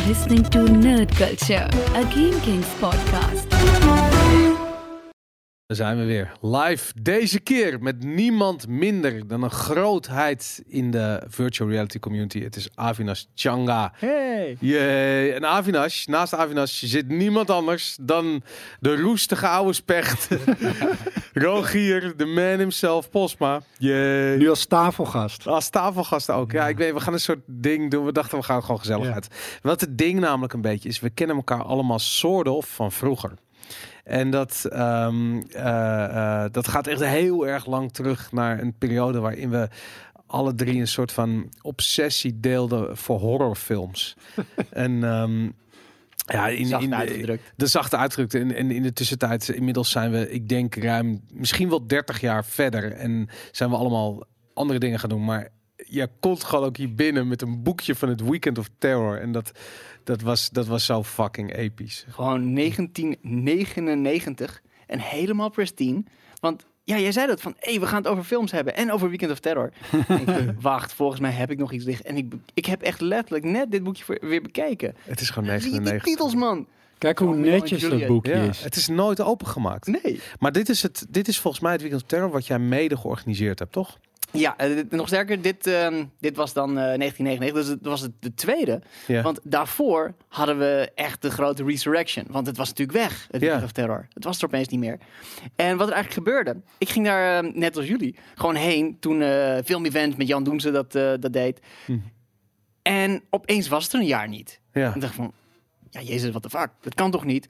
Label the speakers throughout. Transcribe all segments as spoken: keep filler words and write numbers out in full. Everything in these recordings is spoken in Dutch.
Speaker 1: listening to Nerd Culture, a Game Kings podcast.
Speaker 2: Daar zijn we weer. Live deze keer met niemand minder dan een grootheid in de virtual reality community. Het is Avinash Changa.
Speaker 3: Hey!
Speaker 2: Yay. En Avinash, naast Avinash zit niemand anders dan de roestige oude specht. Rogier, de man himself, Posma. Yay.
Speaker 3: Nu als tafelgast.
Speaker 2: Als tafelgast ook. Ja, ik weet, we gaan een soort ding doen. We dachten, we gaan gewoon gezelligheid. Ja. Wat het ding namelijk een beetje is, we kennen elkaar allemaal soort of van vroeger. En dat, um, uh, uh, dat gaat echt heel erg lang terug naar een periode waarin we alle drie een soort van obsessie deelden voor horrorfilms. en um, ja, in,
Speaker 3: zacht
Speaker 2: in
Speaker 3: uitgedrukt.
Speaker 2: De zachte uitgedrukt. En, en in de tussentijd, inmiddels zijn we, ik denk, ruim misschien wel dertig jaar verder. En zijn we allemaal andere dingen gaan doen. Maar je komt gewoon ook hier binnen met een boekje van het Weekend of Terror. En dat, dat, was, dat was zo fucking episch.
Speaker 4: Gewoon negentien negenennegentig en helemaal pristine. Want ja, jij zei dat van, hé, hey, we gaan het over films hebben en over Weekend of Terror. ik, wacht, volgens mij heb ik nog iets liggen. En ik, ik heb echt letterlijk net dit boekje voor, weer bekeken.
Speaker 2: Het is gewoon
Speaker 4: Zie je
Speaker 2: negenennegentig.
Speaker 4: die titels, man?
Speaker 3: Kijk hoe netjes dat boekje
Speaker 2: Ja,
Speaker 3: is.
Speaker 2: het is nooit opengemaakt.
Speaker 4: Nee.
Speaker 2: Maar dit is, het, dit is volgens mij het Weekend of Terror wat jij mede georganiseerd hebt, toch?
Speaker 4: Ja, uh, nog sterker, dit, uh, dit was dan uh, negentien negenennegentig, dus dat was het de tweede.
Speaker 2: Ja.
Speaker 4: Want daarvoor hadden we echt de grote resurrection. Want het was natuurlijk weg, het Weekend
Speaker 2: Ja.
Speaker 4: of Terror. Het was er opeens niet meer. En wat er eigenlijk gebeurde, ik ging daar, uh, net als jullie, gewoon heen toen uh, filmevent met Jan Doense dat, uh, dat deed.
Speaker 2: Hm.
Speaker 4: En opeens was het er een jaar niet.
Speaker 2: Ja.
Speaker 4: En ik dacht van, ja jezus, wat de fuck, dat kan toch niet?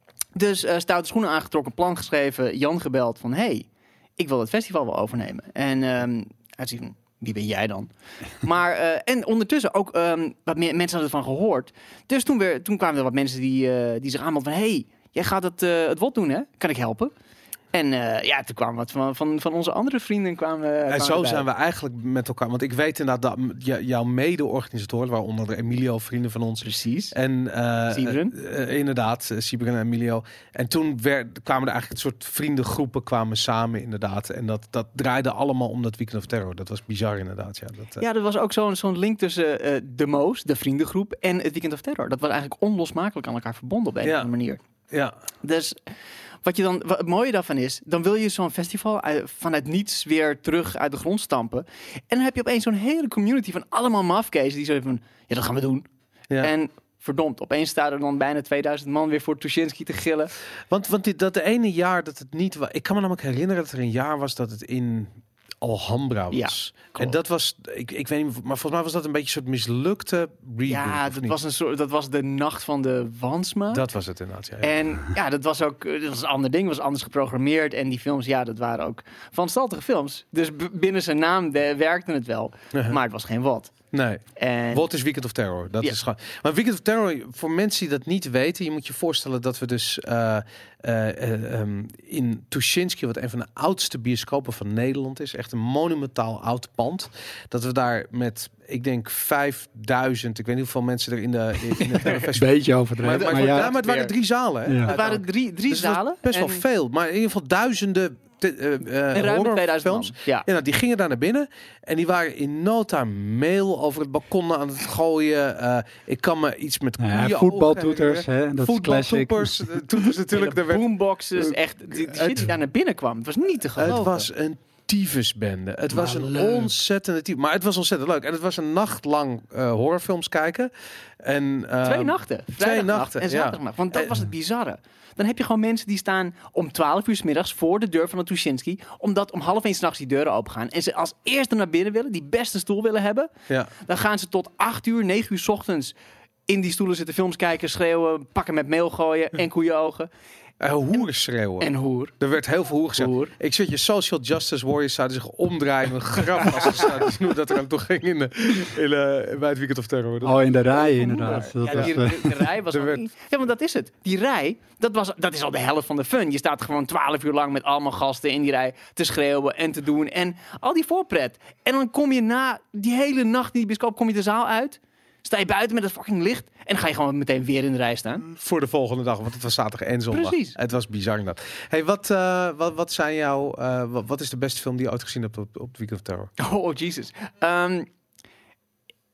Speaker 4: Dus uh, stoute schoenen aangetrokken, plan geschreven, Jan gebeld van, hey, ik wil het festival wel overnemen. En um, hij zei van, wie ben jij dan? Maar, uh, en ondertussen ook um, wat meer mensen hadden ervan gehoord. Dus toen, weer, toen kwamen er wat mensen die, uh, die zich aanmelden van, hey, jij gaat het, uh, het W O D doen, hè? Kan ik helpen? En uh, ja, toen kwamen wat van, van, van onze andere vrienden kwamen.
Speaker 2: En
Speaker 4: kwamen
Speaker 2: zo
Speaker 4: erbij.
Speaker 2: zijn we eigenlijk met elkaar. Want ik weet inderdaad dat j- jouw mede-organisatoren, waaronder de Emilio, vrienden van ons.
Speaker 4: Precies.
Speaker 2: En uh,
Speaker 4: Siebren.
Speaker 2: uh, uh, inderdaad, uh, Siebren en Emilio. En toen werd, kwamen er eigenlijk een soort vriendengroepen kwamen samen inderdaad. En dat, dat draaide allemaal om dat Weekend of Terror. Dat was bizar inderdaad. Ja, dat, uh...
Speaker 4: Ja, er was ook zo'n zo'n link tussen uh, de Moos, de vriendengroep, en het Weekend of Terror. Dat was eigenlijk onlosmakelijk aan elkaar verbonden op een
Speaker 2: Ja.
Speaker 4: of andere manier.
Speaker 2: ja.
Speaker 4: Dus wat je dan, wat het mooie daarvan is, dan wil je zo'n festival uit, vanuit niets weer terug uit de grond stampen. En dan heb je opeens zo'n hele community van allemaal mafkezen die zo van, ja, dat gaan we doen.
Speaker 2: ja.
Speaker 4: En verdomd, opeens staan er dan bijna tweeduizend man weer voor Tuschinski te gillen.
Speaker 2: Want, want dit, dat ene jaar dat het niet was. Ik kan me namelijk herinneren dat er een jaar was dat het in Alhambra was.
Speaker 4: Ja,
Speaker 2: en dat was, ik, ik weet niet, maar volgens mij was dat een beetje een soort mislukte reboot.
Speaker 4: Ja,
Speaker 2: of
Speaker 4: dat
Speaker 2: niet?
Speaker 4: was, een soort, dat was de nacht van de Wansma.
Speaker 2: Dat was het inderdaad. Ja, ja.
Speaker 4: En ja, dat was ook dat was een ander ding, was anders geprogrammeerd. En die films, ja, dat waren ook vanstaltige films. Dus b- binnen zijn naam de, werkte het wel.
Speaker 2: Uh-huh.
Speaker 4: Maar het was geen wat.
Speaker 2: Nee.
Speaker 4: En
Speaker 2: Wat is Weekend of Terror? Dat
Speaker 4: Ja.
Speaker 2: is gewoon. Maar Weekend of Terror, voor mensen die dat niet weten, je moet je voorstellen dat we dus uh, uh, uh, um, in Tuschinski, wat een van de oudste bioscopen van Nederland is, echt een monumentaal oud pand, dat we daar met, ik denk vijfduizend, ik weet niet hoeveel mensen er in de in het hele festival.
Speaker 3: Beetje overdreven.
Speaker 2: Maar, maar,
Speaker 3: Maar,
Speaker 2: ja,
Speaker 3: ja,
Speaker 2: maar het waren drie zalen. Hè?
Speaker 3: Ja.
Speaker 4: het waren drie, drie
Speaker 2: Dus het was
Speaker 4: zalen.
Speaker 2: best wel
Speaker 4: en,
Speaker 2: veel, maar in ieder geval duizenden te, uh, uh,
Speaker 4: en ruim tweeduizend man.
Speaker 2: horrorfilms.
Speaker 4: Ja.
Speaker 2: Ja, nou, die gingen daar naar binnen en die waren in no time mail over het balkon aan het gooien. Uh, ik kan me iets met
Speaker 3: ja,
Speaker 2: koeien
Speaker 3: voetbaltoeters, hè, dat is classic.
Speaker 2: voetbaltoepers, uh, toeters natuurlijk.
Speaker 4: De
Speaker 2: Er werd,
Speaker 4: boomboxes, echt, die, die
Speaker 2: het-
Speaker 4: shit die daar naar binnen kwam. Het was niet te geloven.
Speaker 2: het was een tyfusbende. Het was
Speaker 3: Maar
Speaker 2: een
Speaker 3: leuk.
Speaker 2: ontzettende tyfus. Maar het was ontzettend leuk. En het was een nacht lang uh, horrorfilms kijken. En, uh,
Speaker 4: Twee nachten.
Speaker 2: Twee
Speaker 4: nachten
Speaker 2: nachten,
Speaker 4: en
Speaker 2: ja.
Speaker 4: zaterdagnacht. Want dat
Speaker 2: Eh,
Speaker 4: was het bizarre. Dan heb je gewoon mensen die staan om twaalf uur 's middags voor de deur van de Tuschinski. Omdat om half één 's nachts die deuren open gaan. En ze als eerste naar binnen willen, die beste stoel willen hebben.
Speaker 2: Ja.
Speaker 4: Dan gaan ze tot acht uur, negen uur 's ochtends in die stoelen zitten, films kijken, schreeuwen, pakken met meel gooien en koeienogen.
Speaker 2: Uh, hoeren schreeuwen.
Speaker 4: En hoer.
Speaker 2: Er werd heel veel hoer gezegd.
Speaker 4: Hoer.
Speaker 2: Ik zit je social justice warriors zouden zich omdraaien. Een grap als ze zouden zien hoe dat er aan toe ging in de, in, uh, bij het Weekend of Terror. Dat-
Speaker 3: Oh, in de rij inderdaad. Dat
Speaker 4: Ja,
Speaker 3: was,
Speaker 4: die,
Speaker 3: eh,
Speaker 4: de, de rij was
Speaker 2: Er
Speaker 4: al
Speaker 2: werd-
Speaker 4: niet- Ja, want dat is het. Die rij, dat, was, dat is al de helft van de fun. Je staat gewoon twaalf uur lang met allemaal gasten in die rij te schreeuwen en te doen. En al die voorpret. En dan kom je na die hele nacht in die bioscoop, kom je de zaal uit. Sta je buiten met het fucking licht. En dan ga je gewoon meteen weer in de rij staan.
Speaker 2: Voor de volgende dag, want het was zaterdag en zondag.
Speaker 4: Precies.
Speaker 2: Het was bizar inderdaad. Hey, wat, uh, wat, wat zijn jouw, uh, wat, wat is de beste film die je ooit gezien hebt op, op het Weekend of Terror?
Speaker 4: Oh, Jesus. Um,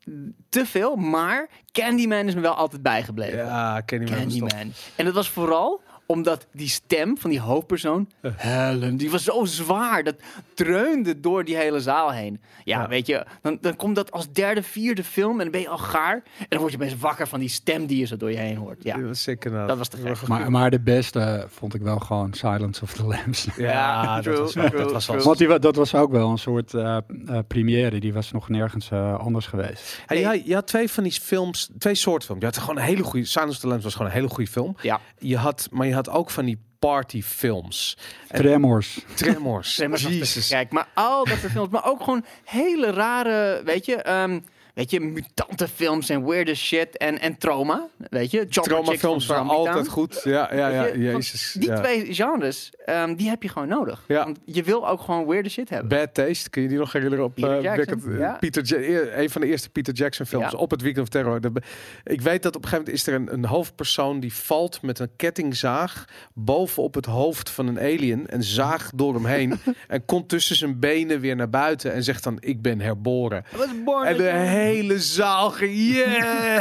Speaker 4: te veel, maar Candyman is me wel altijd bijgebleven.
Speaker 2: Ja, Candyman.
Speaker 4: Candyman. En dat was vooral omdat die stem van die hoofdpersoon, Helen, die was zo zwaar. Dat dreunde door die hele zaal heen. Ja,
Speaker 2: Ja.
Speaker 4: weet je, dan, dan komt dat als derde, vierde film en dan ben je al gaar. En dan word je best wakker van die stem die je zo door je heen hoort. Ja,
Speaker 2: Dat was sick inderdaad.
Speaker 4: dat was te gek.
Speaker 3: Maar, maar de beste vond ik wel gewoon Silence of the Lambs.
Speaker 2: Ja,
Speaker 4: Ja, true,
Speaker 2: dat was wel,
Speaker 4: true,
Speaker 2: dat was wel
Speaker 4: true.
Speaker 3: Want die, wa- dat was ook wel een soort uh, uh, première. Die was nog nergens uh, anders geweest.
Speaker 2: Hey, je, had, je had twee van die films, twee soorten films. Je had gewoon een hele goede, Silence of the Lambs was gewoon een hele goede film.
Speaker 4: Ja.
Speaker 2: Je had, maar je had ook van die partyfilms. En
Speaker 3: Tremors.
Speaker 2: Tremors.
Speaker 4: Tremors was te
Speaker 2: Jesus.
Speaker 4: gek. Maar al dat soort films, maar ook gewoon hele rare, weet je, um, weet je, mutante films en weirde shit en, en trauma, weet je.
Speaker 2: Traumafilms waren altijd goed. Ja, ja, ja.
Speaker 4: Weet je, want
Speaker 2: Jezus.
Speaker 4: Die
Speaker 2: ja.
Speaker 4: twee genres, um, die heb je gewoon nodig.
Speaker 2: Ja.
Speaker 4: Want je wil ook gewoon weirde shit hebben.
Speaker 2: Bad Taste, kun je die nog herinneren op
Speaker 4: Peter
Speaker 2: uh,
Speaker 4: Jackson,
Speaker 2: Wicked, uh,
Speaker 4: ja.
Speaker 2: Peter Ja- e- een van de eerste Peter Jackson films
Speaker 4: Ja.
Speaker 2: op het Weekend of Terror. De, ik weet dat op een gegeven moment is er een, een hoofdpersoon die valt met een kettingzaag bovenop het hoofd van een alien en zaagt door hem heen en komt tussen zijn benen weer naar buiten en zegt dan ik ben herboren.
Speaker 4: Was born
Speaker 2: En de
Speaker 4: again.
Speaker 2: hele zaal ging yeah!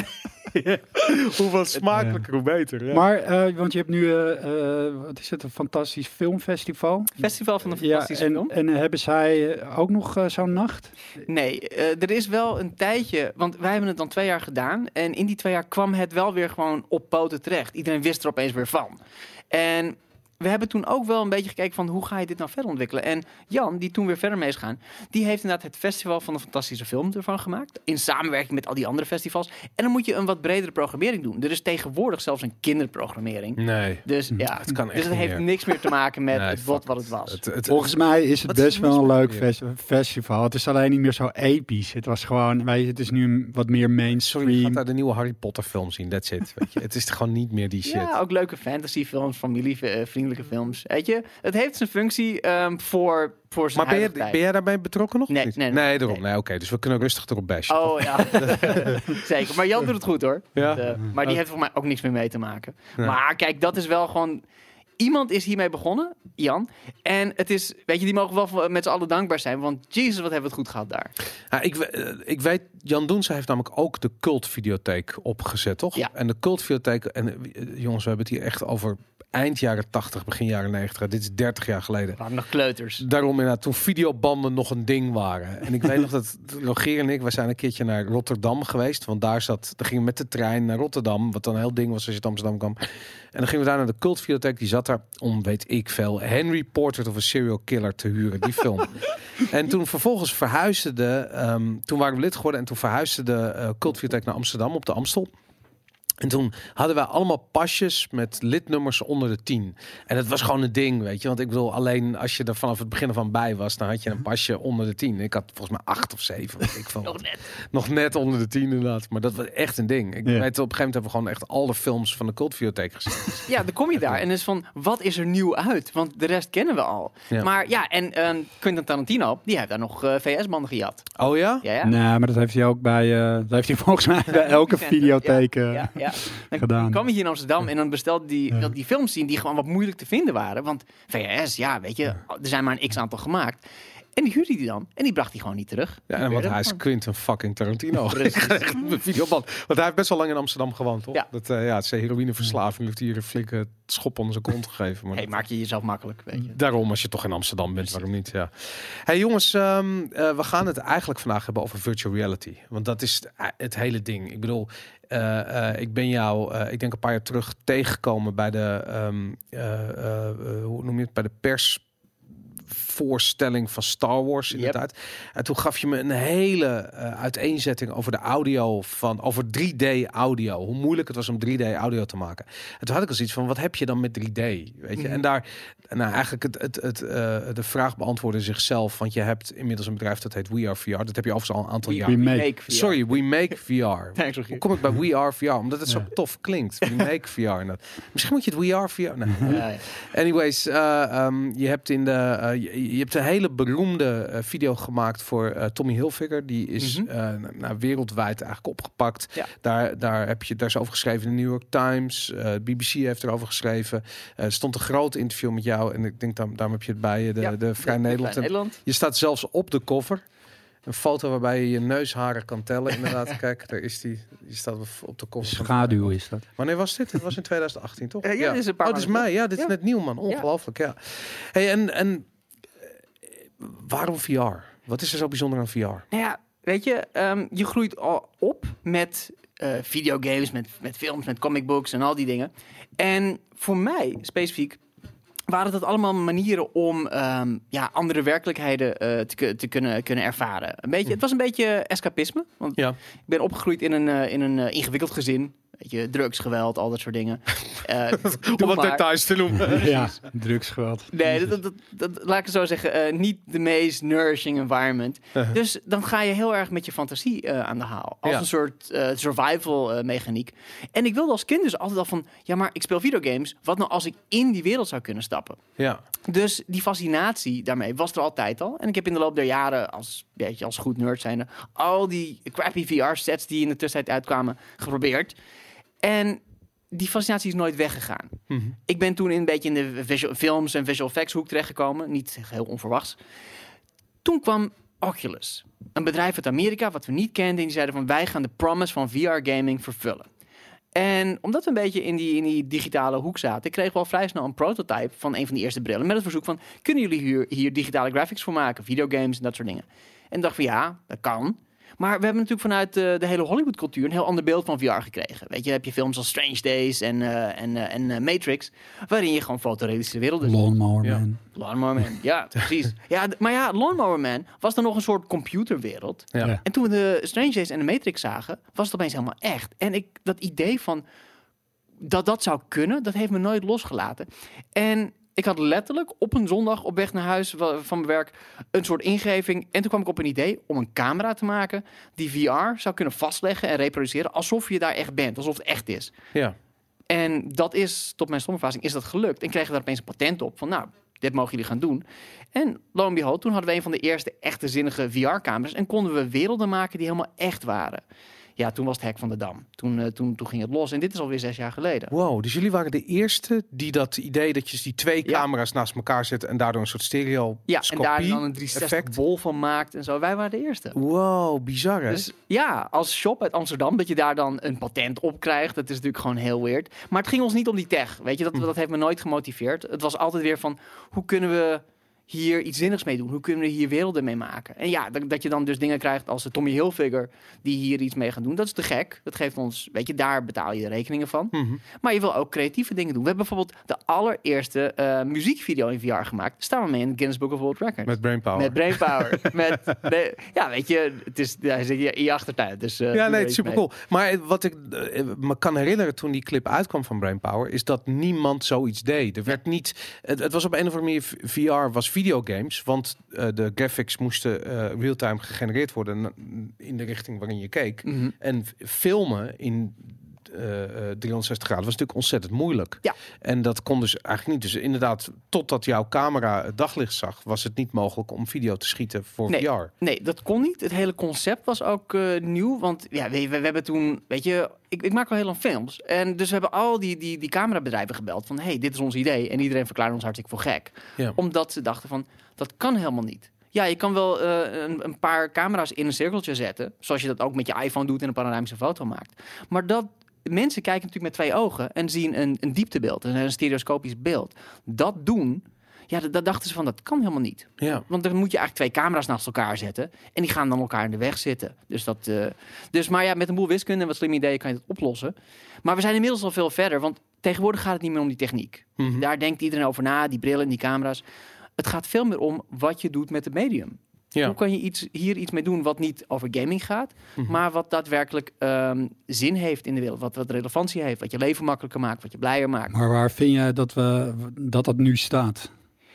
Speaker 2: Hoeveel smakelijker, hoe beter. Ja.
Speaker 3: Maar, uh, want je hebt nu, uh, uh, wat is het, een fantastisch filmfestival.
Speaker 4: Festival van de
Speaker 3: Ja,
Speaker 4: fantastische
Speaker 3: en,
Speaker 4: film.
Speaker 3: en hebben zij uh, ook nog uh, zo'n nacht?
Speaker 4: Nee, uh, er is wel een tijdje, want wij hebben het dan twee jaar gedaan. En in die twee jaar kwam het wel weer gewoon op poten terecht. Iedereen wist er opeens weer van. En we hebben toen ook wel een beetje gekeken van hoe ga je dit nou verder ontwikkelen. En Jan, die toen weer verder mee is gaan, die heeft inderdaad het festival van de fantastische film ervan gemaakt. In samenwerking met al die andere festivals. En dan moet je een wat bredere programmering doen. Er is tegenwoordig zelfs een kinderprogrammering.
Speaker 2: Nee.
Speaker 4: Dus ja,
Speaker 2: Het kan echt
Speaker 4: dus dat
Speaker 2: niet
Speaker 4: heeft
Speaker 2: meer.
Speaker 4: niks meer te maken met
Speaker 2: Nee,
Speaker 4: het bot
Speaker 2: fuck
Speaker 4: wat
Speaker 2: it.
Speaker 4: het was.
Speaker 2: Het, het,
Speaker 3: Volgens mij is het
Speaker 2: Wat is
Speaker 3: best
Speaker 2: er
Speaker 3: wel
Speaker 2: mis
Speaker 3: een
Speaker 2: met
Speaker 3: leuk
Speaker 2: het
Speaker 3: fes- festival. Het is alleen niet meer zo episch. Het was gewoon, weet je, het is nu een wat meer
Speaker 2: Sorry, je
Speaker 3: mainstream.
Speaker 2: gaat daar de nieuwe Harry Potter film zien. That's it. Weet je. Het is gewoon niet meer die shit.
Speaker 4: Ja, ook leuke fantasyfilms, familievriendelijke films. Weet je, het heeft zijn functie um, voor, voor zijn
Speaker 2: Maar ben, je,
Speaker 4: huidige tijd.
Speaker 2: ben jij daarbij betrokken nog?
Speaker 4: Nee,
Speaker 2: Niet?
Speaker 4: nee, nee,
Speaker 2: nee, daarom.
Speaker 4: nee.
Speaker 2: Nee, oké. Dus we kunnen rustig erop bashen.
Speaker 4: Oh ja, zeker. Maar Jan doet het goed hoor.
Speaker 2: Ja?
Speaker 4: Uh, maar die heeft voor mij ook niks meer mee te maken.
Speaker 2: Nee.
Speaker 4: Maar kijk, dat is wel gewoon... Iemand is hiermee begonnen, Jan. En het is, weet je, die mogen wel voor- met z'n allen dankbaar zijn. Want jezus, wat hebben we het goed gehad daar.
Speaker 2: Ja, ik, we- eh, ik weet, Jan Doense heeft namelijk ook de cultvideotheek opgezet, toch?
Speaker 4: Ja.
Speaker 2: En de cultvideotheek, en eh, jongens, we hebben het hier echt over eind jaren tachtig, begin jaren negentig. Dit is dertig jaar geleden.
Speaker 4: We waren nog kleuters.
Speaker 2: Daarom inderdaad, toen videobanden nog een ding waren. En ik weet nog dat Rogier en ik, wij zijn een keertje naar Rotterdam geweest. Want daar zat, dan gingen we met de trein naar Rotterdam. Wat dan een heel ding was als je uit Amsterdam kwam. En dan gingen we daar naar de cultvideotheek. Die zat daar om, weet ik veel, Henry Portrait of a Serial Killer te huren. Die film. En toen vervolgens verhuisde de, um, toen waren we lid geworden. En toen verhuisde de uh, cultvideotheek naar Amsterdam op de Amstel. En toen hadden wij allemaal pasjes met lidnummers onder de tien. En het was gewoon een ding, weet je. Want ik bedoel, alleen als je er vanaf het begin van bij was, dan had je een pasje onder de tien. Ik had volgens mij acht of zeven. Weet ik veel.
Speaker 4: Nog net.
Speaker 2: Nog net onder de tien inderdaad. Maar dat was echt een ding. Ik
Speaker 3: Ja.
Speaker 2: weet, op een gegeven moment hebben we gewoon echt al de films van de cultvideotheek gezien.
Speaker 4: Ja, dan kom je daar en is van, wat is er nieuw uit? Want de rest kennen we al.
Speaker 2: Ja.
Speaker 4: Maar ja, en um, Quentin Tarantino, die heeft daar nog uh, V S-banden gejat.
Speaker 2: Oh ja?
Speaker 4: Ja, ja.
Speaker 3: Nee, maar dat heeft hij ook bij, uh, dat heeft hij volgens mij bij elke
Speaker 4: Center,
Speaker 3: videotheek uh,
Speaker 4: Ja, ja. Dan
Speaker 3: gedaan.
Speaker 4: kwam je hier in Amsterdam en dan bestelde die,
Speaker 3: Ja.
Speaker 4: wilde die films zien die gewoon wat moeilijk te vinden waren. Want V H S, ja, weet je, er zijn maar een x-aantal gemaakt. En die huurde die dan. En die bracht hij gewoon niet terug.
Speaker 2: Ja, en
Speaker 4: Die
Speaker 2: want
Speaker 4: werd
Speaker 2: hij is
Speaker 4: hem
Speaker 2: Quentin fucking Tarantino.
Speaker 4: Precies.
Speaker 2: Echt een videoband. Want hij heeft best wel lang in Amsterdam gewoond, toch?
Speaker 4: Ja.
Speaker 2: Dat, uh, ja, zijn heroïneverslaving heeft hier een flinke schop onder zijn kont gegeven. Maar
Speaker 4: Hey,
Speaker 2: dat-
Speaker 4: maak je jezelf makkelijk, weet je.
Speaker 2: Daarom, als je toch in Amsterdam bent, waarom niet? Ja. Hey jongens, um, uh, we gaan het eigenlijk vandaag hebben over virtual reality. Want dat is het, het hele ding. Ik bedoel, uh, uh, ik ben jou, uh, ik denk een paar jaar terug tegengekomen bij de, um, uh, uh, uh, hoe noem je het, bij de pers. Voorstelling van Star Wars in de
Speaker 4: Yep.
Speaker 2: tijd. En toen gaf je me een hele uh, uiteenzetting over de audio van over drie D audio. Hoe moeilijk het was om drie D audio te maken. En toen had ik al zoiets van, wat heb je dan met drie D? Weet je?
Speaker 4: Mhm.
Speaker 2: En daar, nou eigenlijk het, het, het, uh, de vraag beantwoordde zichzelf. Want je hebt inmiddels een bedrijf dat heet We Are V R. Dat heb je overigens al een aantal
Speaker 4: We
Speaker 2: jaar.
Speaker 3: We make.
Speaker 4: make V R.
Speaker 2: Sorry, We Make V R.
Speaker 4: Thanks, Rogier.
Speaker 2: Hoe kom ik bij We Are V R? Omdat het zo
Speaker 3: Ja.
Speaker 2: tof klinkt. We Make V R. En dat- Misschien moet je het We Are V R... Nee.
Speaker 4: Ja, ja.
Speaker 2: Anyways, uh, um, je hebt in de uh, je, je hebt een hele beroemde uh, video gemaakt voor uh, Tommy Hilfiger. Die is
Speaker 4: Mhm.
Speaker 2: uh, nou, wereldwijd eigenlijk opgepakt.
Speaker 4: Ja.
Speaker 2: Daar, daar heb je daar is over geschreven in de New York Times. Uh, B B C heeft erover geschreven. Uh, er stond een groot interview met jou en ik denk daar, daarom heb je het bij je, de,
Speaker 4: Ja,
Speaker 2: de Vrij
Speaker 4: de-
Speaker 2: Nederland.
Speaker 4: Vrij Nederland.
Speaker 2: Je staat zelfs op de cover. Een foto waarbij je je neusharen kan tellen. Inderdaad, kijk, daar is die. Die staat op de kop.
Speaker 3: Schaduw is dat.
Speaker 2: Wanneer was dit? Het was in twintig achttien, toch?
Speaker 4: Uh, ja, dit is een paar
Speaker 2: oh, dit is mei. Ja, dit is
Speaker 4: ja.
Speaker 2: net nieuw, man. Ongelooflijk, ja. ja. Hey, en, en waarom V R? Wat is er zo bijzonder aan V R?
Speaker 4: Nou ja, weet je, um, je groeit al op met uh, videogames, met, met films, met comic books en al die dingen. En voor mij specifiek waren dat allemaal manieren om um, ja, andere werkelijkheden uh, te, te kunnen, kunnen ervaren. Een beetje, het was een beetje escapisme. Want
Speaker 2: ja.
Speaker 4: ik ben opgegroeid in een, uh, in een uh, ingewikkeld gezin. Weet je, drugsgeweld, al dat soort dingen. Uh,
Speaker 2: Om wat details te noemen.
Speaker 3: Ja, drugsgeweld.
Speaker 4: Nee, dat, dat, dat, dat, laat ik het zo zeggen. Uh, niet de meest nourishing environment. Uh-huh. Dus dan ga je heel erg met je fantasie uh, aan de haal. Als ja. een soort uh, survival uh, mechaniek. En ik wilde als kind dus altijd al van... Ja, maar ik speel videogames. Wat nou als ik in die wereld zou kunnen stappen?
Speaker 2: Ja.
Speaker 4: Dus die fascinatie daarmee was er altijd al. En ik heb in de loop der jaren, als, weet je, als goed nerd zijnde... al die crappy V R-sets die in de tussentijd uitkwamen, geprobeerd... En die fascinatie is nooit weggegaan. Mm-hmm. Ik ben toen een beetje in de visual, films en visual effects hoek terechtgekomen. Niet heel onverwachts. Toen kwam Oculus. Een bedrijf uit Amerika wat we niet kenden. En die zeiden van wij gaan de promise van V R-gaming vervullen. En omdat we een beetje in die, in die digitale hoek zaten... kregen we al vrij snel een prototype van een van die eerste brillen. Met het verzoek van, kunnen jullie hier, hier digitale graphics voor maken? Videogames en dat soort dingen. En dacht van ja, dat kan... Maar we hebben natuurlijk vanuit de, de hele Hollywood-cultuur... een heel ander beeld van V R gekregen. Weet je, heb je films als Strange Days en, uh, en, uh, en uh, Matrix... waarin je gewoon fotorealistische werelden...
Speaker 3: Lawnmower
Speaker 2: ja.
Speaker 3: Man.
Speaker 4: Lawnmower Man, ja, precies. Ja, d- maar ja, Lawnmower Man was dan nog een soort computerwereld.
Speaker 2: Ja. Ja.
Speaker 4: En toen we de Strange Days en de Matrix zagen... was het opeens helemaal echt. En ik, dat idee van dat dat zou kunnen... dat heeft me nooit losgelaten. En... Ik had letterlijk op een zondag op weg naar huis van mijn werk een soort ingeving. En toen kwam ik op een idee om een camera te maken die V R zou kunnen vastleggen en reproduceren alsof je daar echt bent, alsof het echt is.
Speaker 2: Ja.
Speaker 4: En dat is, tot mijn stomme verbazing, is dat gelukt. En kregen we daar opeens een patent op van, nou, dit mogen jullie gaan doen. En lo en behold, toen hadden we een van de eerste echte zinnige V R-camera's en konden we werelden maken die helemaal echt waren. Ja, toen was het hek van de dam. Toen, uh, toen, toen ging het los. En dit is alweer zes jaar geleden.
Speaker 2: Wow, dus jullie waren de eerste die dat idee dat je die twee
Speaker 4: ja.
Speaker 2: camera's naast elkaar zet en daardoor een soort stereo
Speaker 4: Ja, en daar dan een driehonderdzestig vol van maakt en zo. Wij waren de eerste.
Speaker 2: Wow, bizar hè?
Speaker 4: Dus ja, als shop uit Amsterdam, dat je daar dan een patent op krijgt. Dat is natuurlijk gewoon heel weird. Maar het ging ons niet om die tech. Weet je, dat, dat heeft me nooit gemotiveerd. Het was altijd weer van, hoe kunnen we hier iets zinnigs mee doen? Hoe kunnen we hier werelden mee maken? En ja, dat, dat je dan dus dingen krijgt als de Tommy Hilfiger die hier iets mee gaan doen. Dat is te gek. Dat geeft ons, weet je, daar betaal je de rekeningen van.
Speaker 2: Mm-hmm.
Speaker 4: Maar je wil ook creatieve dingen doen. We hebben bijvoorbeeld de allereerste uh, muziekvideo in V R gemaakt. Staan we mee in het Guinness Book of World Records.
Speaker 2: Met Brainpower.
Speaker 4: Met Brainpower. Met, de, ja, weet je, het is ja, in je achtertuin. Dus, uh,
Speaker 2: ja, nee, het is super cool. Maar wat ik uh, me kan herinneren toen die clip uitkwam van Brainpower, is dat niemand zoiets deed. Er werd niet. Het, het was op een of andere manier V R was videogames, want uh, de graphics moesten uh, real-time gegenereerd worden in de richting waarin je keek.
Speaker 4: Mm-hmm.
Speaker 2: En filmen in uh, driehonderdzestig graden was natuurlijk ontzettend moeilijk.
Speaker 4: Ja.
Speaker 2: En dat kon dus eigenlijk niet. Dus inderdaad, totdat jouw camera het daglicht zag, was het niet mogelijk om video te schieten voor
Speaker 4: nee,
Speaker 2: V R.
Speaker 4: Nee, dat kon niet. Het hele concept was ook uh, nieuw. Want ja, we, we, we hebben toen, weet je, ik, ik maak al heel lang films. En dus we hebben al die, die, die camerabedrijven gebeld van, hey, dit is ons idee. En iedereen verklaarde ons hartstikke voor gek.
Speaker 2: Ja.
Speaker 4: Omdat ze dachten van, dat kan helemaal niet. Ja, je kan wel uh, een, een paar camera's in een cirkeltje zetten, zoals je dat ook met je iPhone doet en een panoramische foto maakt. Maar dat mensen kijken natuurlijk met twee ogen en zien een, een dieptebeeld, een, een stereoscopisch beeld. Dat doen, ja, dat, dat dachten ze van, dat kan helemaal niet.
Speaker 2: Ja.
Speaker 4: Want dan moet je eigenlijk twee camera's naast elkaar zetten en die gaan dan elkaar in de weg zitten. Dus dat, uh, dus maar ja, met een boel wiskunde en wat slimme ideeën kan je dat oplossen. Maar we zijn inmiddels al veel verder, want tegenwoordig gaat het niet meer om die techniek.
Speaker 2: Mm-hmm.
Speaker 4: Daar denkt iedereen over na, die brillen, die camera's. Het gaat veel meer om wat je doet met het medium.
Speaker 2: Ja.
Speaker 4: Hoe kan je iets, hier iets mee doen wat niet over gaming gaat,
Speaker 2: Mm-hmm.
Speaker 4: maar wat daadwerkelijk um, zin heeft in de wereld, wat, wat relevantie heeft, wat je leven makkelijker maakt, wat je blijer maakt.
Speaker 3: Maar waar vind je dat we dat dat nu staat?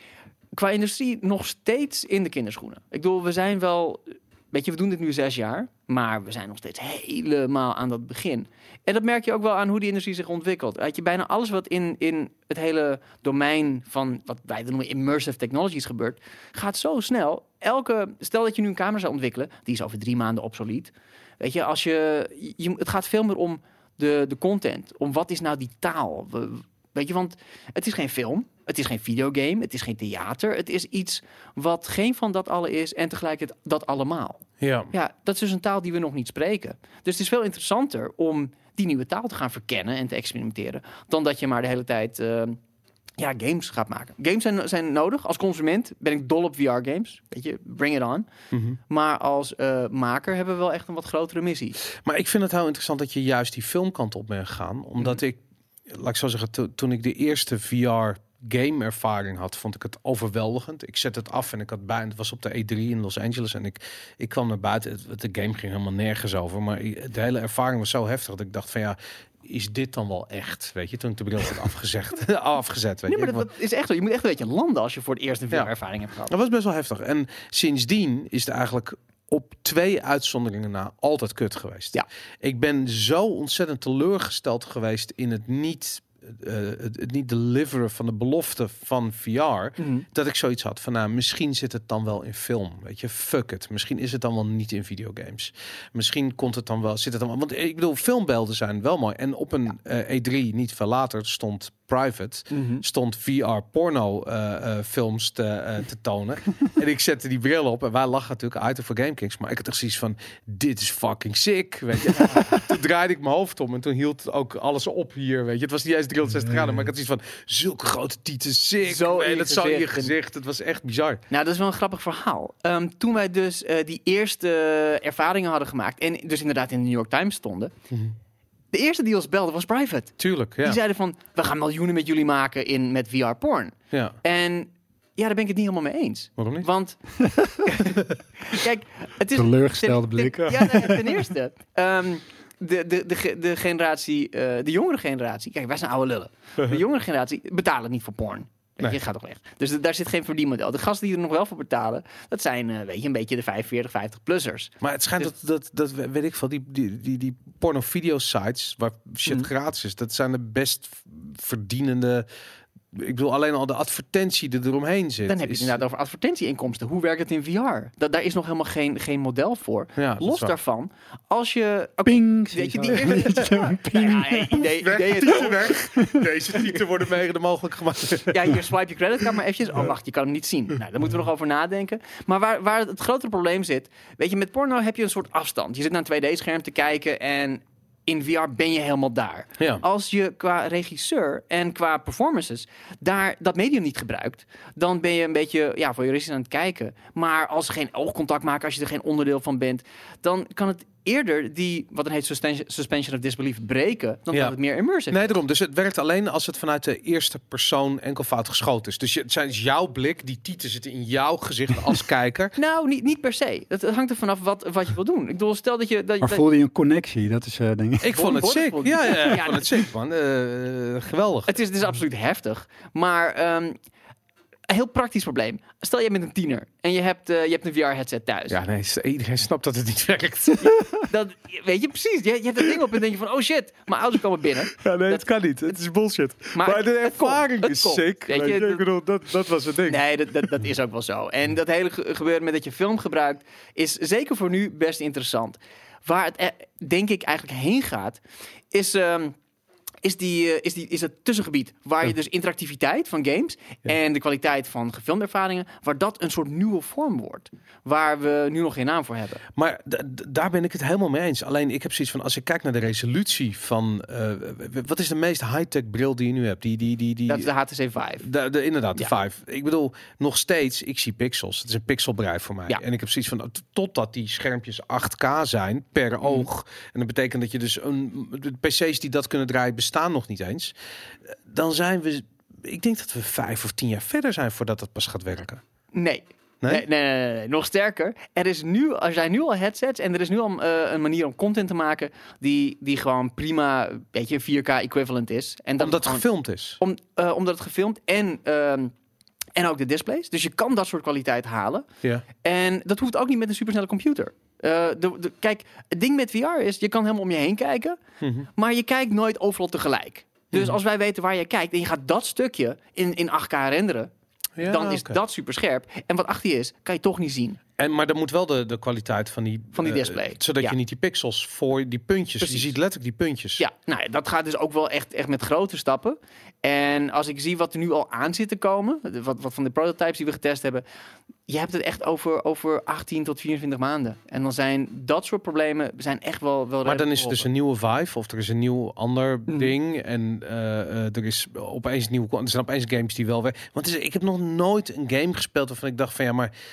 Speaker 4: Qua industrie nog steeds in de kinderschoenen. Ik bedoel, we zijn wel, weet je, we doen dit nu zes jaar, maar we zijn nog steeds helemaal aan dat begin. En dat merk je ook wel aan hoe die industrie zich ontwikkelt. Weet je, bijna alles wat in, in het hele domein van wat wij noemen immersive technologies gebeurt, gaat zo snel. Elke, stel dat je nu een camera zou ontwikkelen, die is over drie maanden obsolet. Weet je, als je, je het gaat veel meer om de, de content. Om wat is nou die taal? Weet je, want het is geen film, het is geen videogame, het is geen theater. Het is iets wat geen van dat alle is en tegelijkertijd dat allemaal.
Speaker 2: Ja.
Speaker 4: Ja, dat is dus een taal die we nog niet spreken. Dus het is veel interessanter om die nieuwe taal te gaan verkennen en te experimenteren, dan dat je maar de hele tijd uh, ja, games gaat maken. Games zijn, zijn nodig. Als consument ben ik dol op V R-games. Weet je, bring it on.
Speaker 2: Mm-hmm.
Speaker 4: Maar als uh, maker hebben we wel echt een wat grotere missie.
Speaker 2: Maar ik vind het heel interessant dat je juist die filmkant op bent gegaan. Omdat mm-hmm. ik, laat ik zo zeggen, to, toen ik de eerste V R game ervaring had, vond ik het overweldigend. Ik zet het af en ik had bij, het was op de E drie in Los Angeles en ik, ik kwam naar buiten. Het, de game ging helemaal nergens over, maar de hele ervaring was zo heftig dat ik dacht van ja, is dit dan wel echt? Weet je, toen ik de bril had afgezegd, afgezet. Weet
Speaker 4: nee, maar
Speaker 2: je.
Speaker 4: dat, dat is echt zo. Je moet echt een beetje landen als je voor het eerst een V R-ervaring
Speaker 2: ja.
Speaker 4: hebt gehad.
Speaker 2: Dat was best wel heftig. En sindsdien is het eigenlijk op twee uitzonderingen na altijd kut geweest.
Speaker 4: Ja.
Speaker 2: Ik ben zo ontzettend teleurgesteld geweest in het niet Uh, het, het niet deliveren van de belofte van V R, mm-hmm. dat ik zoiets had van, nou, misschien zit het dan wel in film, weet je, fuck it. Misschien is het dan wel niet in videogames. Misschien komt het dan wel, zit het dan wel, want ik bedoel, filmbeelden zijn wel mooi. En op een ja. uh, E drie, niet veel later, stond Private, mm-hmm. stond V R porno uh, uh, films te, uh, te tonen. En ik zette die bril op en wij lachen natuurlijk uit voor GameKings, maar ik had toch zoiets van, dit is fucking sick, weet je. Toen draaide ik mijn hoofd om en toen hield ook alles op hier, weet je. Het was niet eens driehonderdzestig graden, maar ik had zoiets van, zulke grote tieten, sick.
Speaker 4: Zo
Speaker 2: en dat zo in je
Speaker 4: gezicht.
Speaker 2: gezicht. Het was echt bizar.
Speaker 4: Nou, dat is wel een grappig verhaal. Um, toen wij dus uh, die eerste ervaringen hadden gemaakt en dus inderdaad in de New York Times stonden, mm-hmm. de eerste die ons belde was Private.
Speaker 2: Tuurlijk, ja.
Speaker 4: Die zeiden van, we gaan miljoenen met jullie maken in, met V R-porn.
Speaker 2: Ja.
Speaker 4: En ja, daar ben ik het niet helemaal mee eens.
Speaker 2: Waarom niet?
Speaker 4: Want, kijk, het is...
Speaker 3: Teleurgestelde
Speaker 4: ten,
Speaker 3: blik.
Speaker 4: Ten, ja, nee, ten eerste, um, de, de, de, de generatie, uh, de jongere generatie, kijk, wij zijn oude lullen. De jongere generatie betalen niet voor porn. Nee. Je gaat toch weg. Dus de, daar zit geen verdienmodel. De gasten die er nog wel voor betalen, dat zijn uh, weet je, een beetje de vijfenveertig, vijftig-plussers.
Speaker 2: Maar het schijnt dus, dat, dat, dat, weet ik veel, die, die, die, die porno-video-sites waar shit mm. gratis is, dat zijn de best verdienende. Ik bedoel, alleen al de advertentie die eromheen zit.
Speaker 4: Dan heb je
Speaker 2: is...
Speaker 4: het inderdaad over advertentieinkomsten. Hoe werkt het in V R? Da- daar is nog helemaal geen, geen model voor. Ja, los daarvan, als je...
Speaker 3: Ping!
Speaker 4: Weet je, die eerste...
Speaker 3: Ping!
Speaker 4: Ja, ja, idee,
Speaker 2: weg,
Speaker 4: idee het
Speaker 2: weg. Deze tieten worden mede mogelijk gemaakt.
Speaker 4: Ja, hier swipe je creditcard maar eventjes. Oh, wacht, je kan hem niet zien. Nou, daar moeten we nog over nadenken. Maar waar, waar het grotere probleem zit... Weet je, met porno heb je een soort afstand. Je zit naar een twee D-scherm te kijken en... In V R ben je helemaal daar.
Speaker 2: Ja.
Speaker 4: Als je qua regisseur en qua performances daar dat medium niet gebruikt, dan ben je een beetje ja, voyeuristisch aan het kijken. Maar als ze geen oogcontact maken, als je er geen onderdeel van bent, dan kan het eerder die, wat dan heet suspension, suspension of disbelief, breken, dan ja. dat het meer immersive.
Speaker 2: Nee, daarom. Dus het werkt alleen als het vanuit de eerste persoon enkelvoud geschoten is. Dus het zijn jouw blik, die tieten zitten in jouw gezicht als kijker.
Speaker 4: Nou, niet, niet per se. Het hangt er vanaf wat, wat je wil doen. Ik bedoel, stel dat je... Dat,
Speaker 3: maar
Speaker 4: dat,
Speaker 3: voelde je een connectie? Dat is uh, denk ik...
Speaker 2: Ik vond het sick. Ja, ja, ja, ik
Speaker 4: ja,
Speaker 2: vond het sick, man. Uh, geweldig.
Speaker 4: Het is, het is absoluut heftig. Maar... Um, een heel praktisch probleem. Stel je bent een tiener en je hebt, uh, je hebt een V R-headset thuis.
Speaker 2: Ja, nee, iedereen snapt dat het niet werkt.
Speaker 4: Dat, weet je, precies. Je, je hebt dat ding op en denk je van, oh shit, mijn ouders komen binnen.
Speaker 2: Ja, nee,
Speaker 4: dat,
Speaker 2: het kan niet. Het is bullshit.
Speaker 4: Maar,
Speaker 2: maar de ervaring
Speaker 4: het
Speaker 2: is
Speaker 4: komt,
Speaker 2: sick.
Speaker 4: Weet je,
Speaker 2: je, ik bedoel, dat, dat was het ding.
Speaker 4: Nee, dat, dat, dat is ook wel zo. En dat hele ge- gebeuren met dat je film gebruikt, is zeker voor nu best interessant. Waar het, er, denk ik, eigenlijk heen gaat, is... Um, Is, die, uh, is, die, is het tussengebied waar ja. je dus interactiviteit van games ja. en de kwaliteit van gefilmde ervaringen, waar dat een soort nieuwe vorm wordt. Waar we nu nog geen naam voor hebben.
Speaker 2: Maar d- d- daar ben ik het helemaal mee eens. Alleen ik heb zoiets van, als ik kijk naar de resolutie van, uh, wat is de meest high-tech bril die je nu hebt? Die, die, die, die,
Speaker 4: dat is de H T C vijf.
Speaker 2: De, de, inderdaad, de
Speaker 4: ja.
Speaker 2: vijf. Ik bedoel, nog steeds, ik zie pixels. Het is een pixelbedrijf voor mij.
Speaker 4: Ja.
Speaker 2: En ik heb zoiets van, t- totdat die schermpjes acht K zijn per mm. oog. En dat betekent dat je dus, een, de P C's die dat kunnen draaien, bestaan nog niet eens. Dan zijn we, ik denk dat we vijf of tien jaar verder zijn voordat dat pas gaat werken.
Speaker 4: Nee.
Speaker 2: Nee?
Speaker 4: Nee, nee, nee, nee, nog sterker. Er is nu, er zijn nu al headsets en er is nu al uh, een manier om content te maken die, die gewoon prima, weet je, vier K equivalent is. En dat
Speaker 2: omdat het
Speaker 4: gewoon,
Speaker 2: gefilmd is.
Speaker 4: Om, uh, omdat het gefilmd en um, en ook de displays. Dus je kan dat soort kwaliteit halen.
Speaker 2: Ja.
Speaker 4: En dat hoeft ook niet met een supersnelle computer. Uh, de, de, kijk, het ding met V R is, je kan helemaal om je heen kijken, mm-hmm. maar je kijkt nooit overal tegelijk. Dus mm-hmm. als wij weten waar je kijkt en je gaat dat stukje in, in acht K renderen, ja, dan is okay. dat super scherp. En wat achter je is, kan je toch niet zien.
Speaker 2: En, maar dan moet wel de, de kwaliteit van die...
Speaker 4: Van die
Speaker 2: uh,
Speaker 4: display.
Speaker 2: zodat
Speaker 4: Ja.
Speaker 2: je niet die pixels voor die puntjes...
Speaker 4: Precies.
Speaker 2: Je ziet letterlijk die puntjes.
Speaker 4: Ja, nou, dat gaat dus ook wel echt, echt met grote stappen. En als ik zie wat er nu al aan zit te komen... wat, wat van de prototypes die we getest hebben... je hebt het echt over, over achttien tot vierentwintig maanden. En dan zijn dat soort problemen zijn echt wel... wel
Speaker 2: Maar dan is er dus een nieuwe Vive of er is een nieuw ander
Speaker 4: Mhm.
Speaker 2: ding. En uh, uh, er is opeens nieuw, er zijn opeens games die wel weer... Want het is, ik heb nog nooit een game gespeeld waarvan ik dacht van ja, maar...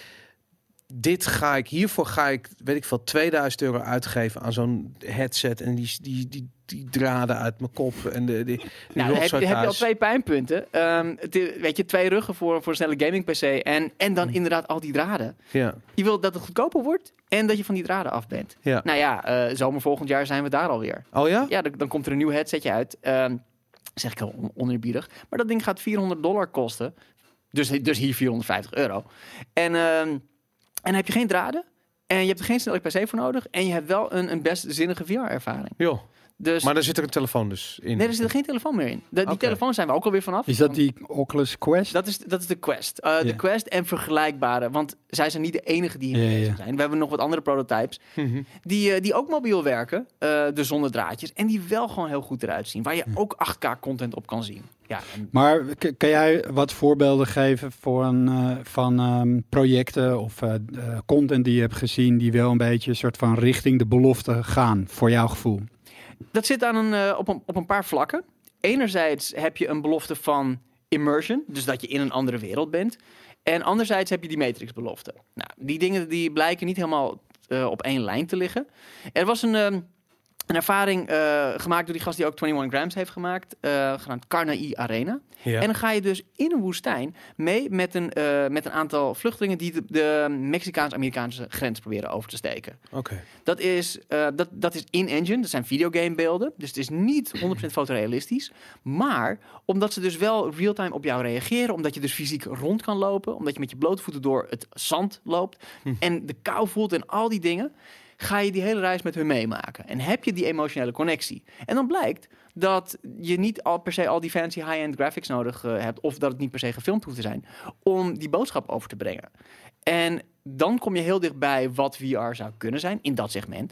Speaker 2: Dit ga ik, hiervoor ga ik, weet ik veel, tweeduizend euro uitgeven aan zo'n headset en die, die, die, die draden uit mijn kop en de, die, die
Speaker 4: Nou, dan heb,
Speaker 2: rotzooi
Speaker 4: je- heb je al
Speaker 2: thuis.
Speaker 4: twee pijnpunten. Um, het is- weet je, twee ruggen voor, voor een snelle gaming P C. En, en dan inderdaad al die draden.
Speaker 2: Ja,
Speaker 4: Je wilt dat het goedkoper wordt en dat je van die draden af bent.
Speaker 2: ja.
Speaker 4: Nou ja, eh, zomer volgend jaar zijn we daar alweer.
Speaker 2: Oh ja?
Speaker 4: Ja, dan, dan komt er een nieuw headsetje uit. Um, zeg ik al on- oneerbiedig. Maar dat ding gaat vierhonderd dollar kosten. Dus, dus hier vierhonderdvijftig euro. En, um, en dan heb je geen draden. En je hebt er geen snelle P C voor nodig. En je hebt wel een, een best zinnige V R-ervaring.
Speaker 2: Joh.
Speaker 4: Dus
Speaker 2: Maar daar zit er een telefoon dus in.
Speaker 4: nee, er zit er geen telefoon meer in. De, die
Speaker 2: Oké.
Speaker 4: telefoon zijn we ook alweer vanaf.
Speaker 3: Is dat die Oculus Quest?
Speaker 4: Dat is, dat is de Quest. Uh, De
Speaker 3: Ja.
Speaker 4: Quest en vergelijkbare. Want zij zijn niet de enige die hiermee
Speaker 3: Ja, ja,
Speaker 4: bezig
Speaker 3: ja.
Speaker 4: zijn. We hebben nog wat andere prototypes.
Speaker 2: Mhm.
Speaker 4: Die, uh, die ook mobiel werken. Uh, de zonder draadjes. En die wel gewoon heel goed eruit zien. Waar je ook acht K content op kan zien. Ja, en
Speaker 3: Maar k- kan jij wat voorbeelden geven voor een, uh, van um, projecten of uh, uh, content die je hebt gezien die wel een beetje een soort van richting de belofte gaan, voor jouw gevoel?
Speaker 4: dat zit aan een, uh, op, een, op een paar vlakken. Enerzijds heb je een belofte van immersion. Dus dat je in een andere wereld bent. En anderzijds heb je die Matrix belofte. Nou, die dingen die blijken niet helemaal uh, op één lijn te liggen. Er was een... Um, Een ervaring uh, gemaakt door die gast die ook eenentwintig grams heeft gemaakt, uh, genaamd Carnai Arena.
Speaker 2: Ja.
Speaker 4: En dan ga je dus in een woestijn mee met een, uh, met een aantal vluchtelingen die de, de Mexicaans-Amerikaanse grens proberen over te steken.
Speaker 2: Oké.
Speaker 4: Dat is, uh, dat, dat is in-engine, dat zijn videogamebeelden. Dus het is niet honderd procent fotorealistisch. Maar omdat ze dus wel real-time op jou reageren, omdat je dus fysiek rond kan lopen, omdat je met je blote voeten door het zand loopt
Speaker 2: Hm.
Speaker 4: en de kou voelt en al die dingen, ga je die hele reis met hun meemaken. En heb je die emotionele connectie. En dan blijkt dat je niet al per se al die fancy high-end graphics nodig uh, hebt, of dat het niet per se gefilmd hoeft te zijn, om die boodschap over te brengen. En dan kom je heel dichtbij wat V R zou kunnen zijn in dat segment.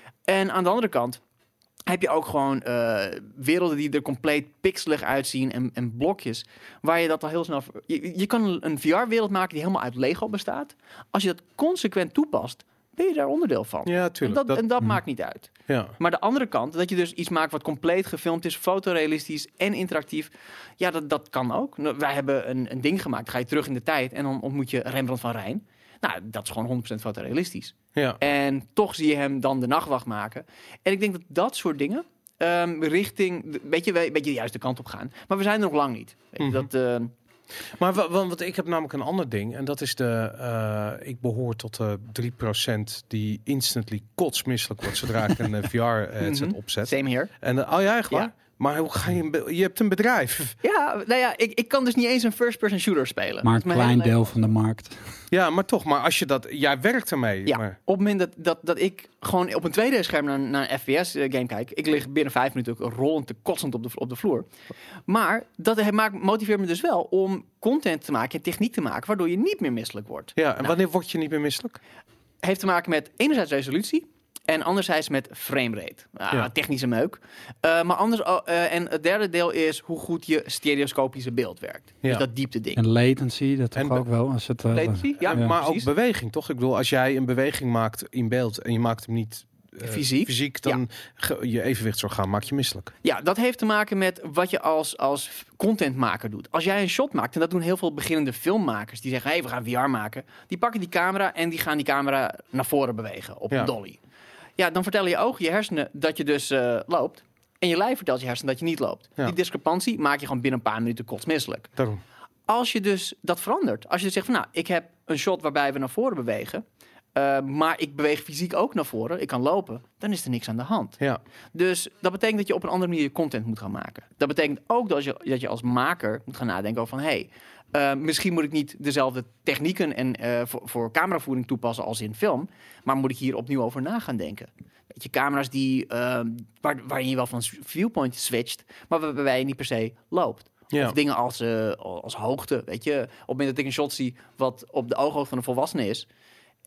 Speaker 4: En aan de andere kant heb je ook gewoon uh, werelden die er compleet pixelig uitzien en, en blokjes, waar je dat al heel snel... Je, je kan een V R-wereld maken die helemaal uit Lego bestaat. Als je dat consequent toepast, ben je daar onderdeel van.
Speaker 2: Ja,
Speaker 4: en
Speaker 2: tuurlijk.
Speaker 4: dat,
Speaker 2: Dat,
Speaker 4: en dat maakt niet uit.
Speaker 2: ja.
Speaker 4: Maar de andere kant, dat je dus iets maakt wat compleet gefilmd is, fotorealistisch en interactief, ja, dat, dat kan ook. Nou, wij hebben een, een ding gemaakt, ga je terug in de tijd en dan ontmoet je Rembrandt van Rijn. Nou, dat is gewoon honderd procent fotorealistisch.
Speaker 2: Ja.
Speaker 4: En toch zie je hem dan de nachtwacht maken. En ik denk dat dat soort dingen um, richting, een beetje, een beetje de juiste kant op gaan. Maar we zijn er nog lang niet. Weet je,
Speaker 2: Mhm.
Speaker 4: dat, uh,
Speaker 2: Maar wa- wa- want ik heb namelijk een ander ding. En dat is de... uh, ik behoor tot de drie procent die instantly kotsmisselijk wordt zodra ik een uh, V R-headset
Speaker 4: Mhm.
Speaker 2: opzet.
Speaker 4: same here.
Speaker 2: En uh, oh ja, echt waar?
Speaker 4: Ja.
Speaker 2: Maar hoe ga je... een be- Je hebt een bedrijf.
Speaker 4: Ja, nou ja, ik, ik kan dus niet eens een first-person shooter spelen.
Speaker 3: Maar
Speaker 4: Dat
Speaker 3: een
Speaker 4: is mijn
Speaker 3: klein
Speaker 4: hele
Speaker 3: deel
Speaker 4: leven.
Speaker 3: van de markt.
Speaker 2: Ja, maar toch. Maar als je dat... Jij werkt ermee.
Speaker 4: Ja,
Speaker 2: Maar,
Speaker 4: op het moment dat, dat, dat ik gewoon op een twee D-scherm naar, naar een F P S-game kijk, ik lig binnen vijf minuten ook rollend te kotsend op de, op de vloer. Maar dat maakt, motiveert me dus wel om content te maken en techniek te maken, waardoor je niet meer misselijk wordt.
Speaker 2: ja, en
Speaker 4: Nou.
Speaker 2: wanneer word je niet meer misselijk?
Speaker 4: Heeft te maken met enerzijds resolutie en anderzijds met framerate. Ah,
Speaker 2: Ja.
Speaker 4: Technische meuk. Uh, maar anders, oh, uh, en het derde deel is hoe goed je stereoscopische beeld werkt.
Speaker 2: Ja.
Speaker 4: Dus dat diepte ding.
Speaker 3: En latency, dat toch
Speaker 2: En
Speaker 3: ook wel. Als het, uh,
Speaker 4: Latency? Ja,
Speaker 3: Ja.
Speaker 2: maar
Speaker 4: precies.
Speaker 2: ook beweging, toch? Ik bedoel, als jij een beweging maakt in beeld en je maakt hem niet uh,
Speaker 4: Fysiek?
Speaker 2: fysiek dan ge- je evenwichtsorgaan maak je misselijk.
Speaker 4: Ja, dat heeft te maken met wat je als, als contentmaker doet. Als jij een shot maakt, en dat doen heel veel beginnende filmmakers, die zeggen, hé, hey, we gaan V R maken. Die pakken die camera en die gaan die camera naar voren bewegen op
Speaker 2: Ja.
Speaker 4: een dolly. Ja, dan vertellen je ogen, je hersenen, dat je dus uh, loopt. En je lijf vertelt je hersenen dat je niet loopt.
Speaker 2: Ja.
Speaker 4: Die discrepantie maak je gewoon binnen een paar minuten kotsmisselijk.
Speaker 2: Daarom.
Speaker 4: Als je dus dat verandert, als je dus zegt van, nou, ik heb een shot waarbij we naar voren bewegen, uh, maar ik beweeg fysiek ook naar voren, ik kan lopen, dan is er niks aan de hand.
Speaker 2: Ja.
Speaker 4: Dus dat betekent dat je op een andere manier je content moet gaan maken. Dat betekent ook dat je, dat je als maker moet gaan nadenken over van, hé, hey, uh, misschien moet ik niet dezelfde technieken en uh, voor, voor cameravoering toepassen als in film, maar moet ik hier opnieuw over na gaan denken. Weet je, camera's die, uh, waar, waarin je wel van viewpoint switcht, maar waarbij je niet per se loopt.
Speaker 2: Ja.
Speaker 4: Of dingen als, uh, als hoogte, weet je. Op het moment dat ik een shot zie wat op de ooghoogte van een volwassene is,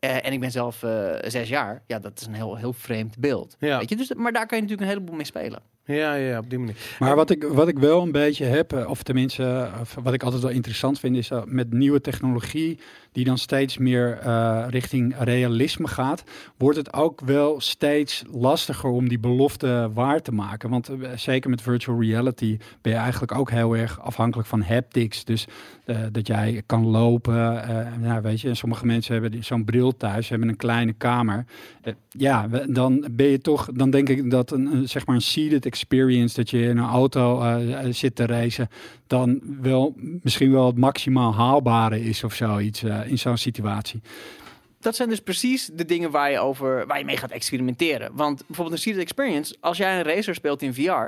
Speaker 4: Uh, en ik ben zelf uh, zes jaar. Ja, dat is een heel, heel vreemd beeld.
Speaker 2: Ja.
Speaker 4: Weet je? Dus, maar daar kan je natuurlijk een heleboel mee spelen.
Speaker 2: Ja, ja, op die manier.
Speaker 3: Maar wat ik, wat ik wel een beetje heb, of tenminste, of wat ik altijd wel interessant vind, is dat met nieuwe technologie, die dan steeds meer uh, richting realisme gaat, wordt het ook wel steeds lastiger om die belofte waar te maken. Want uh, zeker met virtual reality ben je eigenlijk ook heel erg afhankelijk van haptics. Dus uh, dat jij kan lopen. Uh, nou, weet je, en sommige mensen hebben zo'n bril thuis, hebben een kleine kamer. Uh, ja, dan ben je toch, dan denk ik dat een, een zeg maar een seated experience, dat je in een auto uh, zit te racen, dan wel misschien wel het maximaal haalbare is of zoiets uh, in zo'n situatie.
Speaker 4: Dat zijn dus precies de dingen waar je, over, waar je mee gaat experimenteren. Want bijvoorbeeld een seated experience, als jij een racer speelt in V R, uh,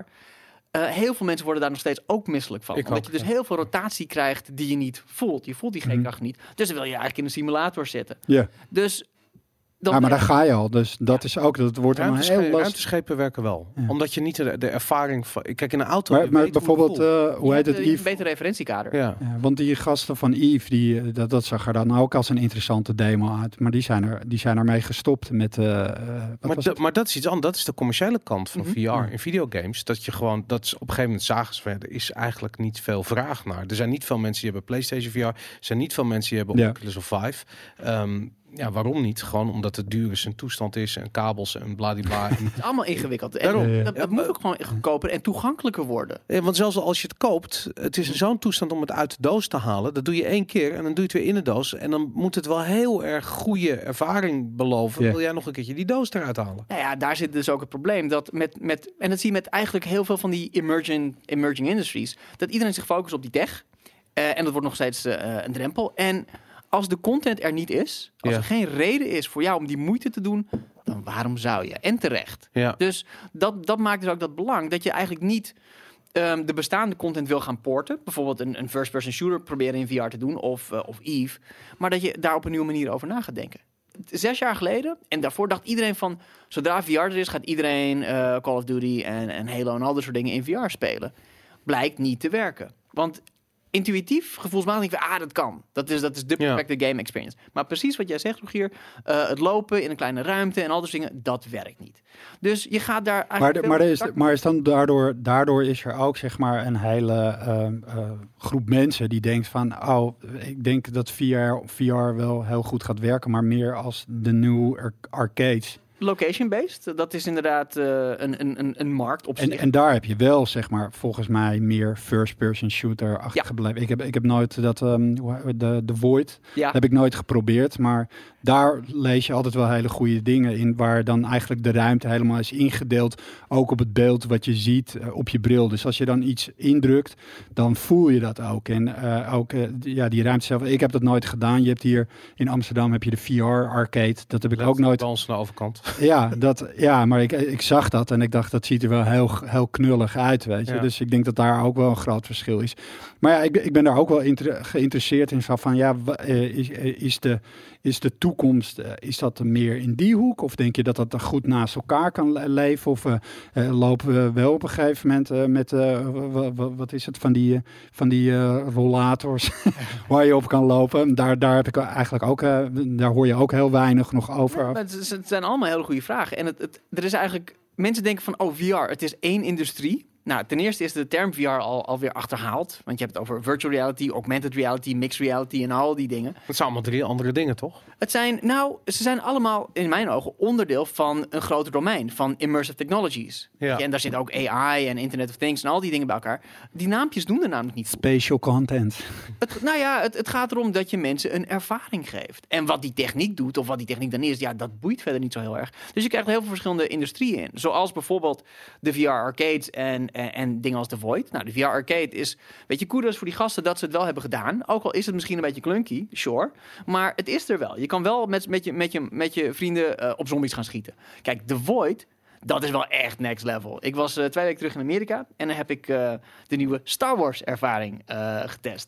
Speaker 4: heel veel mensen worden daar nog steeds ook misselijk van.
Speaker 2: Ik
Speaker 4: omdat
Speaker 2: ook,
Speaker 4: je dus
Speaker 2: ja.
Speaker 4: heel veel rotatie krijgt die je niet voelt. Je voelt die G-kracht
Speaker 3: Mhm.
Speaker 4: niet. Dus dan wil je eigenlijk in een simulator zitten.
Speaker 3: Ja,
Speaker 4: Dus dan
Speaker 3: ja maar daar ga je al. Dus dat
Speaker 4: Ja.
Speaker 3: is ook, dat wordt allemaal
Speaker 2: Ruimtesche-
Speaker 3: heel lastig.
Speaker 2: ruimteschepen werken wel.
Speaker 3: Ja.
Speaker 2: Omdat je niet de, de ervaring van... Kijk, in een auto...
Speaker 3: Maar,
Speaker 2: je
Speaker 3: maar
Speaker 2: weet hoe
Speaker 3: bijvoorbeeld,
Speaker 2: het voelt.
Speaker 3: uh, hoe
Speaker 4: je
Speaker 3: heet
Speaker 4: hebt,
Speaker 3: het,
Speaker 4: uh,
Speaker 3: Yves?
Speaker 4: een beter referentiekader.
Speaker 2: Ja.
Speaker 3: Ja, want die gasten van Eve, die, uh, dat, dat zag er dan ook als een interessante demo uit. Maar die zijn, er, die zijn ermee gestopt met... Uh, uh, wat
Speaker 2: Maar,
Speaker 3: was
Speaker 2: da-
Speaker 3: het?
Speaker 2: maar dat is iets anders. Dat is de commerciële kant van
Speaker 4: Mhm.
Speaker 2: V R.
Speaker 3: Ja.
Speaker 2: In videogames, dat je gewoon... Dat is op een gegeven moment zagen ze verder, is eigenlijk niet veel vraag naar. Er zijn niet veel mensen die hebben PlayStation V R. Er zijn niet veel mensen die hebben
Speaker 3: Ja.
Speaker 2: Oculus of Vive. Um, ja, waarom niet? Gewoon omdat het duur is en toestand is en kabels en bladibla. En-
Speaker 4: Het is allemaal ingewikkeld. En
Speaker 2: Daarom.
Speaker 3: Ja, ja.
Speaker 4: dat, dat moet ook gewoon goedkoper en toegankelijker worden.
Speaker 2: Ja, want zelfs als je het koopt, het is in zo'n toestand om het uit de doos te halen. Dat doe je één keer en dan doe je het weer in de doos. En dan moet het wel heel erg goede ervaring beloven.
Speaker 3: Ja.
Speaker 2: Wil jij nog een keertje die doos eruit halen?
Speaker 4: Nou ja, daar zit dus ook het probleem. Dat met, met, en dat zie je met eigenlijk heel veel van die emerging, emerging industries. Dat iedereen zich focust op die tech. Uh, en dat wordt nog steeds uh, een drempel. En als de content er niet is, als
Speaker 2: Ja.
Speaker 4: er geen reden is voor jou om die moeite te doen, dan waarom zou je? En terecht.
Speaker 2: Ja.
Speaker 4: Dus dat, dat maakt dus ook dat belang. Dat je eigenlijk niet um, de bestaande content wil gaan porten. Bijvoorbeeld een, een first-person shooter proberen in V R te doen. Of, uh, of Eve. Maar dat je daar op een nieuwe manier over na gaat denken. Zes jaar geleden, en daarvoor dacht iedereen van, zodra V R er is, gaat iedereen uh, Call of Duty en, en Halo en al dat soort dingen in V R spelen. Blijkt niet te werken. Want intuïtief, gevoelsmatig denk ik van, ah, dat kan. Dat is, dat is de
Speaker 2: Ja.
Speaker 4: perfecte game experience. Maar precies wat jij zegt, Rogier, uh, het lopen in een kleine ruimte en al dat soort dingen, dat werkt niet. Dus je gaat daar eigenlijk...
Speaker 3: Maar, de,
Speaker 4: veel
Speaker 3: maar, er is,
Speaker 4: start-
Speaker 3: maar is dan daardoor, daardoor is er ook zeg maar een hele uh, uh, groep mensen die denkt van, oh, ik denk dat V R, V R wel heel goed gaat werken, maar meer als de new ar- arcades.
Speaker 4: Location-based, dat is inderdaad uh, een, een, een, een markt op
Speaker 3: En,
Speaker 4: zich.
Speaker 3: en daar heb je wel, zeg maar, volgens mij meer first-person shooter-achtige
Speaker 4: Ja.
Speaker 3: beleving. Ik heb, ik heb nooit dat, um, hoe- de, de Void,
Speaker 4: Ja.
Speaker 3: heb ik nooit geprobeerd, maar daar lees je altijd wel hele goede dingen in, waar dan eigenlijk de ruimte helemaal is ingedeeld, ook op het beeld wat je ziet uh, op je bril. Dus als je dan iets indrukt, dan voel je dat ook. En uh, ook uh, ja, die ruimte zelf, ik heb dat nooit gedaan. Je hebt hier in Amsterdam heb je de V R-arcade, dat heb ik ook nooit.
Speaker 2: Bij ons aan de overkant.
Speaker 3: Ja, dat, ja, maar ik, ik zag dat en ik dacht, dat ziet er wel heel, heel knullig uit, weet je.
Speaker 2: Ja.
Speaker 3: Dus ik denk dat daar ook wel een groot verschil is. Maar ja, ik, ben- ik ben daar ook wel inter- geïnteresseerd in. Van, van ja, wa- eh, is, eh, is, de, is de toekomst, eh, is dat meer in die hoek? Of denk je dat dat er goed naast elkaar kan le- leven? Of eh, eh, lopen we wel op een gegeven moment eh, met, eh, wa- wa- wat is het, van die, eh, van die eh, rollators waar je op kan lopen? Daar, daar heb ik eigenlijk ook, eh, daar hoor je ook heel weinig nog over.
Speaker 4: Ja, maar het, is- het zijn allemaal hele goede vragen. En het, het, er is eigenlijk... Mensen denken van, oh, V R, het is één industrie. Nou, ten eerste is de term V R al, alweer achterhaald. Want je hebt het over virtual reality, augmented reality, mixed reality en al die dingen.
Speaker 2: Het zijn allemaal drie andere dingen, toch?
Speaker 4: Het zijn, nou, ze zijn allemaal in mijn ogen onderdeel van een groter domein. Van immersive technologies.
Speaker 2: Ja.
Speaker 4: Weet je, en daar zit ook A I en Internet of Things en al die dingen bij elkaar. Die naampjes doen er namelijk niet voor.
Speaker 3: Spatial content.
Speaker 4: Het, nou ja, het, het gaat erom dat je mensen een ervaring geeft. En wat die techniek doet, of wat die techniek dan is, ja, dat boeit verder niet zo heel erg. Dus je krijgt heel veel verschillende industrieën in. Zoals bijvoorbeeld de V R-arcades en, en, en dingen als The Void. Nou, de V R-arcade is, weet je, kudos voor die gasten dat ze het wel hebben gedaan. Ook al is het misschien een beetje clunky, sure. Maar het is er wel. Je kan wel met, met, je, met, je, met je vrienden uh, op zombies gaan schieten. Kijk, The Void... Dat is wel echt next level. Ik was uh, twee weken terug in Amerika en dan heb ik uh, de nieuwe Star Wars ervaring uh, getest.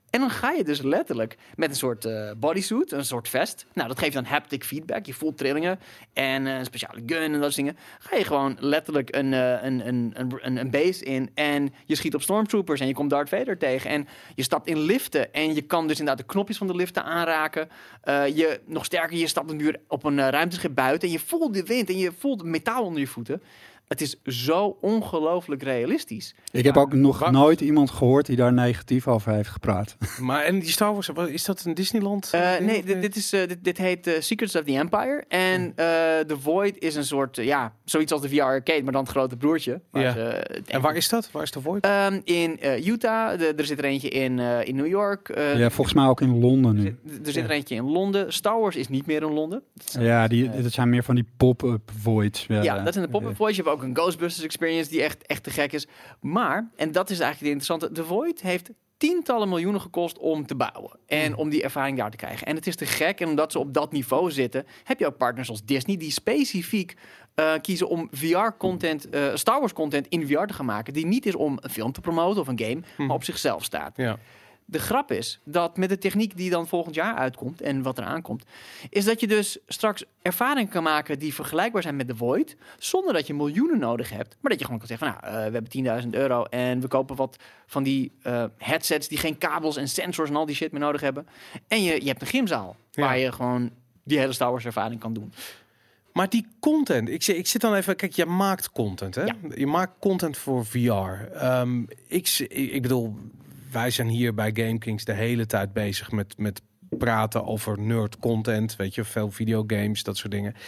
Speaker 4: En dan ga je dus letterlijk met een soort uh, bodysuit, een soort vest. Nou, dat geeft dan haptic feedback. Je voelt trillingen en uh, een speciale gun en dat soort dingen. Ga je gewoon letterlijk een, uh, een, een, een, een base in en je schiet op stormtroopers en je komt Darth Vader tegen. En je stapt in liften en je kan dus inderdaad de knopjes van de liften aanraken. Uh, je, nog sterker, je stapt nu op een uh, ruimteschip buiten en je voelt de wind en je voelt metaal onder je voeten. Het is zo ongelooflijk realistisch.
Speaker 3: Ik heb
Speaker 2: Ja,
Speaker 3: ook nog
Speaker 2: waar-
Speaker 3: nooit iemand gehoord die daar negatief over heeft gepraat.
Speaker 2: Maar en die Star Wars, wat- is dat een Disneyland?
Speaker 4: Uh,
Speaker 2: ding
Speaker 4: nee,
Speaker 2: of
Speaker 4: dit,
Speaker 2: niet?
Speaker 4: dit, is, uh, dit, dit heet uh, Secrets of the Empire. En uh, The Void is een soort, uh, ja, zoiets als de V R Arcade, maar dan het grote broertje. Waar
Speaker 2: Ja.
Speaker 4: ze, uh,
Speaker 2: En waar is dat? Waar is de Void?
Speaker 4: Um, in uh, Utah, de, er zit er eentje in, uh, in New York. Uh,
Speaker 3: Ja, volgens mij ook in Londen
Speaker 4: er,
Speaker 3: nu.
Speaker 4: zit, er zit er
Speaker 2: Ja.
Speaker 4: eentje in Londen. Star Wars is niet meer in Londen. Dat zijn-
Speaker 3: Ja, die,
Speaker 4: uh,
Speaker 3: dat zijn meer van die pop-up voids.
Speaker 4: Ja, dat zijn de pop-up voids. Je hebt ook een Ghostbusters experience die echt, echt te gek is. Maar, en dat is eigenlijk de interessante, The Void heeft tientallen miljoenen gekost om te bouwen. En om die ervaring daar te krijgen. En het is te gek. En omdat ze op dat niveau zitten, heb je ook partners als Disney die specifiek uh, kiezen om V R-content, uh, Star Wars-content in V R te gaan maken. Die niet is om een film te promoten of een game, maar op zichzelf staat.
Speaker 2: Ja.
Speaker 4: De grap is dat met de techniek die dan volgend jaar uitkomt en wat er aankomt, is dat je dus straks ervaringen kan maken die vergelijkbaar zijn met The Void, zonder dat je miljoenen nodig hebt, maar dat je gewoon kan zeggen van, nou, uh, we hebben tienduizend euro en we kopen wat van die uh, headsets die geen kabels en sensors en al die shit meer nodig hebben. En je, je hebt een gymzaal
Speaker 2: Ja.
Speaker 4: waar je gewoon die hele Star Wars ervaring kan doen.
Speaker 2: Maar die content, ik, zit- ik zit dan even, kijk, je maakt content, hè?
Speaker 4: Ja.
Speaker 2: Je maakt content voor V R. Um, ik, z- ik ik bedoel, wij zijn hier bij GameKings de hele tijd bezig met, met praten over nerd content, weet je, veel videogames, dat soort dingen.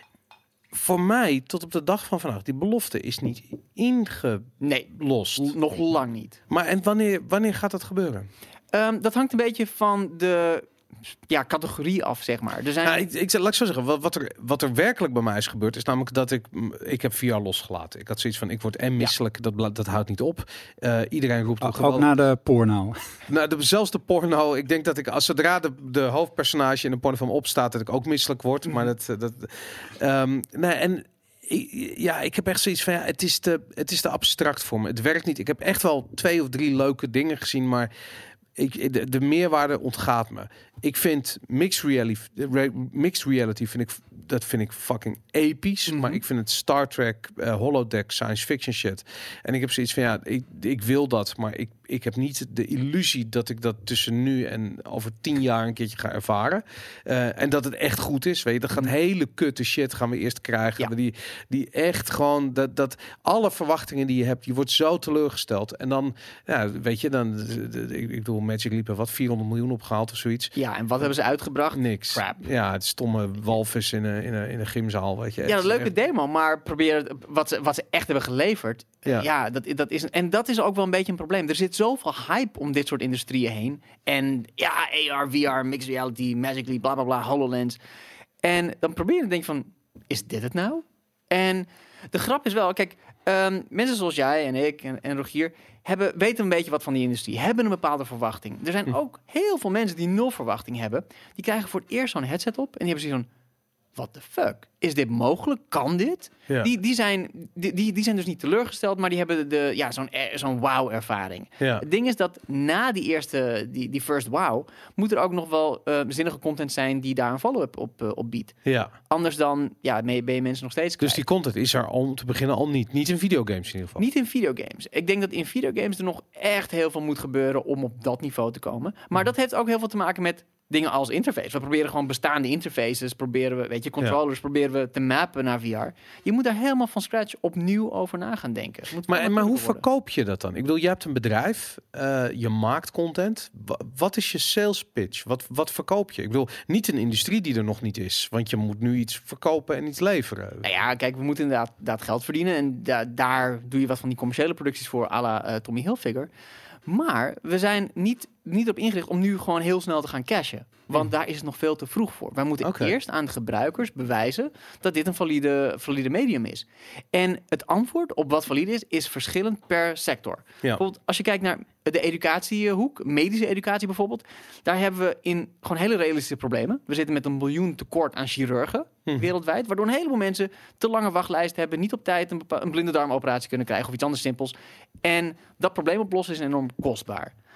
Speaker 2: Voor mij, tot op de dag van vandaag, die belofte is niet ingelost.
Speaker 4: Nee, l- nog lang niet.
Speaker 2: Maar en wanneer, wanneer gaat dat gebeuren?
Speaker 4: Um, dat hangt een beetje van de ja, categorie af, zeg maar. Er zijn...
Speaker 2: Nou, ik, ik, laat ik zo zeggen, wat, wat, er, wat er werkelijk bij mij is gebeurd, is namelijk dat ik, mm, ik heb V R losgelaten. Ik had zoiets van, ik word en misselijk, dat, bla- dat houdt niet op. Uh, iedereen roept
Speaker 3: Ook,
Speaker 2: ook geweld-
Speaker 3: naar de porno.
Speaker 2: Nou, de, zelfs de porno, ik denk dat ik, als zodra de, de hoofdpersonage in een pornofilm opstaat, dat ik ook misselijk word. Maar dat, dat, um, nee, en ik- ja, ik heb echt zoiets van, ja, het is te, het is te abstract voor me. Het werkt niet. Ik heb echt wel twee of drie leuke dingen gezien, maar ik, de, de meerwaarde ontgaat me. Ik vind mixed reality, re- mixed reality vind ik, dat vind ik fucking episch.
Speaker 4: Mhm.
Speaker 2: Maar ik vind het Star Trek, uh, holodeck, science fiction shit. En ik heb zoiets van, ja, ik, ik wil dat, maar ik, ik heb niet de illusie dat ik dat tussen nu en over tien jaar een keertje ga ervaren. Uh, en dat het echt goed is. Weet je, dat gaat hele kutte shit gaan we eerst krijgen.
Speaker 4: Ja.
Speaker 2: Die, die echt gewoon, dat, dat alle verwachtingen die je hebt, je wordt zo teleurgesteld. En dan, ja, weet je, dan, de- de- ik, ik bedoel, Magic Leap heeft wat vierhonderd miljoen opgehaald of zoiets.
Speaker 4: Ja, en wat hebben ze uitgebracht?
Speaker 2: Niks.
Speaker 4: Crap.
Speaker 2: Ja, het stomme walvis in een, in een, in een gymzaal, weet je.
Speaker 4: Ja,
Speaker 2: Het
Speaker 4: een
Speaker 2: is
Speaker 4: leuke
Speaker 2: echt-
Speaker 4: demo, maar probeer het- wat ze, wat ze echt hebben geleverd.
Speaker 2: Ja.
Speaker 4: Ja, dat, dat is, en dat is ook wel een beetje een probleem. Er zit zoveel hype om dit soort industrieën heen. En ja, A R, V R, mixed reality, Magic Leap, bla bla bla, HoloLens. En dan probeer je te denken van, is dit het nou? En de grap is wel, kijk, ehm, mensen zoals jij en ik en, en Rogier hebben, weten een beetje wat van die industrie, hebben een bepaalde verwachting. Er zijn
Speaker 2: Hm.
Speaker 4: ook heel veel mensen die nul verwachting hebben. Die krijgen voor het eerst zo'n headset op en die hebben zoiets van, what the fuck? Is dit mogelijk? Kan dit?
Speaker 2: Ja.
Speaker 4: Die, die, zijn, die, die, die zijn dus niet teleurgesteld, maar die hebben de, ja, zo'n eh, zo'n wow-ervaring.
Speaker 2: Ja.
Speaker 4: Het ding is dat na die eerste, die, die first wow, moet er ook nog wel uh, zinnige content zijn die daar een follow-up op, uh, op biedt.
Speaker 2: Ja.
Speaker 4: Anders dan ja, ben je, ben je mensen nog steeds
Speaker 2: Dus
Speaker 4: kwijt.
Speaker 2: die content is er om te beginnen al niet. Niet in videogames in ieder geval.
Speaker 4: Niet in videogames. Ik denk dat in videogames er nog echt heel veel moet gebeuren om op dat niveau te komen. Maar dat heeft ook heel veel te maken met dingen als interface. We proberen gewoon bestaande interfaces, proberen we, weet je, controllers proberen we te mappen naar V R. Je moet daar helemaal van scratch opnieuw over na gaan denken. Het moet
Speaker 2: Maar,
Speaker 4: allemaal
Speaker 2: maar hoe
Speaker 4: worden.
Speaker 2: verkoop je dat dan? Ik bedoel, je hebt een bedrijf, uh, je maakt content. Wa- wat is je sales pitch? Wat, wat verkoop je? Ik bedoel, niet een industrie die er nog niet is. Want je moet nu iets verkopen en iets leveren.
Speaker 4: Nou ja, kijk, we moeten inderdaad, inderdaad geld verdienen. En da- daar doe je wat van die commerciële producties voor, à la uh, Tommy Hilfiger. Maar we zijn niet, niet op ingericht om nu gewoon heel snel te gaan cashen. Want
Speaker 2: Hmm.
Speaker 4: daar is het nog veel te vroeg voor. Wij moeten
Speaker 2: Oké.
Speaker 4: eerst aan de gebruikers bewijzen dat dit een valide, valide medium is. En het antwoord op wat valide is, is verschillend per sector.
Speaker 2: Ja.
Speaker 4: Bijvoorbeeld, als je kijkt naar de educatiehoek, medische educatie bijvoorbeeld, daar hebben we in gewoon hele realistische problemen. We zitten met een miljoen tekort aan chirurgen
Speaker 2: Mhm.
Speaker 4: wereldwijd, waardoor een heleboel mensen te lange wachtlijst hebben, niet op tijd een, bepa- een blinde darmoperatie kunnen krijgen of iets anders simpels. En dat probleem oplossen is enorm kostbaar.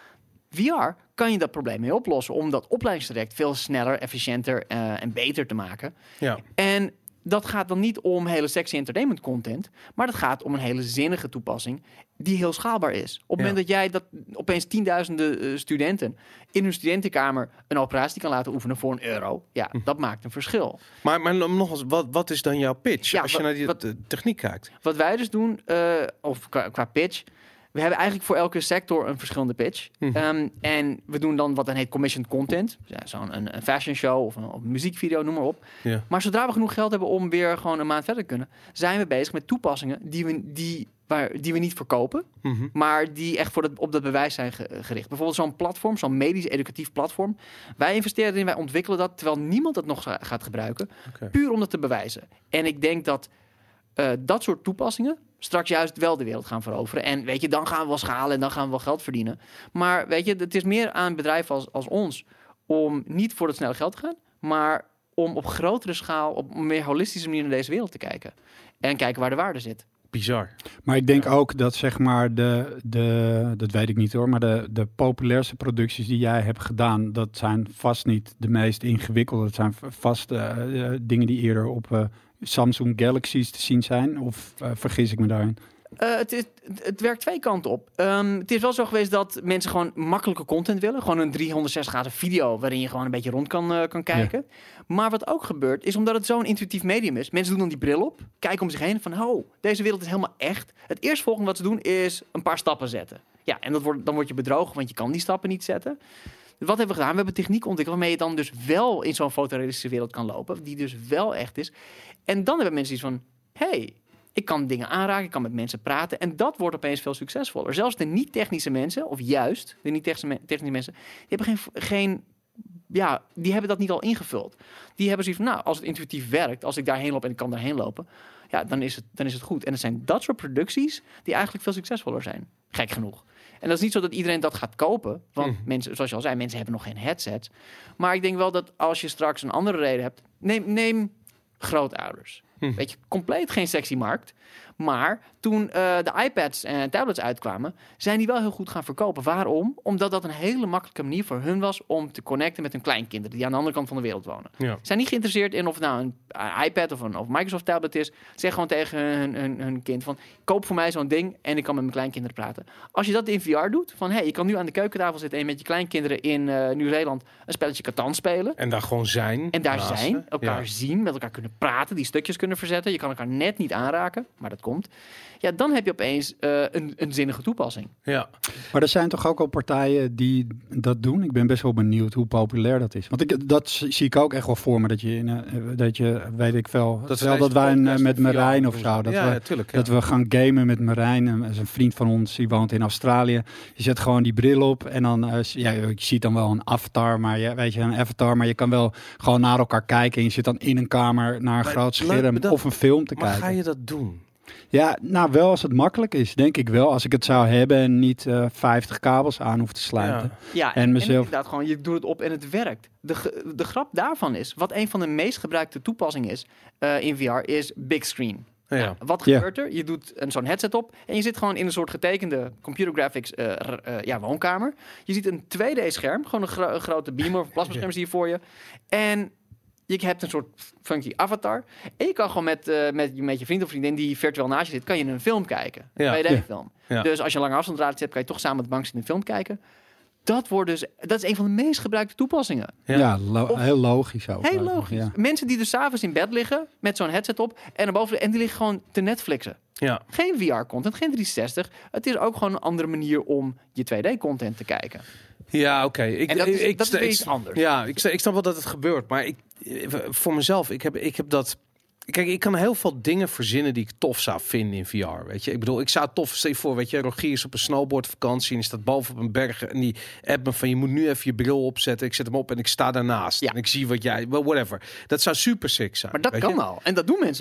Speaker 4: V R kan je dat probleem mee oplossen om dat opleidingstraject veel sneller, efficiënter uh, en beter te maken.
Speaker 2: Ja.
Speaker 4: En dat gaat dan niet om hele sexy entertainment content, maar dat gaat om een hele zinnige toepassing die heel schaalbaar is. Op het
Speaker 2: Ja.
Speaker 4: moment dat jij dat opeens tienduizenden uh, studenten in hun studentenkamer een operatie kan laten oefenen voor een euro, ja,
Speaker 2: Hm.
Speaker 4: dat maakt een verschil.
Speaker 2: Maar, maar nog eens, wat, wat is dan jouw pitch?
Speaker 4: Ja,
Speaker 2: als je
Speaker 4: wat-
Speaker 2: naar die
Speaker 4: wat-
Speaker 2: de techniek kijkt.
Speaker 4: Wat wij dus doen, uh, of qua, qua pitch, we hebben eigenlijk voor elke sector een verschillende pitch.
Speaker 2: Mhm.
Speaker 4: Um, en we doen dan wat dan heet commissioned content. Ja, zo'n een, een fashion show of een, of een muziekvideo, noem maar op.
Speaker 2: Ja.
Speaker 4: Maar zodra we genoeg geld hebben om weer gewoon een maand verder te kunnen, zijn we bezig met toepassingen die we, die, waar, die we niet verkopen,
Speaker 2: Mhm.
Speaker 4: maar die echt voor dat, op dat bewijs zijn ge- gericht. Bijvoorbeeld zo'n platform, zo'n medisch-educatief platform. Wij investeren erin, wij ontwikkelen dat, terwijl niemand dat nog za- gaat gebruiken.
Speaker 2: Oké.
Speaker 4: Puur om dat te bewijzen. En ik denk dat uh, dat soort toepassingen straks juist wel de wereld gaan veroveren. En weet je, dan gaan we wel schalen en dan gaan we wel geld verdienen. Maar weet je, het is meer aan bedrijven als, als ons om niet voor het snelle geld te gaan, maar om op grotere schaal, op een meer holistische manier naar deze wereld te kijken. En kijken waar de waarde zit.
Speaker 2: Bizar.
Speaker 3: Maar ik denk ook dat zeg maar de, de, dat weet ik niet hoor, maar de, de populairste producties die jij hebt gedaan, dat zijn vast niet de meest ingewikkelde. Dat zijn v- vast uh, uh, dingen die eerder op uh, Samsung Galaxies te zien zijn. Of uh, vergis ik me daarin?
Speaker 4: Uh, het, is, het, het werkt twee kanten op. Um, het is wel zo geweest dat mensen gewoon makkelijke content willen. Gewoon een driehonderdzestig graden video waarin je gewoon een beetje rond kan, uh, kan kijken. Ja. Maar wat ook gebeurt is, omdat het zo'n intuïtief medium is. Mensen doen dan die bril op, kijken om zich heen van, oh, deze wereld is helemaal echt. Het eerstvolgende wat ze doen is een paar stappen zetten. Ja, en dat wordt, dan word je bedrogen, want je kan die stappen niet zetten. Wat hebben we gedaan? We hebben techniek ontwikkeld waarmee je dan dus wel in zo'n fotorealistische wereld kan lopen. Die dus wel echt is. En dan hebben mensen iets van, hey, ik kan dingen aanraken, ik kan met mensen praten. En dat wordt opeens veel succesvoller. Zelfs de niet-technische mensen, of juist de niet-technische technische mensen, die hebben geen, geen, ja, die hebben dat niet al ingevuld. Die hebben zoiets van, nou, als het intuïtief werkt, als ik daarheen loop en ik kan daarheen lopen, ja, dan is het, dan is het goed. En het zijn dat soort producties die eigenlijk veel succesvoller zijn. Gek genoeg. En dat is niet zo dat iedereen dat gaat kopen. Want
Speaker 2: Mm.
Speaker 4: mensen, zoals je al zei, mensen hebben nog geen headsets. Maar ik denk wel dat als je straks een andere reden hebt, neem, neem grootouders.
Speaker 2: Hm.
Speaker 4: Weet je, compleet geen sexy markt. Maar toen uh, de iPads en tablets uitkwamen, zijn die wel heel goed gaan verkopen. Waarom? Omdat dat een hele makkelijke manier voor hun was om te connecten met hun kleinkinderen die aan de andere kant van de wereld wonen.
Speaker 2: Ja.
Speaker 4: Ze zijn niet geïnteresseerd in of het nou een uh, iPad of een of Microsoft tablet is. Zeg gewoon tegen hun, hun, hun kind van, koop voor mij zo'n ding en ik kan met mijn kleinkinderen praten. Als je dat in V R doet, van hey, je kan nu aan de keukentafel zitten en met je kleinkinderen in uh, Nieuw-Zeeland een spelletje Catan spelen.
Speaker 2: En daar gewoon zijn.
Speaker 4: En daar
Speaker 2: naast
Speaker 4: zijn,
Speaker 2: ze.
Speaker 4: elkaar
Speaker 2: Ja.
Speaker 4: zien, met elkaar kunnen praten, die stukjes kunnen verzetten. Je kan elkaar net niet aanraken, maar dat komt. Ja, dan heb je opeens uh, een, een zinnige toepassing.
Speaker 2: Ja.
Speaker 3: Maar er zijn toch ook al partijen die dat doen? Ik ben best wel benieuwd hoe populair dat is. Want ik, dat zie ik ook echt wel voor me. Dat je, in, uh, dat je weet ik wel, dat, wel, dat wij een, met Marijn of zo, dat,
Speaker 2: ja,
Speaker 3: we,
Speaker 2: ja, tuurlijk, ja.
Speaker 3: dat we gaan gamen met Marijn. Dat is een vriend van ons, die woont in Australië. Je zet gewoon die bril op en dan, uh, ja, je ziet dan wel een avatar, maar je, weet je, een avatar, maar je kan wel gewoon naar elkaar kijken. En je zit dan in een kamer naar een
Speaker 2: Maar
Speaker 3: groot
Speaker 2: leuk,
Speaker 3: scherm
Speaker 2: maar dat-
Speaker 3: of een film te
Speaker 2: Maar
Speaker 3: kijken.
Speaker 2: ga je dat doen?
Speaker 3: Ja, nou wel als het makkelijk is, denk ik wel. Als ik het zou hebben en niet uh, vijftig kabels aan hoef te sluiten.
Speaker 4: Ja,
Speaker 3: En mezelf-
Speaker 4: inderdaad gewoon, je doet het op en het werkt. De, ge- de grap daarvan is, wat een van de meest gebruikte toepassingen is uh, in V R, is big screen.
Speaker 2: Ja.
Speaker 4: Nou, wat
Speaker 3: Ja.
Speaker 4: gebeurt er? Je doet een zo'n headset op en je zit gewoon in een soort getekende computer graphics uh, r- uh, ja, woonkamer. Je ziet een twee D-scherm, gewoon een, gro- een grote beamer of plasmascherm zie je voor je. En je hebt een soort funky avatar. En je kan gewoon met, uh, met, met je vriend of vriendin die virtueel naast je zit, kan je een film kijken.
Speaker 2: Ja.
Speaker 4: Een twee D-film.
Speaker 2: Ja.
Speaker 4: Dus als je een lange afstandsrelatie hebt, kan je toch samen op de bank zitten en een film kijken. Dat, wordt dus, dat is een van de meest gebruikte toepassingen.
Speaker 3: Ja,
Speaker 2: Ja.
Speaker 3: lo-
Speaker 4: Of-
Speaker 3: heel logisch ook.
Speaker 4: Heel
Speaker 3: lijkt me,
Speaker 4: logisch.
Speaker 3: Ja.
Speaker 4: Mensen die dus s'avonds in bed liggen met zo'n headset op en naar boven en die liggen gewoon te Netflixen.
Speaker 2: Ja.
Speaker 4: Geen V R-content, geen driehonderdzestig. Het is ook gewoon een andere manier om je twee D-content te kijken.
Speaker 2: Ja, oké. Ik,
Speaker 4: En dat is-
Speaker 2: ik,
Speaker 4: dat is
Speaker 2: ik-
Speaker 4: weer
Speaker 2: ik-
Speaker 4: iets anders.
Speaker 2: Ja, ik, ik snap wel dat het gebeurt. Maar ik, voor mezelf, ik heb, ik heb dat... Kijk, ik kan heel veel dingen verzinnen die ik tof zou vinden in V R, weet je. Ik bedoel, ik zou het tof... Stel je voor, weet je, Rogier is op een snowboardvakantie en die staat boven op een berg en die app me van, je moet nu even je bril opzetten. Ik zet hem op en ik sta daarnaast.
Speaker 4: Ja.
Speaker 2: En ik zie wat jij... Well, whatever. Dat zou super sick zijn.
Speaker 4: Maar dat
Speaker 2: weet
Speaker 4: kan
Speaker 2: je?
Speaker 4: al. En dat doen mensen al.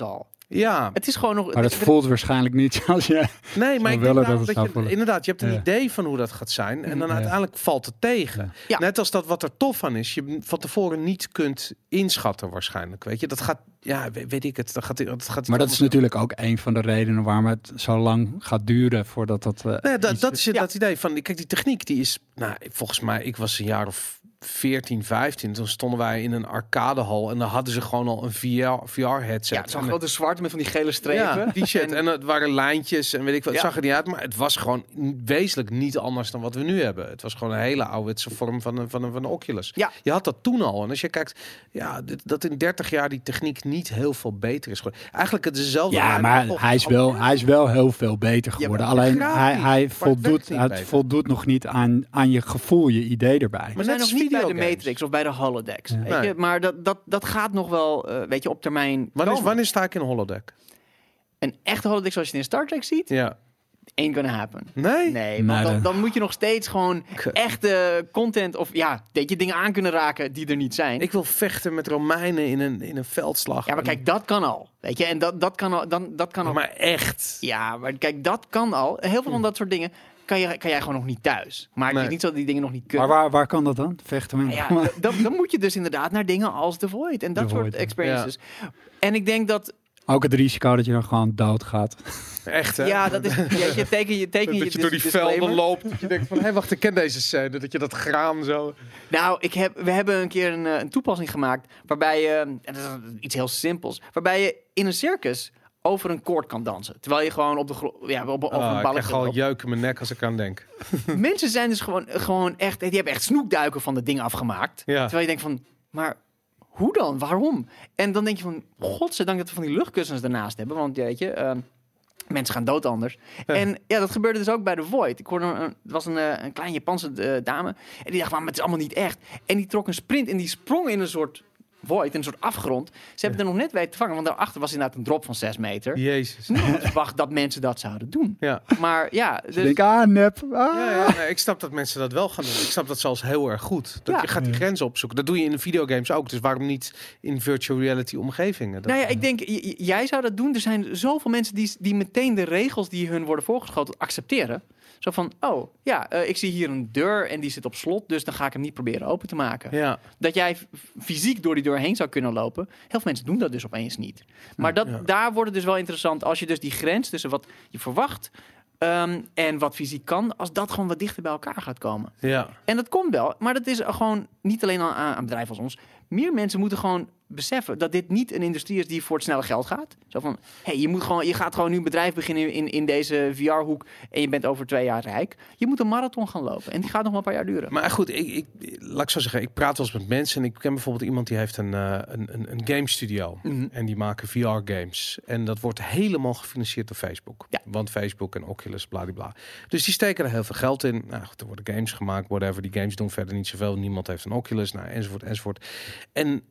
Speaker 2: Ja.
Speaker 4: Het is gewoon nog...
Speaker 3: Maar dat
Speaker 4: het-
Speaker 3: voelt waarschijnlijk niet als je...
Speaker 2: Nee, maar
Speaker 3: Zou
Speaker 2: ik denk
Speaker 3: willen dat
Speaker 2: namelijk
Speaker 3: het
Speaker 2: dat
Speaker 3: zou
Speaker 2: je,
Speaker 3: voelen.
Speaker 2: inderdaad, je hebt een
Speaker 3: Ja.
Speaker 2: idee van hoe dat gaat zijn. En dan
Speaker 3: Ja.
Speaker 2: uiteindelijk valt het tegen.
Speaker 4: Ja.
Speaker 2: Net als dat wat er tof aan is, je van tevoren niet kunt inschatten waarschijnlijk. Weet je, dat gaat, ja, weet, weet ik het. Dat gaat, dat gaat
Speaker 3: Maar dat is natuurlijk ook een van de redenen waarom het zo lang gaat duren voordat dat... Uh,
Speaker 2: Nee, dat,
Speaker 3: iets-
Speaker 2: dat is het
Speaker 4: Ja.
Speaker 2: dat idee van, kijk, die techniek die is, nou, volgens mij, ik was een jaar of veertien, vijftien. Toen stonden wij in een arcadehal en dan hadden ze gewoon al een V R, V R-headset.
Speaker 4: Ja, zo'n
Speaker 2: En-
Speaker 4: grote zwarte met van die gele strepen.
Speaker 2: Ja, die shit.
Speaker 4: En-
Speaker 2: En het waren lijntjes en weet ik wat. Het
Speaker 4: Ja.
Speaker 2: zag er niet uit, maar het was gewoon wezenlijk niet anders dan wat we nu hebben. Het was gewoon een hele ouderwetse vorm van een, van een, van een Oculus.
Speaker 4: Ja.
Speaker 2: Je had dat toen al. En als je kijkt, ja, dit- dat in dertig jaar die techniek niet heel veel beter is geworden. Eigenlijk het is dezelfde.
Speaker 3: Ja,
Speaker 2: lijn,
Speaker 3: maar
Speaker 2: toch
Speaker 3: hij is, wel, hij is wel heel veel beter geworden.
Speaker 4: maar
Speaker 3: Alleen
Speaker 2: grafisch,
Speaker 3: hij,
Speaker 2: maar
Speaker 3: hij,
Speaker 2: het
Speaker 3: voldoet,
Speaker 2: werkt niet
Speaker 3: het
Speaker 2: beter.
Speaker 3: voldoet nog niet aan, aan je gevoel, je idee erbij.
Speaker 4: We
Speaker 2: Maar
Speaker 4: zijn
Speaker 2: net
Speaker 4: nog
Speaker 2: als
Speaker 4: niet bij de
Speaker 2: videogames.
Speaker 4: Matrix of bij de Holodecks.
Speaker 3: Ja.
Speaker 4: Weet
Speaker 2: Nee.
Speaker 4: je? Maar dat, dat, dat gaat nog wel, eh, weet je, op termijn
Speaker 2: Wanneer,
Speaker 4: komen.
Speaker 2: wanneer sta ik in een holodeck?
Speaker 4: Een echte holodeck zoals je het in Star Trek ziet,
Speaker 2: Ja.
Speaker 4: ain't gonna happen.
Speaker 2: Nee?
Speaker 4: Nee,
Speaker 3: Nee,
Speaker 4: want dan,
Speaker 3: dat-
Speaker 4: dan moet je nog steeds gewoon
Speaker 2: Kut.
Speaker 4: echte content of ja, dat je dingen aan kunnen raken die er niet zijn.
Speaker 2: Ik wil vechten met Romeinen in een, in een veldslag.
Speaker 4: Ja, maar kijk, dat kan al. Weet je, en dat, dat kan al. Dan, dat kan al.
Speaker 2: Maar echt.
Speaker 4: Ja, maar kijk, dat kan al. Heel veel van dat soort dingen kan, je, kan jij gewoon nog niet thuis. Maar het
Speaker 2: Nee.
Speaker 4: is niet zo dat die dingen nog niet
Speaker 3: Maar
Speaker 4: kunnen.
Speaker 3: waar, waar kan dat dan? Vechten met...
Speaker 4: Ja, d- dan, dan moet je dus inderdaad naar dingen als The Void en dat
Speaker 3: The
Speaker 4: soort
Speaker 3: Void, ja.
Speaker 4: experiences. En ik denk dat,
Speaker 3: Ook het risico dat je dan gewoon dood gaat.
Speaker 2: Echt, hè?
Speaker 4: ja, dat is, ja, je teken je, teken je
Speaker 2: dat je door die
Speaker 4: dis-
Speaker 2: velden
Speaker 4: disclaimer.
Speaker 2: loopt. Dat je denkt van, hé, hey, wacht, ik ken deze scène. Dat je dat graan zo...
Speaker 4: Nou, ik heb, we hebben een keer een, eh, een toepassing gemaakt waarbij je, en dat is iets heel simpels, waarbij je in een circus over een koord kan dansen. Terwijl je gewoon op de gro- ja, op, over
Speaker 2: Ah,
Speaker 4: een
Speaker 2: ik
Speaker 4: balletje
Speaker 2: krijg al
Speaker 4: loopt.
Speaker 2: jeuk in mijn nek als ik aan denk.
Speaker 4: Mensen zijn dus gewoon, gewoon echt, die hebben echt snoekduiken van de ding afgemaakt.
Speaker 2: Ja.
Speaker 4: Terwijl je denkt van, maar hoe dan? Waarom? En dan denk je van, godzijdank dat we van die luchtkussens ernaast hebben. Want weet je, ehm, mensen gaan dood anders.
Speaker 2: Ja.
Speaker 4: En ja, dat gebeurde dus ook bij The Void. Ik hoorde een, een- het was een, eh, een klein Japanse eh, dame. En die dacht van, maar het is allemaal niet echt. En die trok een sprint en die sprong in een soort void, in een soort afgrond. Ze hebben er nog net weten te vangen, want daarachter was inderdaad een drop van zes meter.
Speaker 2: Jezus.
Speaker 4: Niemand had verwacht dat mensen dat zouden doen.
Speaker 2: Ja.
Speaker 4: Maar ja, dus,
Speaker 3: Ik denk, ah, nep. Ah.
Speaker 2: Ja, ja, nee, ik snap dat mensen dat wel gaan doen. Ik snap dat zelfs heel erg goed. Dat
Speaker 4: Ja.
Speaker 2: je gaat die grenzen opzoeken. Dat doe je in de videogames ook. Dus waarom niet in virtual reality omgevingen? Dat,
Speaker 4: Nou ja, ik denk, j- j- jij zou dat doen. Er zijn zoveel mensen die, die meteen de regels die hun worden voorgeschoten accepteren. Zo van, oh ja, eh, ik zie hier een deur en die zit op slot, dus dan ga ik hem niet proberen open te maken.
Speaker 2: ja.
Speaker 4: Dat jij f- fysiek door die deur heen zou kunnen lopen. Heel veel mensen doen dat dus opeens niet. Maar dat,
Speaker 2: Ja.
Speaker 4: daar wordt het dus wel interessant als je dus die grens tussen wat je verwacht ehm, en wat fysiek kan, als dat gewoon wat dichter bij elkaar gaat komen.
Speaker 2: ja.
Speaker 4: En dat komt wel, maar dat is gewoon niet alleen aan, aan bedrijven als ons. Meer mensen moeten gewoon beseffen dat dit niet een industrie is die voor het snelle geld gaat. Zo van, hey, je, moet gewoon, je gaat gewoon nu een bedrijf beginnen in, in deze V R-hoek en je bent over twee jaar rijk. Je moet een marathon gaan lopen en die gaat nog wel een paar jaar duren.
Speaker 2: Maar goed, ik, ik, laat ik zo zeggen. Ik praat wel eens met mensen. En ik ken bijvoorbeeld iemand die heeft een, eh, een, een, een game studio.
Speaker 4: Mhm.
Speaker 2: En die maken V R-games. En dat wordt helemaal gefinancierd door Facebook.
Speaker 4: Ja.
Speaker 2: Want Facebook en Oculus, bladibla. Dus die steken er heel veel geld in. Nou, goed, er worden games gemaakt, whatever. Die games doen verder niet zoveel. Niemand heeft een Oculus, nou, enzovoort, enzovoort. En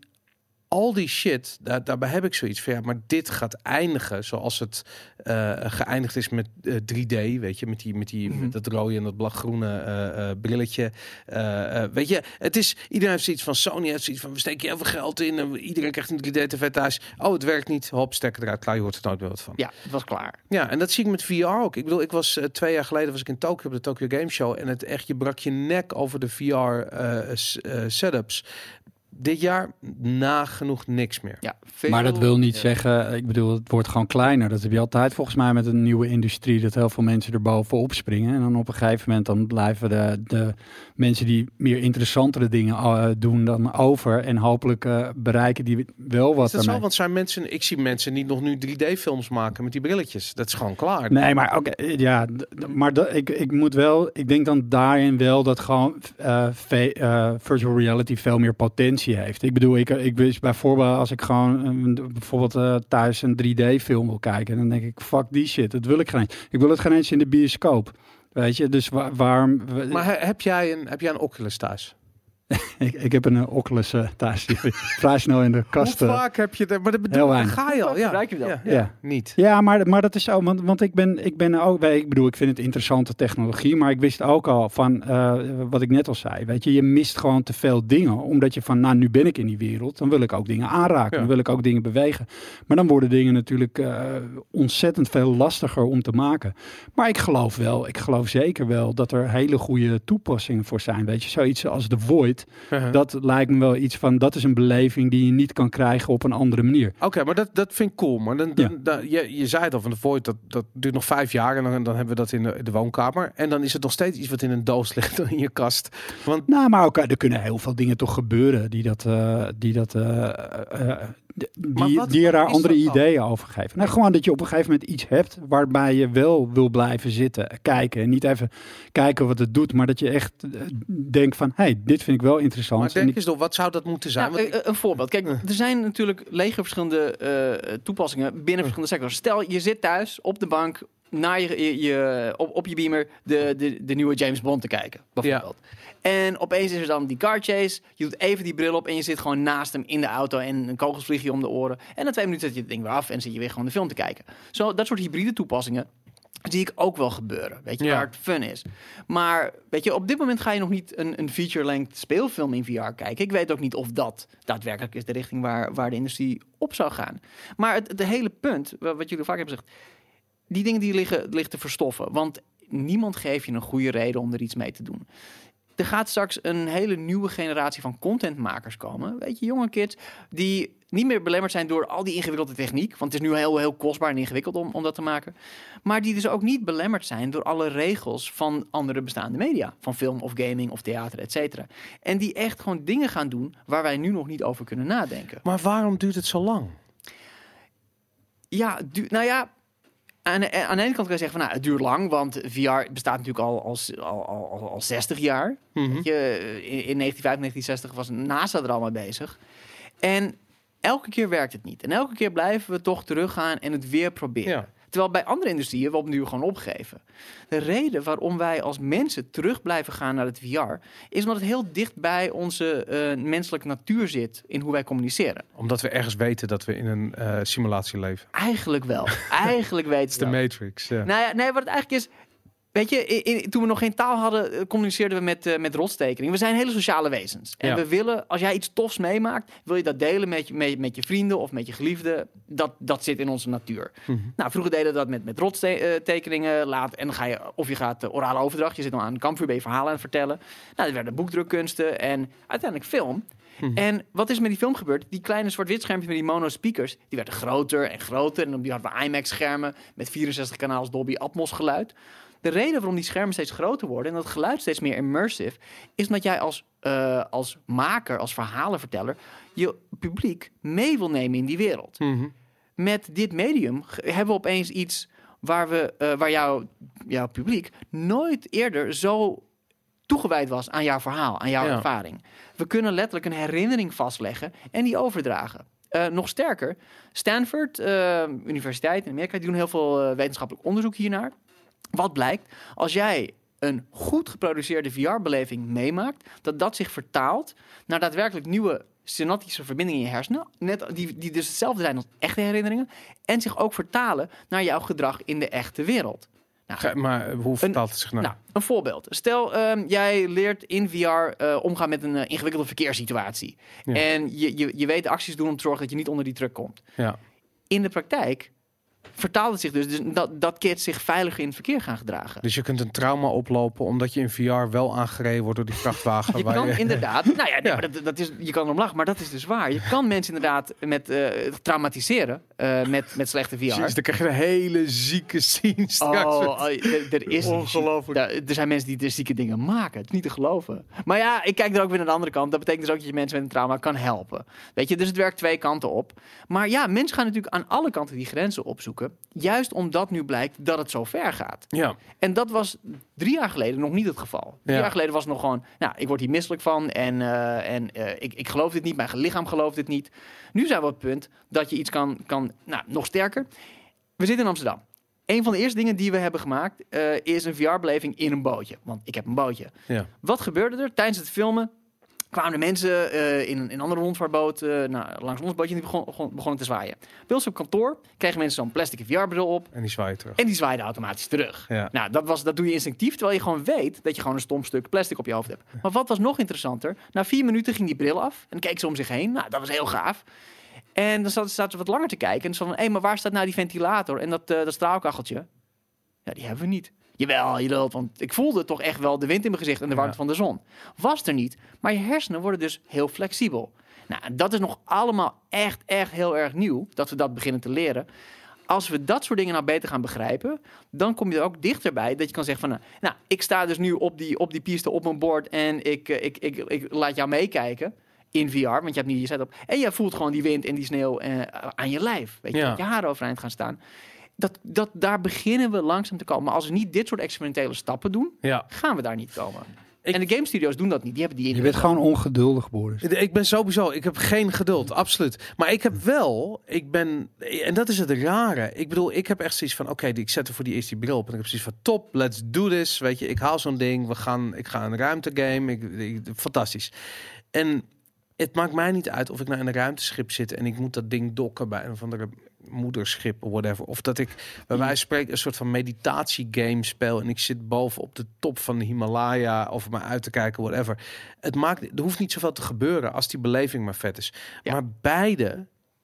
Speaker 2: al die shit, daar, daarbij heb ik zoiets van, ja, maar dit gaat eindigen zoals het eh, geëindigd is met eh, drie D, weet je, met die, met die,
Speaker 4: Mhm.
Speaker 2: met dat rode en dat blauwgroene eh, eh, brilletje. Eh, eh, weet je, het is, iedereen heeft zoiets van, Sony heeft zoiets van, we steken heel veel geld in en iedereen krijgt een drie D-tv thuis. Oh, het werkt niet, hop, stekker eruit, klaar, je hoort er nooit meer wat van.
Speaker 4: Ja, het was klaar.
Speaker 2: Ja, en dat zie ik met V R ook. Ik bedoel, ik was uh, twee jaar geleden was ik in Tokyo op de Tokyo Game Show en het echt, je brak je nek over de V R uh, s- uh, setups. Dit jaar nagenoeg niks meer.
Speaker 4: Ja, veel-
Speaker 3: Maar dat wil niet
Speaker 4: ja.
Speaker 3: zeggen, ik bedoel, het wordt gewoon kleiner. Dat heb je altijd volgens mij met een nieuwe industrie, dat heel veel mensen er bovenop springen. En dan op een gegeven moment dan blijven de, de mensen die meer interessantere dingen uh, doen dan over. En hopelijk uh, bereiken die wel wat
Speaker 2: Is dat zo?
Speaker 3: ermee.
Speaker 2: Want zijn mensen, ik zie mensen niet nog nu drie D-films maken met die brilletjes. Dat is gewoon klaar.
Speaker 3: Nee, maar oké, ja, d- d- maar dat, ik, ik moet wel, ik denk dan daarin wel dat gewoon uh, ve- uh, virtual reality veel meer potentie heeft. Ik bedoel, ik, ik wist bijvoorbeeld als ik gewoon uh, bijvoorbeeld uh, thuis een drie D-film wil kijken, dan denk ik, fuck die shit, dat wil ik geen eens. Ik wil het geen eens in de bioscoop. Weet je, dus waar, waarom...
Speaker 2: Maar he- heb jij een, heb jij een Oculus thuis?
Speaker 3: ik, ik heb een uh, Oculus uh, thuis. Vrij snel in de kast.
Speaker 2: Hoe vaak heb je dat? Maar dat bedoel,
Speaker 3: Heel
Speaker 2: ga je al. Ja.
Speaker 4: Gebruik je dat?
Speaker 2: Ja,
Speaker 3: Ja.
Speaker 2: ja. Niet.
Speaker 3: Ja, maar, maar dat is zo. Want, want ik ben, ik ben ook, ik bedoel, ik vind het interessante technologie. Maar ik wist ook al van, uh, wat ik net al zei. Weet je, je mist gewoon te veel dingen. Omdat je van, nou, nu ben ik in die wereld. Dan wil ik ook dingen aanraken.
Speaker 2: Ja.
Speaker 3: Dan wil ik ook dingen bewegen. Maar dan worden dingen natuurlijk uh, ontzettend veel lastiger om te maken. Maar ik geloof wel, ik geloof zeker wel dat er hele goede toepassingen voor zijn. Weet je, zoiets als de Void.
Speaker 2: Uh-huh.
Speaker 3: Dat lijkt me wel iets van, dat is een beleving die je niet kan krijgen op een andere manier.
Speaker 2: Oké, okay, maar dat, dat vind ik cool. Maar dan, dan, ja. dan, je, je zei het al van de Void, dat, dat duurt nog vijf jaar en dan, dan hebben we dat in de, in de woonkamer. En dan is het nog steeds iets wat in een doos ligt in je kast. Want...
Speaker 3: Nou, maar ook, er kunnen heel veel dingen toch gebeuren die dat, uh, die dat, uh, uh, die,
Speaker 2: wat,
Speaker 3: die er daar andere
Speaker 2: dat
Speaker 3: ideeën over geven. Nou, gewoon dat je op een gegeven moment iets hebt waarbij je wel wil blijven zitten, kijken en niet even kijken wat het doet, maar dat je echt uh, denkt van, hey, dit vind ik wel interessant.
Speaker 2: Maar denk
Speaker 3: ik...
Speaker 2: eens door, wat zou dat moeten zijn?
Speaker 4: Nou,
Speaker 2: Want ik...
Speaker 4: Een voorbeeld. Kijk, er zijn natuurlijk legio verschillende uh, toepassingen binnen verschillende sectors. Stel, je zit thuis op de bank naar je, je, je op, op je beamer de, de, de nieuwe James Bond te kijken, bijvoorbeeld. Ja. En opeens is er dan die car chase. Je doet even die bril op en je zit gewoon naast hem in de auto en een kogels vliegen je om de oren. En na twee minuten zet je het ding weer af en zit je weer gewoon de film te kijken. Zo, dat soort hybride toepassingen zie ik ook wel gebeuren. Weet je, ja. waar het fun is. Maar weet je, op dit moment ga je nog niet een, een feature-length speelfilm in V R kijken. Ik weet ook niet of dat daadwerkelijk is de richting waar, waar de industrie op zou gaan. Maar het, het hele punt, wat jullie vaak hebben gezegd, die dingen die liggen, liggen te verstoffen. Want niemand geeft je een goede reden om er iets mee te doen. Er gaat straks een hele nieuwe generatie van contentmakers komen. Weet je, jonge kids die niet meer belemmerd zijn door al die ingewikkelde techniek. Want het is nu heel, heel kostbaar en ingewikkeld om, om dat te maken. Maar die dus ook niet belemmerd zijn door alle regels van andere bestaande media. Van film of gaming of theater, et cetera. En die echt gewoon dingen gaan doen waar wij nu nog niet over kunnen nadenken.
Speaker 2: Maar waarom duurt het zo lang?
Speaker 4: Ja, du- nou ja... Aan de, aan de ene kant kan je zeggen van, nou, het duurt lang, want V R bestaat natuurlijk al als al, al, al zestig jaar. Mm-hmm. Weet je, in, in negentien vijftig, negentien zestig was NASA er al mee bezig. En elke keer werkt het niet. En elke keer blijven we toch teruggaan en het weer proberen. Ja. Terwijl bij andere industrieën we op nu gewoon opgeven. De reden waarom wij als mensen terug blijven gaan naar het V R... is omdat het heel dicht bij onze uh, menselijke natuur zit in hoe wij communiceren.
Speaker 2: Omdat we ergens weten dat we in een uh, simulatie leven.
Speaker 4: Eigenlijk wel. Eigenlijk weten we
Speaker 2: Het is de Matrix, ja.
Speaker 4: Nou ja, nee, wat het eigenlijk is... Weet je, in, in, toen we nog geen taal hadden, communiceerden we met, uh, met rotstekeningen. We zijn hele sociale wezens. En ja. we willen, als jij iets tofs meemaakt, wil je dat delen met je, met, met je vrienden of met je geliefden. Dat, dat zit in onze natuur. Mm-hmm. Nou, vroeger deden we dat met, met rotstekeningen. Laat, en dan ga je, of je gaat uh, orale overdracht. Je zit dan aan een kampvuur, ben je verhalen aan het vertellen. Nou, er werden boekdrukkunsten en uiteindelijk film. Mm-hmm. En wat is met die film gebeurd? Die kleine zwart-wit schermpjes met die mono speakers, die werden groter en groter. En op die hadden we IMAX-schermen met vierenzestig kanaals Dolby Atmos geluid. De reden waarom die schermen steeds groter worden en dat geluid steeds meer immersive, is omdat jij als, uh, als maker, als verhalenverteller, je publiek mee wil nemen in die wereld. Mm-hmm. Met dit medium hebben we opeens iets waar, we, uh, waar jouw, jouw publiek nooit eerder zo toegewijd was aan jouw verhaal, aan jouw ja. ervaring. We kunnen letterlijk een herinnering vastleggen en die overdragen. Uh, nog sterker, Stanford, uh, Universiteit in Amerika, die doen heel veel uh, wetenschappelijk onderzoek hiernaar. Wat blijkt? Als jij een goed geproduceerde V R-beleving meemaakt, dat dat zich vertaalt naar daadwerkelijk nieuwe synaptische verbindingen in je hersenen, net, die, die dus hetzelfde zijn als echte herinneringen, en zich ook vertalen naar jouw gedrag in de echte wereld.
Speaker 2: Nou, maar hoe vertaalt het zich nou?
Speaker 4: Nou, een voorbeeld. Stel, um, jij leert in V R uh, omgaan met een uh, ingewikkelde verkeerssituatie. Ja. En je, je, je weet acties doen om te zorgen dat je niet onder die truck komt.
Speaker 2: Ja.
Speaker 4: In de praktijk vertaalt het zich dus, dus dat, dat kids zich veiliger in het verkeer gaan gedragen.
Speaker 2: Dus je kunt een trauma oplopen omdat je in V R wel aangereden wordt door die vrachtwagen.
Speaker 4: Je
Speaker 2: waar
Speaker 4: kan
Speaker 2: je...
Speaker 4: inderdaad, nou ja, nee,
Speaker 2: ja.
Speaker 4: maar dat, dat is, je kan erom lachen, maar dat is dus waar. Je kan mensen inderdaad met uh, traumatiseren uh, met, met slechte V R.
Speaker 2: Jezus, dan krijg je een hele zieke scene straks.
Speaker 4: Oh, oh, er, er is
Speaker 2: ongelooflijk.
Speaker 4: Er, er zijn mensen die de zieke dingen maken. Het is niet te geloven. Maar ja, ik kijk er ook weer naar de andere kant. Dat betekent dus ook dat je mensen met een trauma kan helpen. Weet je, dus het werkt twee kanten op. Maar ja, mensen gaan natuurlijk aan alle kanten die grenzen opzoeken. Juist omdat nu blijkt dat het zo ver gaat.
Speaker 2: Ja.
Speaker 4: En dat was drie jaar geleden nog niet het geval. Drie ja. jaar geleden was het nog gewoon, nou, ik word hier misselijk van en, uh, en uh, ik, ik geloof dit niet, mijn lichaam gelooft dit niet. Nu zijn we op het punt dat je iets kan, kan nou, nog sterker. We zitten in Amsterdam. Een van de eerste dingen die we hebben gemaakt uh, is een V R-beleving in een bootje. Want ik heb een bootje.
Speaker 2: Ja.
Speaker 4: Wat gebeurde er tijdens het filmen? kwamen de mensen uh, in, in een andere rondvaartboot uh, nou, langs ons bootje en die begon, begon, begonnen te zwaaien. Bij ons op kantoor kregen mensen zo'n plastic V R-bril op.
Speaker 2: En die zwaaien terug.
Speaker 4: En die zwaaiden automatisch terug.
Speaker 2: Ja.
Speaker 4: Nou, dat, was, dat doe je instinctief, terwijl je gewoon weet dat je gewoon een stom stuk plastic op je hoofd hebt. Maar wat was nog interessanter? Na vier minuten ging die bril af en dan keek ze om zich heen. Nou, dat was heel gaaf. En dan zaten ze wat langer te kijken. En dan van, hé, hey, maar waar staat nou die ventilator en dat, uh, dat straalkacheltje? Ja, die hebben we niet. Jawel, je lult, want ik voelde toch echt wel de wind in mijn gezicht en de warmte ja. van de zon. Was er niet, maar je hersenen worden dus heel flexibel. Nou, dat is nog allemaal echt, echt heel erg nieuw, dat we dat beginnen te leren. Als we dat soort dingen nou beter gaan begrijpen, dan kom je er ook dichterbij dat je kan zeggen van, nou, ik sta dus nu op die, op die piste op mijn bord en ik, ik, ik, ik, ik laat jou meekijken. In V R, want je hebt nu je setup. En je voelt gewoon die wind en die sneeuw uh, aan je lijf. Weet je,
Speaker 2: ja.
Speaker 4: met je haren overeind gaan staan. Dat, dat, daar beginnen we langzaam te komen. Maar als we niet dit soort experimentele stappen doen,
Speaker 2: ja.
Speaker 4: gaan we daar niet komen.
Speaker 2: Ik,
Speaker 4: en de game studios doen dat niet. Die hebben die
Speaker 3: je bent gewoon ongeduldig, Boris.
Speaker 2: Ik ben sowieso, ik heb geen geduld, absoluut. Maar ik heb wel, ik ben, en dat is het rare. Ik bedoel, ik heb echt zoiets van, oké, okay, ik zet er voor die eerst die bril op. En ik heb zoiets van, top, let's do this. Weet je, ik haal zo'n ding. We gaan, ik ga een ruimtegame. Ik, ik, fantastisch. En het maakt mij niet uit of ik nou in een ruimteschip zit en ik moet dat ding dokken bij een of andere moederschip of whatever. Of dat ik bij wijze van spreken een soort van meditatiegame speel en ik zit boven op de top van de Himalaya over me uit te kijken, whatever. Het maakt, er hoeft niet zoveel te gebeuren als die beleving maar vet is. Ja. Maar beide,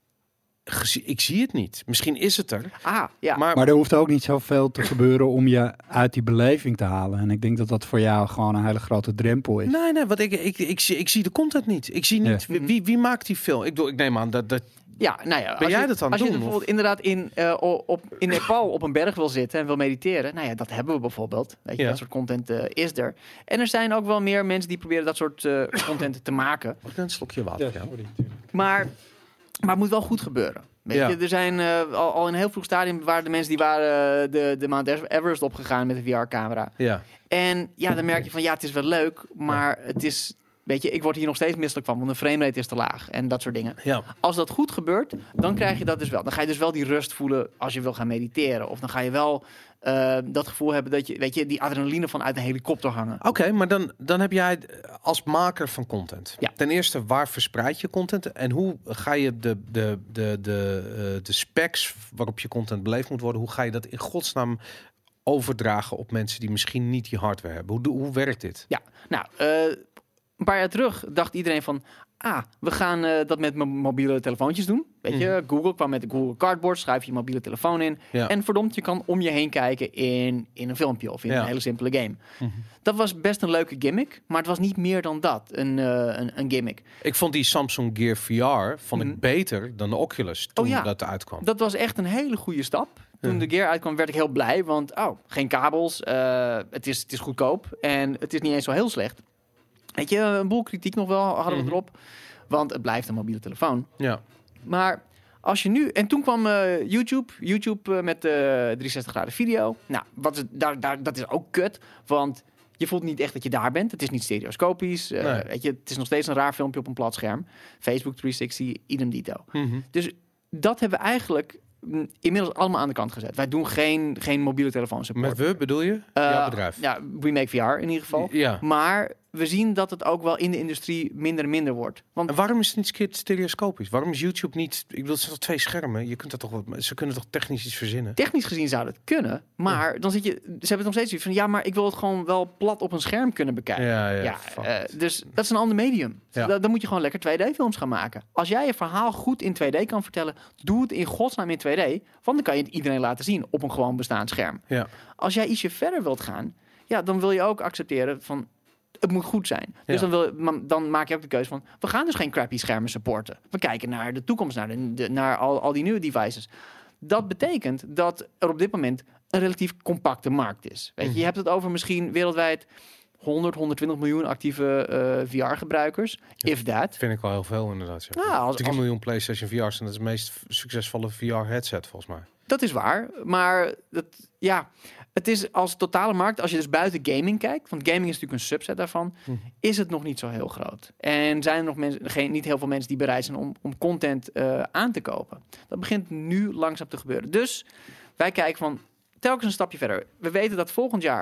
Speaker 2: ik zie het niet. Misschien is het er.
Speaker 4: Ah, ja.
Speaker 3: Maar, maar er hoeft ook niet zoveel te gebeuren om je uit die beleving te halen. En ik denk dat dat voor jou gewoon een hele grote drempel is.
Speaker 2: Nee, nee, want ik, ik, ik, ik, zie, ik zie de content niet. Ik zie niet ja. wie, wie maakt die film. Ik, bedoel, ik neem aan dat... dat
Speaker 4: ja, nou ja,
Speaker 2: ben jij
Speaker 4: je,
Speaker 2: dat dan
Speaker 4: als
Speaker 2: doen?
Speaker 4: je bijvoorbeeld of? inderdaad in, uh, op, in Nepal op een berg wil zitten en wil mediteren, nou ja, dat hebben we bijvoorbeeld. Weet je, ja. dat soort content uh, is er. En er zijn ook wel meer mensen die proberen dat soort uh, content te maken.
Speaker 2: Mag ik een slokje water?
Speaker 3: Ja, sorry,
Speaker 4: maar, maar het moet wel goed gebeuren. Weet ja. je, er zijn uh, al, al in een heel vroeg stadium waren de mensen die waren uh, de, de Mount Everest opgegaan met een V R-camera.
Speaker 2: Ja.
Speaker 4: En ja, dan merk je van ja, het is wel leuk, maar ja. het is... Weet je, ik word hier nog steeds misselijk van, want de framerate is te laag en dat soort dingen.
Speaker 2: Ja.
Speaker 4: Als dat goed gebeurt, dan krijg je dat dus wel. Dan ga je dus wel die rust voelen als je wil gaan mediteren. Of dan ga je wel uh, dat gevoel hebben dat je, weet je, die adrenaline van uit een helikopter hangen.
Speaker 2: Oké, okay, maar dan, dan heb jij als maker van content.
Speaker 4: Ja.
Speaker 2: Ten eerste, waar verspreid je content? En hoe ga je de, de, de, de, uh, de specs waarop je content beleefd moet worden, hoe ga je dat in godsnaam overdragen op mensen die misschien niet die hardware hebben? Hoe, hoe werkt dit?
Speaker 4: Ja, nou... Uh, Een paar jaar terug dacht iedereen van... ah, we gaan uh, dat met m- mobiele telefoontjes doen. Weet je, mm. Google kwam met de Google Cardboard, schrijf je mobiele telefoon in. Ja. En verdomd, je kan om je heen kijken in, in een filmpje of in ja. een hele simpele game. Mm-hmm. Dat was best een leuke gimmick, maar het was niet meer dan dat, een, uh, een, een gimmick.
Speaker 2: Ik vond die Samsung Gear V R vond ik mm. beter dan de Oculus toen
Speaker 4: oh, ja.
Speaker 2: dat uitkwam.
Speaker 4: Dat was echt een hele goede stap. Toen de Gear uitkwam, werd ik heel blij, want oh, geen kabels, uh, het, is, het is goedkoop en het is niet eens zo heel slecht. Weet je, een boel kritiek nog wel hadden we mm-hmm. erop. Want het blijft een mobiele telefoon.
Speaker 2: Ja.
Speaker 4: Maar als je nu... En toen kwam uh, YouTube. YouTube uh, met de uh, driehonderdzestig graden video. Nou, wat is, daar, daar, dat is ook kut. Want je voelt niet echt dat je daar bent. Het is niet stereoscopisch. Uh, nee. Weet je, het is nog steeds een raar filmpje op een plat scherm. Facebook driehonderdzestig, idem dito.
Speaker 2: Mm-hmm.
Speaker 4: Dus dat hebben we eigenlijk... inmiddels allemaal aan de kant gezet. Wij doen geen, geen mobiele telefoon support.
Speaker 2: Met we bedoel je?
Speaker 4: Uh,
Speaker 2: Jouw bedrijf?
Speaker 4: Ja, we make V R in ieder geval.
Speaker 2: Ja.
Speaker 4: Maar we zien dat het ook wel in de industrie minder en minder wordt. Want
Speaker 2: en waarom is het niet stereoscopisch? Waarom is YouTube niet... Ik bedoel, het zijn toch twee schermen? Je kunt dat toch wat, ze kunnen toch technisch iets verzinnen?
Speaker 4: Technisch gezien zou dat kunnen. Maar ja. dan zit je... Ze hebben het nog steeds zoiets van... Ja, maar ik wil het gewoon wel plat op een scherm kunnen bekijken.
Speaker 2: Ja, ja,
Speaker 4: ja uh, dus dat is een ander medium. Ja. Da- dan moet je gewoon lekker twee D-films gaan maken. Als jij je verhaal goed in twee D kan vertellen... Doe het in godsnaam in twee D. Want dan kan je het iedereen laten zien op een gewoon bestaand scherm.
Speaker 2: Ja.
Speaker 4: Als jij ietsje verder wilt gaan... Ja, dan wil je ook accepteren van... Het moet goed zijn. Dus ja. dan, wil, dan maak je ook de keuze van... We gaan dus geen crappy schermen supporten. We kijken naar de toekomst, naar, de, de, naar al, al die nieuwe devices. Dat betekent dat er op dit moment een relatief compacte markt is. Weet je, mm. je hebt het over misschien wereldwijd... honderd, honderdtwintig miljoen actieve uh, V R-gebruikers. Ja, if that.
Speaker 2: Vind ik wel heel veel inderdaad. Ja.
Speaker 4: Nou, als,
Speaker 2: drie miljoen PlayStation V R's en dat is de meest succesvolle V R-headset volgens mij.
Speaker 4: Dat is waar. Maar dat, ja, het is als totale markt, als je dus buiten gaming kijkt, want gaming is natuurlijk een subset daarvan, hm. is het nog niet zo heel groot. En zijn er nog mensen, geen, niet heel veel mensen die bereid zijn om, om content uh, aan te kopen. Dat begint nu langzaam te gebeuren. Dus wij kijken van telkens een stapje verder. We weten dat volgend jaar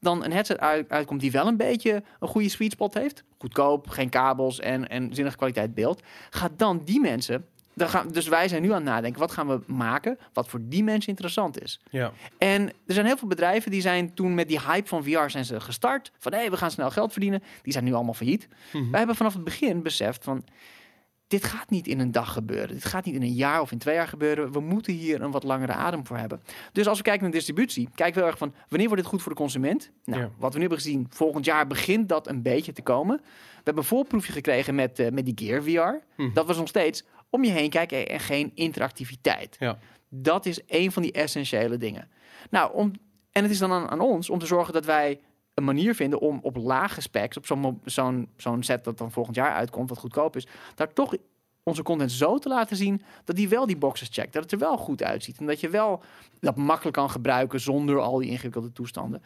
Speaker 4: dan een headset uit, uitkomt die wel een beetje een goede sweet spot heeft, goedkoop, geen kabels en, en zinnige kwaliteit beeld, gaat dan die mensen... Dan gaan, dus wij zijn nu aan het nadenken, wat gaan we maken wat voor die mensen interessant is.
Speaker 2: Ja.
Speaker 4: En er zijn heel veel bedrijven die zijn toen met die hype van V R zijn ze gestart. Van hé, hey, we gaan snel geld verdienen. Die zijn nu allemaal failliet.
Speaker 2: Mm-hmm.
Speaker 4: Wij hebben vanaf het begin beseft van, dit gaat niet in een dag gebeuren. Dit gaat niet in een jaar of in twee jaar gebeuren. We moeten hier een wat langere adem voor hebben. Dus als we kijken naar distributie, kijken we heel erg van, wanneer wordt dit goed voor de consument? Nou,
Speaker 2: Ja.
Speaker 4: wat we nu hebben gezien, volgend jaar begint dat een beetje te komen. We hebben een voorproefje gekregen met, uh, met die Gear V R.
Speaker 2: Mhm.
Speaker 4: Dat was nog steeds om je heen kijken en geen interactiviteit.
Speaker 2: Ja.
Speaker 4: Dat is een van die essentiële dingen. Nou, om, en het is dan aan, aan ons om te zorgen dat wij een manier vinden om op lage specs, op zo'n, mo- zo'n, zo'n set dat dan volgend jaar uitkomt, wat goedkoop is, daar toch onze content zo te laten zien dat die wel die boxes checkt. Dat het er wel goed uitziet. En dat je wel dat makkelijk kan gebruiken zonder al die ingewikkelde toestanden.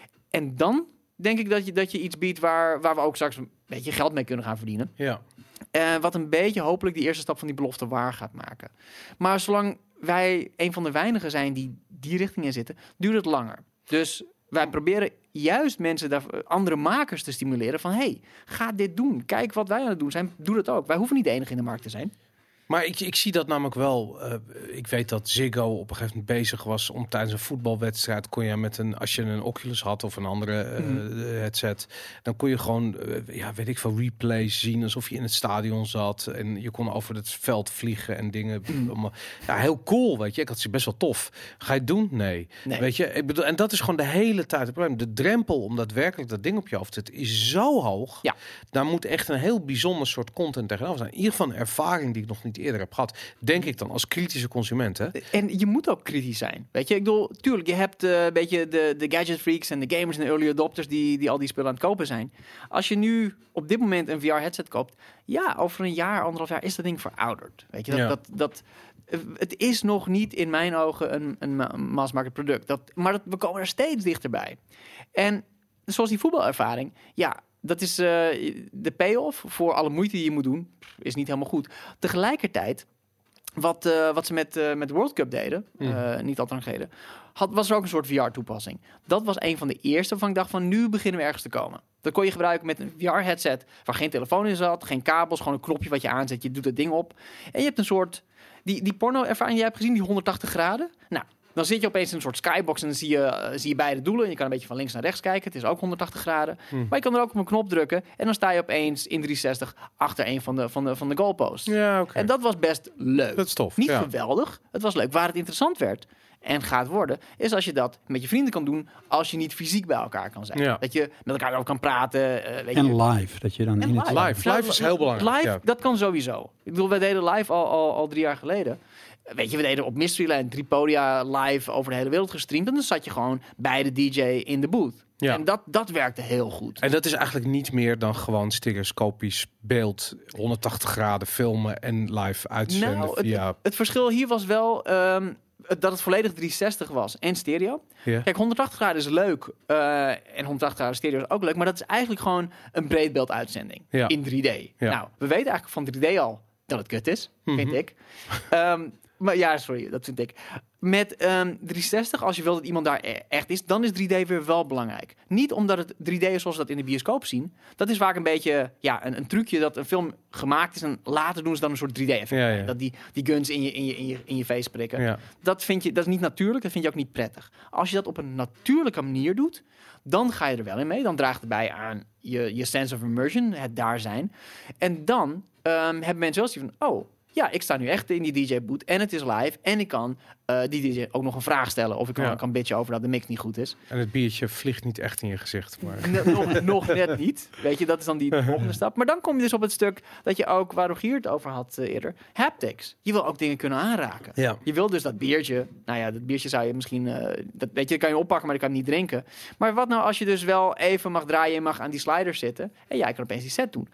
Speaker 4: En dan denk ik dat je, dat je iets biedt waar, waar we ook straks een beetje geld mee kunnen gaan verdienen.
Speaker 2: Ja.
Speaker 4: Uh, wat een beetje hopelijk die eerste stap van die belofte waar gaat maken. Maar zolang wij een van de weinigen zijn die die richting in zitten, duurt het langer. Dus wij proberen juist mensen, daar, andere makers te stimuleren van, hey, ga dit doen. Kijk wat wij aan het doen zijn. Doe dat ook. Wij hoeven niet de enige in de markt te zijn.
Speaker 2: Maar ik, ik zie dat namelijk wel. Uh, ik weet dat Ziggo op een gegeven moment bezig was om tijdens een voetbalwedstrijd kon je met een, als je een Oculus had of een andere uh, mm. headset, dan kon je gewoon, uh, ja, weet ik veel, replays zien alsof je in het stadion zat en je kon over het veld vliegen en dingen. Mm. Ja, heel cool, weet je. Ik had ze best wel tof. Ga je het doen? Nee. nee. Weet je, ik bedoel, en dat is gewoon de hele tijd het probleem. De drempel om daadwerkelijk dat ding op je hoofd te zetten is zo hoog.
Speaker 4: Ja.
Speaker 2: Daar moet echt een heel bijzonder soort content tegenover zijn. In ieder geval een ervaring die ik nog niet eerder heb gehad, denk ik dan als kritische consument. Hè?
Speaker 4: En je moet ook kritisch zijn. Weet je, ik bedoel, tuurlijk, je hebt uh, een beetje de, de gadget freaks en de gamers en de early adopters die, die al die spullen aan het kopen zijn. Als je nu op dit moment een V R headset koopt, ja, over een jaar, anderhalf jaar is dat ding verouderd. Weet je, dat,
Speaker 2: ja.
Speaker 4: dat, dat, het is nog niet in mijn ogen een, een mass market product. Dat, maar dat, we komen er steeds dichterbij. En zoals die voetbalervaring, ja, dat is uh, de payoff voor alle moeite die je moet doen, is niet helemaal goed. Tegelijkertijd, wat, uh, wat ze met, uh, met de World Cup deden, mm. uh, niet al te lang geleden, had, was er ook een soort V R-toepassing. Dat was een van de eerste waarvan ik dacht van, nu beginnen we ergens te komen. Dat kon je gebruiken met een V R-headset waar geen telefoon in zat, geen kabels, gewoon een knopje wat je aanzet, je doet dat ding op. En je hebt een soort, die, die porno-ervaring die je hebt gezien, die honderdtachtig graden. Nou, dan zit je opeens in een soort skybox en dan zie je, uh, zie je beide doelen. En je kan een beetje van links naar rechts kijken. Het is ook honderdtachtig graden. Hmm. Maar je kan er ook op een knop drukken. En dan sta je opeens in driehonderdzestig achter een van de, van de, van de goalposts.
Speaker 2: Ja, okay.
Speaker 4: En dat was best leuk.
Speaker 2: Dat is tof.
Speaker 4: Niet
Speaker 2: ja.
Speaker 4: geweldig. Het was leuk. Waar het interessant werd en gaat worden, is als je dat met je vrienden kan doen als je niet fysiek bij elkaar kan zijn.
Speaker 2: Ja.
Speaker 4: Dat je met elkaar over kan praten. Uh, weet
Speaker 3: en
Speaker 4: je.
Speaker 3: live. Dat je dan
Speaker 4: en
Speaker 3: in
Speaker 4: live.
Speaker 3: het
Speaker 2: Live. Live is heel belangrijk.
Speaker 4: Live,
Speaker 2: ja.
Speaker 4: dat kan sowieso. Ik bedoel, wij deden live al, al, al drie jaar geleden. Weet je, we deden op Mysteryland drie podia live over de hele wereld gestreamd. En dan zat je gewoon bij de D J in de booth. Ja. En dat, dat werkte heel goed.
Speaker 2: En dat is eigenlijk niet meer dan gewoon stereoscopisch beeld, honderdtachtig graden filmen en live uitzenden.
Speaker 4: Nou,
Speaker 2: via...
Speaker 4: het, het verschil hier was wel um, dat het volledig driehonderdzestig was en stereo. Ja. Kijk, honderdtachtig graden is leuk uh, en honderdtachtig graden stereo is ook leuk. Maar dat is eigenlijk gewoon een breedbeeld uitzending ja. in drie D. Ja. Nou, we weten eigenlijk van drie D al dat het kut is, vind mm-hmm. ik. Um, Maar ja, sorry, dat vind ik. Met um, driehonderdzestig, als je wil dat iemand daar echt is, dan is drie D weer wel belangrijk. Niet omdat het drie D is zoals we dat in de bioscoop zien. Dat is vaak een beetje ja, een, een trucje dat een film gemaakt is en later doen ze dan een soort drie D-effect. Ja, ja. Dat die, die guns in je, in je, in je, in je face prikken. Ja. Dat vind je, dat is niet natuurlijk, dat vind je ook niet prettig. Als je dat op een natuurlijke manier doet, dan ga je er wel in mee. Dan draagt het bij aan je, je sense of immersion, het daar zijn. En dan um, hebben mensen wel zoiets van, oh, ja, ik sta nu echt in die D J-boot en het is live. En ik kan uh, die D J ook nog een vraag stellen. Of ik kan, ja. kan bitchen over dat de mix niet goed is.
Speaker 2: En het biertje vliegt niet echt in je gezicht. Maar...
Speaker 4: N- nog, nog net niet. Weet je, dat is dan die volgende stap. Maar dan kom je dus op het stuk dat je ook, waar Rogier het over had uh, eerder, haptics. Je wil ook dingen kunnen aanraken. Ja. Je wil dus dat biertje, nou ja, dat biertje zou je misschien, uh, dat, weet je, dat kan je oppakken, maar je kan het niet drinken. Maar wat nou als je dus wel even mag draaien en mag aan die sliders zitten. En jij kan opeens die set doen.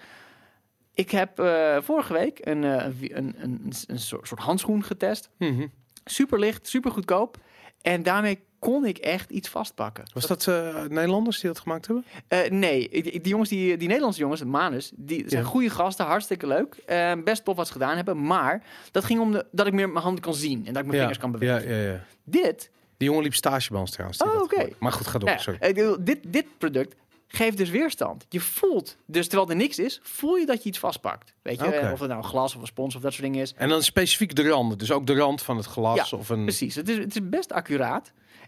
Speaker 4: Ik heb uh, vorige week een, uh, een, een, een, een soort handschoen getest. Mm-hmm. Super licht, super goedkoop. En daarmee kon ik echt iets vastpakken.
Speaker 2: Was dat, dat uh, Nederlanders die dat gemaakt hebben?
Speaker 4: Uh, nee, die, die jongens, die, die Nederlandse jongens, de Manus, die zijn ja. goede gasten, hartstikke leuk. Uh, best tof wat ze gedaan hebben. Maar dat ging om de, dat ik meer mijn handen kan zien en dat ik mijn ja. vingers kan bewegen.
Speaker 2: Ja, ja, ja.
Speaker 4: Dit
Speaker 2: Die jongen liep stage bij ons trouwens. die
Speaker 4: Oh,
Speaker 2: dat
Speaker 4: oké.
Speaker 2: gooide. Maar goed, ga door.
Speaker 4: Ja,
Speaker 2: Sorry.
Speaker 4: ik bedoel, dit, dit product geeft dus weerstand. Je voelt, dus terwijl er niks is, voel je dat je iets vastpakt. Weet je,
Speaker 2: Oké.
Speaker 4: eh, of het nou een glas of een spons of dat soort dingen is.
Speaker 2: En dan specifiek de randen. Dus ook de rand van het glas.
Speaker 4: Ja,
Speaker 2: of een...
Speaker 4: Precies, het is, het is best accuraat.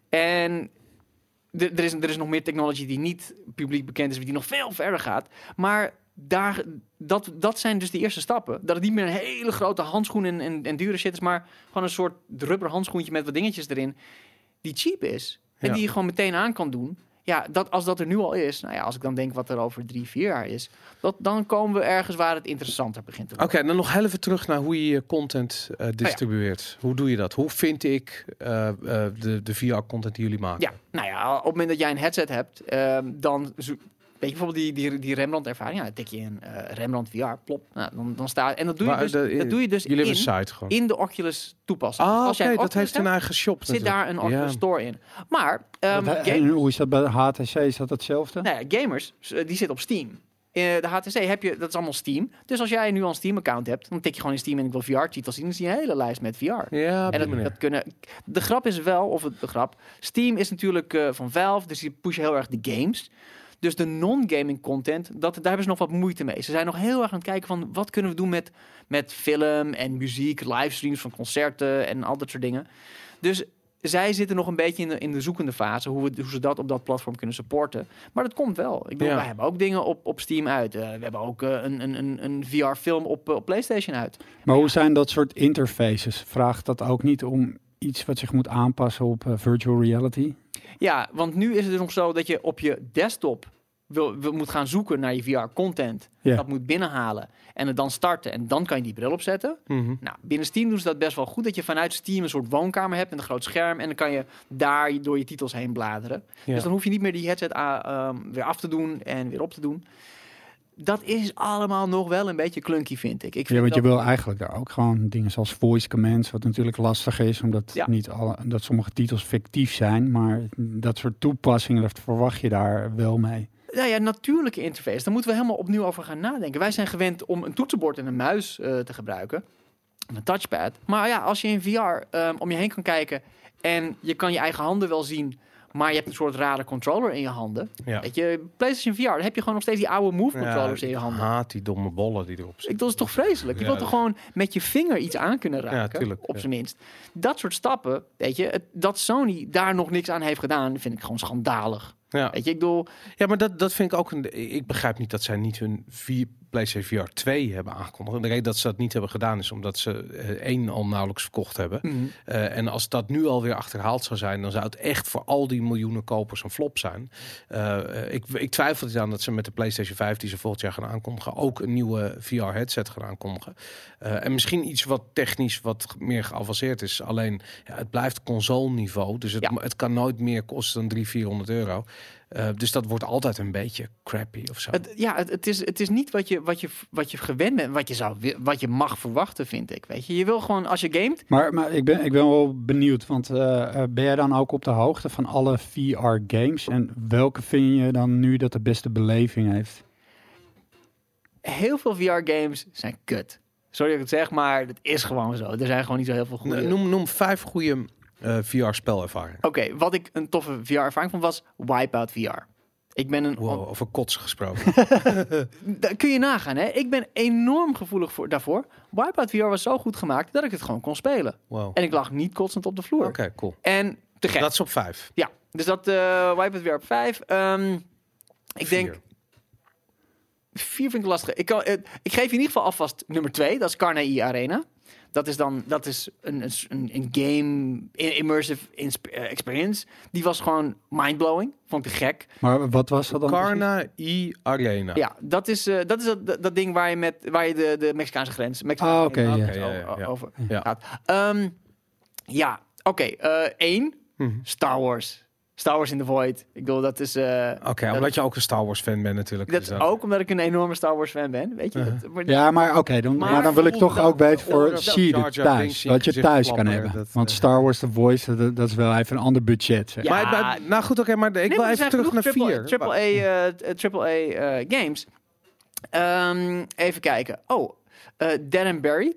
Speaker 4: En de- er is, er is nog meer technology die niet publiek bekend is, die nog veel verder gaat. Maar daar, dat, dat zijn dus de eerste stappen. Dat het niet meer een hele grote handschoen en, en, en dure shit is, maar gewoon een soort rubber handschoentje met wat dingetjes erin, die cheap is. En
Speaker 2: Ja.
Speaker 4: die je gewoon meteen aan kan doen. Ja, dat, als dat er nu al is, nou ja, als ik dan denk wat er over drie, vier jaar is, dat, dan komen we ergens waar het interessanter begint te
Speaker 2: Oké,
Speaker 4: worden.
Speaker 2: dan nog heel even terug naar hoe je je content uh, distribueert. Hoe doe je dat? Hoe vind ik uh, uh, de, de V R-content die jullie maken?
Speaker 4: Ja, nou ja, op het moment dat jij een headset hebt, ehm, dan zo- weet je bijvoorbeeld die, die, die Rembrandt-ervaring. Ja, dan tik je in uh, Rembrandt V R, plop. Nou, dan, dan staat en dat doe je
Speaker 2: Maar
Speaker 4: dus,
Speaker 2: de-
Speaker 4: dat doe je dus
Speaker 2: Jullie hebben
Speaker 4: in,
Speaker 2: een site gewoon.
Speaker 4: in de Oculus toepassing.
Speaker 2: Ah,
Speaker 4: Dus
Speaker 2: oké,
Speaker 4: als jij een
Speaker 2: dat
Speaker 4: Oculus
Speaker 2: heeft een
Speaker 4: hebt,
Speaker 2: eigen shop
Speaker 4: zit
Speaker 2: natuurlijk.
Speaker 4: daar een Oculus
Speaker 2: Ja.
Speaker 4: Store in. Maar ehm,
Speaker 3: Wat-
Speaker 4: ga-
Speaker 3: en hoe is dat bij de H T C? Is dat hetzelfde?
Speaker 4: nou ja, gamers, uh, die zitten op Steam. In de H T C heb je, dat is allemaal Steam. Dus als jij nu al een Steam-account hebt, dan tik je gewoon in Steam en ik wil V R-titels zien. Dan zie je een hele lijst met V R.
Speaker 2: Ja, op
Speaker 4: En
Speaker 2: die
Speaker 4: dat,
Speaker 2: manier.
Speaker 4: dat kunnen. De grap is wel, of het, de grap. Steam is natuurlijk uh, van Valve, dus die pushen heel erg de games. Dus de non-gaming content, dat, daar hebben ze nog wat moeite mee. Ze zijn nog heel erg aan het kijken van wat kunnen we doen met, met film en muziek, livestreams van concerten en al dat soort dingen. Dus zij zitten nog een beetje in de, in de zoekende fase, hoe, we, hoe ze dat op dat platform kunnen supporten. Maar dat komt wel. Ik bedoel,
Speaker 2: Ja.
Speaker 4: wij hebben ook dingen op, op Steam uit. Uh, we hebben ook uh, een, een, een, een V R-film op, uh, op PlayStation uit.
Speaker 3: Maar hoe zijn dat soort interfaces? Vraagt dat ook niet om iets wat zich moet aanpassen op uh, virtual reality?
Speaker 4: Ja, want nu is het dus nog zo dat je op je desktop wil, wil, moet gaan zoeken naar je V R-content.
Speaker 3: Ja.
Speaker 4: Dat moet binnenhalen en het dan starten. En dan kan je die bril opzetten.
Speaker 2: Mhm.
Speaker 4: Nou, binnen Steam doen ze dat best wel goed. Dat je vanuit Steam een soort woonkamer hebt met een groot scherm. En dan kan je daar door je titels heen bladeren.
Speaker 2: Ja.
Speaker 4: Dus dan hoef je niet meer die headset uh, um, weer af te doen en weer op te doen. Dat is allemaal nog wel een beetje clunky, vind ik. ik vind
Speaker 3: Ja, want je
Speaker 4: dat-
Speaker 3: wil eigenlijk daar ook gewoon dingen zoals voice commands, wat natuurlijk lastig is, omdat
Speaker 4: Ja.
Speaker 3: niet alle, dat sommige titels fictief zijn, maar dat soort toepassingen, dat verwacht je daar wel mee.
Speaker 4: Nou ja, natuurlijke interface. Daar moeten we helemaal opnieuw over gaan nadenken. Wij zijn gewend om een toetsenbord en een muis uh, te gebruiken. Een touchpad. Maar ja, als je in V R um, om je heen kan kijken en je kan je eigen handen wel zien, maar je hebt een soort rare controller in je handen.
Speaker 2: Ja.
Speaker 4: Weet je, PlayStation V R, dan heb je gewoon nog steeds die oude Move controllers in je
Speaker 2: ik
Speaker 4: handen.
Speaker 2: haat die domme bollen die erop
Speaker 4: Ik,
Speaker 2: zitten.
Speaker 4: dat is toch vreselijk? Je
Speaker 2: Ja,
Speaker 4: wilt toch gewoon met je vinger iets aan kunnen raken?
Speaker 2: tuurlijk,
Speaker 4: op
Speaker 2: ja.
Speaker 4: zijn minst. Dat soort stappen, weet je, het, dat Sony daar nog niks aan heeft gedaan, vind ik gewoon schandalig.
Speaker 2: Ja.
Speaker 4: Weet je, ik bedoel,
Speaker 2: Ja, maar dat, dat vind ik ook een. Ik begrijp niet dat zij niet hun vier PlayStation V R twee hebben aangekondigd. En de reden dat ze dat niet hebben gedaan is omdat ze uh, één al nauwelijks verkocht hebben.
Speaker 4: mm,
Speaker 2: Uh, en als dat nu alweer achterhaald zou zijn, dan zou het echt voor al die miljoenen kopers een flop zijn. Uh, ik, ik twijfel er aan dat ze met de PlayStation vijf die ze volgend jaar gaan aankondigen, ook een nieuwe V R headset gaan aankondigen. Uh, en misschien iets wat technisch wat meer geavanceerd is. Alleen ja, het blijft console niveau, dus het,
Speaker 4: Ja.
Speaker 2: het kan nooit meer kosten dan driehonderd, vierhonderd euro. Uh, dus dat wordt altijd een beetje crappy of zo.
Speaker 4: Het, ja, het, het, is, het is niet wat je, wat, je, wat je gewend bent, wat je, zou, wi- wat je mag verwachten, vind ik. Weet je, je wil gewoon, als je gamet,
Speaker 3: Maar, maar ik, ben, ik ben wel benieuwd, want uh, uh, ben jij dan ook op de hoogte van alle V R-games? En welke vind je dan nu dat de beste beleving heeft?
Speaker 4: heel veel V R-games zijn kut. Sorry dat ik het zeg, maar het is gewoon zo. Er zijn gewoon niet zo heel veel goede.
Speaker 2: N- Noem, noem vijf goede uh, V R-spelervaringen.
Speaker 4: Oké, wat ik een toffe V R-ervaring vond, was Wipeout V R. Ik ben een...
Speaker 2: Wow, over kotsen gesproken.
Speaker 4: Daar kun je nagaan, hè? Ik ben enorm gevoelig voor, daarvoor. Wipeout V R was zo goed gemaakt dat ik het gewoon kon spelen.
Speaker 2: Wow.
Speaker 4: En ik lag niet kotsend op de vloer.
Speaker 2: Oké, cool.
Speaker 4: En te gek.
Speaker 2: Dat is op vijf.
Speaker 4: Ja, dus dat uh, Wipeout V R op vijf. Um, ik
Speaker 2: Vier.
Speaker 4: denk... Vier vind ik lastig. Ik, kan, uh, ik geef in ieder geval alvast nummer twee. Dat is Carnage Arena. Dat is dan dat is een, een, een game immersive insp- uh, experience. Die was gewoon mindblowing. Vond ik te gek.
Speaker 3: Maar wat was dat dan?
Speaker 2: Karna I Arena.
Speaker 4: Ja, dat is, uh, dat, is dat, dat, dat ding waar je, met, waar je de, de Mexicaanse grens Mexicaanse
Speaker 3: Ah, oké,
Speaker 4: grens
Speaker 3: ja.
Speaker 4: over-
Speaker 2: Ja, ja, ja.
Speaker 4: over
Speaker 2: Ja.
Speaker 4: gaat. Um, ja, oké. Okay, uh, één,
Speaker 2: Mhm.
Speaker 4: Star Wars. Star Wars in the Void. Ik bedoel, dat is... Uh,
Speaker 2: Oké, okay,
Speaker 4: dat,
Speaker 2: omdat je ook een Star Wars fan bent natuurlijk.
Speaker 4: dat
Speaker 2: dus
Speaker 4: is
Speaker 2: dan-
Speaker 4: ook omdat ik een enorme Star Wars fan ben. Weet je?
Speaker 2: Uh-huh.
Speaker 4: dat, maar,
Speaker 3: Ja, maar oké, okay, dan,
Speaker 4: Maar
Speaker 3: maar dan wil ik toch
Speaker 2: dat-
Speaker 3: ook weten voor
Speaker 2: dat-
Speaker 3: seated
Speaker 2: Jar Jar
Speaker 3: thuis.
Speaker 2: Binks in
Speaker 3: Wat je
Speaker 2: gezicht
Speaker 3: thuis kan
Speaker 2: klappen,
Speaker 3: hebben.
Speaker 2: dat,
Speaker 3: Want
Speaker 2: eh,
Speaker 3: Star Wars The Voice, dat, dat is wel even een ander budget. Zeg.
Speaker 4: Ja.
Speaker 2: Maar, maar- nou goed, oké, maar ik
Speaker 4: Nee,
Speaker 2: wil
Speaker 4: maar er
Speaker 2: even
Speaker 4: zijn
Speaker 2: terug naar
Speaker 4: genoeg
Speaker 2: vier.
Speaker 4: triple A, uh, triple A uh, games. Um, even kijken. Oh, uh, Dead and Buried.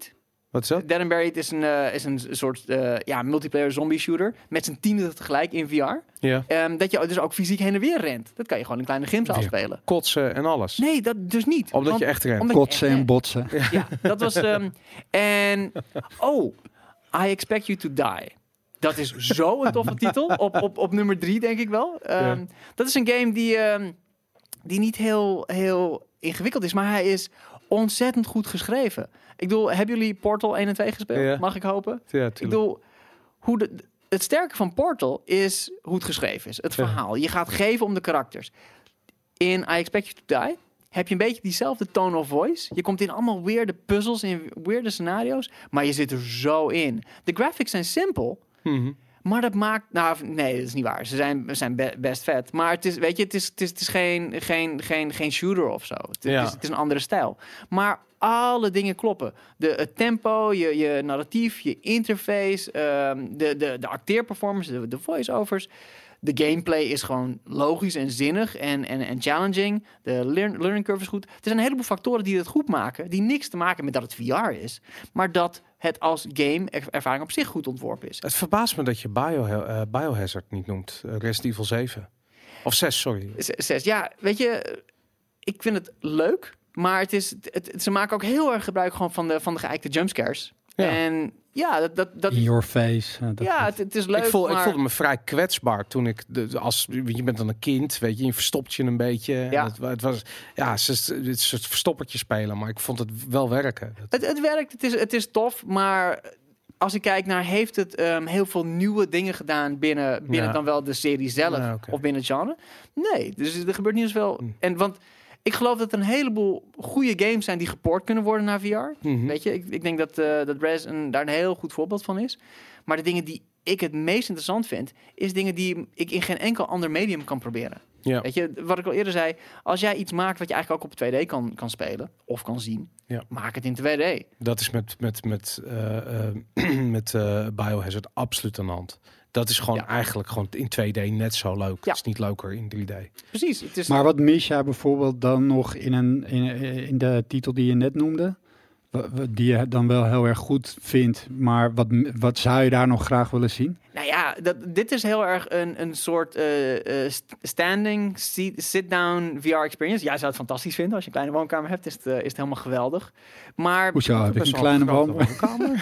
Speaker 2: Wat is dat?
Speaker 4: Dead and Buried is een, uh, is een soort uh, ja, multiplayer zombie shooter met z'n tienen tegelijk in V R.
Speaker 2: Ja.
Speaker 4: Um, dat je dus ook fysiek heen en weer rent. Dat kan je gewoon in kleine gymzaal
Speaker 2: Ja.
Speaker 4: spelen.
Speaker 2: Kotsen en alles.
Speaker 4: Nee, dat dus niet.
Speaker 2: Omdat
Speaker 4: Want-
Speaker 2: je echt rent.
Speaker 4: omdat je
Speaker 3: Kotsen
Speaker 4: echt
Speaker 3: en
Speaker 4: rent.
Speaker 3: botsen.
Speaker 4: Ja, dat was... Um, en... Oh, I Expect You to Die. Dat is zo een toffe titel. Op, op, op nummer drie, denk ik wel. Um,
Speaker 2: Ja.
Speaker 4: Dat is een game die, um, die niet heel, heel ingewikkeld is, maar hij is ontzettend goed geschreven. Ik bedoel, hebben jullie Portal één en twee gespeeld?
Speaker 2: Ja.
Speaker 4: Mag ik hopen?
Speaker 2: Ja,
Speaker 4: Ik
Speaker 2: tuurlijk.
Speaker 4: bedoel, hoe de, het sterke van Portal is hoe het geschreven is. Het
Speaker 2: Ja.
Speaker 4: verhaal. Je gaat geven om de karakters. In I Expect You to Die heb je een beetje diezelfde tone of voice. Je komt in allemaal weirde puzzels, in weirde scenario's, maar je zit er zo in. De graphics zijn simpel,
Speaker 2: Mhm.
Speaker 4: maar dat maakt... Nou, nee, dat is niet waar. Ze zijn, ze zijn be- best vet. Maar het is, weet je, het is, het is, het is geen, geen, geen, geen shooter of zo. Het,
Speaker 2: Ja.
Speaker 4: het, is, het is een andere stijl. Maar alle dingen kloppen. De, het tempo, je, je narratief, je interface, ehm, de, de, de acteerperformance, de, de voice-overs. De gameplay is gewoon logisch en zinnig en, en, en challenging. De lear- learning curve is goed. Er zijn een heleboel factoren die het goed maken, die niks te maken met dat het V R is, maar dat het als game-ervaring op zich goed ontworpen is.
Speaker 2: Het verbaast me dat je Bio, uh, Biohazard niet noemt. Uh, Resident Evil zeven. Of zes, sorry.
Speaker 4: Z- Zes. Ja, weet je, ik vind het leuk, maar het is, het, het- ze maken ook heel erg gebruik gewoon van de, van de geëikte jumpscares.
Speaker 2: Ja.
Speaker 4: En ja, dat, dat, dat
Speaker 3: In your face. uh, dat
Speaker 4: ja,
Speaker 3: soort-
Speaker 4: het, het is leuk,
Speaker 2: Ik, voel,
Speaker 4: maar...
Speaker 2: ik voelde me vrij kwetsbaar toen ik... De, als, je bent dan een kind, weet je. Je verstopt je een beetje.
Speaker 4: Ja.
Speaker 2: Het, het was... Ja, het is, het is een verstoppertje spelen. Maar ik vond het wel werken.
Speaker 4: Het, het werkt, het is, het is tof, maar als ik kijk naar, heeft het ehm, heel veel nieuwe dingen gedaan binnen, binnen
Speaker 2: Ja.
Speaker 4: dan wel de serie zelf
Speaker 2: Ja, oké.
Speaker 4: of binnen het genre? Nee, dus er gebeurt niet zoveel.
Speaker 2: Hm.
Speaker 4: En want ik geloof dat er een heleboel goede games zijn die geport kunnen worden naar V R.
Speaker 2: Mhm.
Speaker 4: Weet je, ik, ik denk dat, eh dat Rez een, daar een heel goed voorbeeld van is. Maar de dingen die ik het meest interessant vind, is dingen die ik in geen enkel ander medium kan proberen.
Speaker 2: Ja.
Speaker 4: Weet je, wat ik al eerder zei, als jij iets maakt wat je eigenlijk ook op twee D kan, kan spelen of kan zien,
Speaker 2: Ja.
Speaker 4: maak het in twee D.
Speaker 2: Dat is met, met, met, eh, eh, met eh, Biohazard absoluut aan de hand. Dat is gewoon
Speaker 4: Ja.
Speaker 2: eigenlijk gewoon in twee D net zo leuk.
Speaker 4: Ja.
Speaker 2: Het is niet leuker in drie D.
Speaker 4: Precies. Het is,
Speaker 3: Maar wat mis jij bijvoorbeeld dan nog in, een, in, in de titel die je net noemde? Wa- wa- Die je dan wel heel erg goed vindt, maar wat, wat zou je daar nog graag willen zien?
Speaker 4: nou ja, dat, dit is heel erg een, een soort eh, eh, st- standing, sit- sit-down V R experience. Jij zou het fantastisch vinden. Als je een kleine woonkamer hebt, is het, eh, is het helemaal geweldig. Maar
Speaker 3: Hoezo heb ik
Speaker 2: Best
Speaker 3: een
Speaker 2: wel
Speaker 3: kleine
Speaker 2: grote
Speaker 3: woonkamer?
Speaker 2: woonkamer.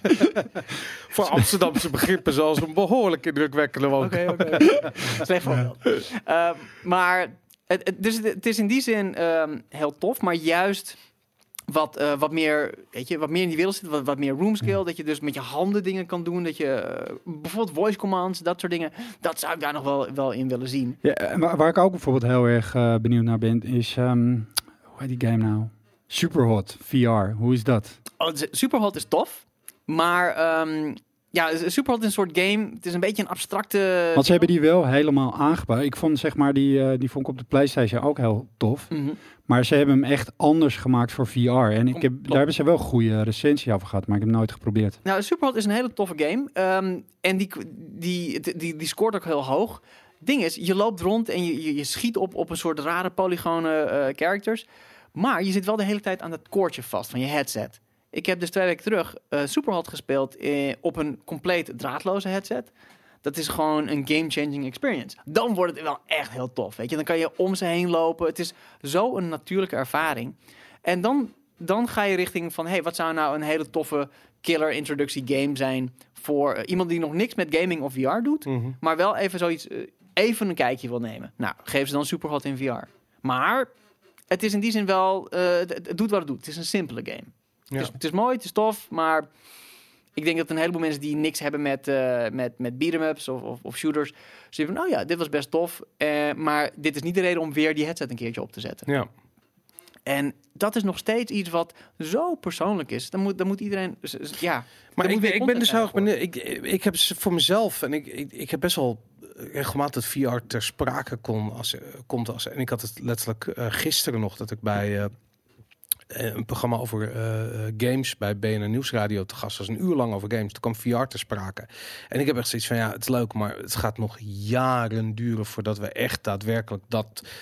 Speaker 2: Voor Amsterdamse begrippen zelfs een behoorlijk indrukwekkende woonkamer.
Speaker 4: Oké, oké. Slecht voorbeeld. Uh, maar het, het, dus het, het is in die zin ehm, heel tof, maar juist wat, eh, wat meer, weet je, wat meer in die wereld zit, wat, wat meer room skill, dat je dus met je handen dingen kan doen, dat je eh, bijvoorbeeld voice commands, dat soort dingen, dat zou ik daar nog wel, wel in willen zien.
Speaker 3: Ja, en waar, waar ik ook bijvoorbeeld heel erg eh, benieuwd naar ben, is, ehm, hoe heet die game nou? Superhot V R, hoe is dat?
Speaker 4: Oh, het is- Superhot is tof, maar ehm, ja, Superhot is een soort game, het is een beetje een abstracte...
Speaker 3: Want ze hebben die wel helemaal aangebouwd. Ik vond zeg maar die, eh, die vond ik op de PlayStation ook heel tof.
Speaker 4: Mhm.
Speaker 3: Maar ze hebben hem echt anders gemaakt voor V R. En ik heb,
Speaker 4: Klopt.
Speaker 3: daar hebben ze wel goede recensie over gehad, maar ik heb hem nooit geprobeerd.
Speaker 4: Nou, Superhot is een hele toffe game. Ehm, en die, die, die, die scoort ook heel hoog. Ding is, je loopt rond en je, je, je schiet op, op een soort rare polygone eh, characters. Maar je zit wel de hele tijd aan dat koordje vast van je headset. Ik heb dus twee weken terug eh, Superhot gespeeld eh, op een compleet draadloze headset. Dat is gewoon een game-changing experience. Dan wordt het wel echt heel tof, weet je. Dan kan je om ze heen lopen. Het is zo een natuurlijke ervaring. En dan, dan ga je richting van... hey, wat zou nou een hele toffe killer introductie game zijn... voor uh, iemand die nog niks met gaming of V R doet...
Speaker 2: Mhm.
Speaker 4: maar wel even zoiets... Uh, even een kijkje wil nemen. Nou, geef ze dan Superhot in V R. Maar het is in die zin wel... Uh, het, het doet wat het doet. Het is een simpele game.
Speaker 2: Ja.
Speaker 4: Het, is, het is mooi, het is tof, maar... ik denk dat een heleboel mensen die niks hebben met, uh, met, met beat-em-ups of, of, of shooters... zeggen van, oh ja, dit was best tof. Uh, maar dit is niet de reden om weer die headset een keertje op te zetten.
Speaker 2: Ja.
Speaker 4: En dat is nog steeds iets wat zo persoonlijk is. Dan moet, dan moet iedereen... z- z- Ja,
Speaker 2: Maar
Speaker 4: er
Speaker 2: ik,
Speaker 4: moet
Speaker 2: ben-
Speaker 4: weer
Speaker 2: ik ben dus heel erg
Speaker 4: content
Speaker 2: benieuwd. Ik, ik heb ze voor mezelf en ik, ik, ik heb best wel regelmatig V R ter sprake kon als, eh, komt als. En ik had het letterlijk eh, gisteren nog dat ik bij eh, een programma over eh, games bij B N N Nieuwsradio te gast was, een uur lang over games. Toen kwam V R ter sprake. En ik heb echt zoiets van ja, het is leuk, maar het gaat nog jaren duren voordat we echt daadwerkelijk dat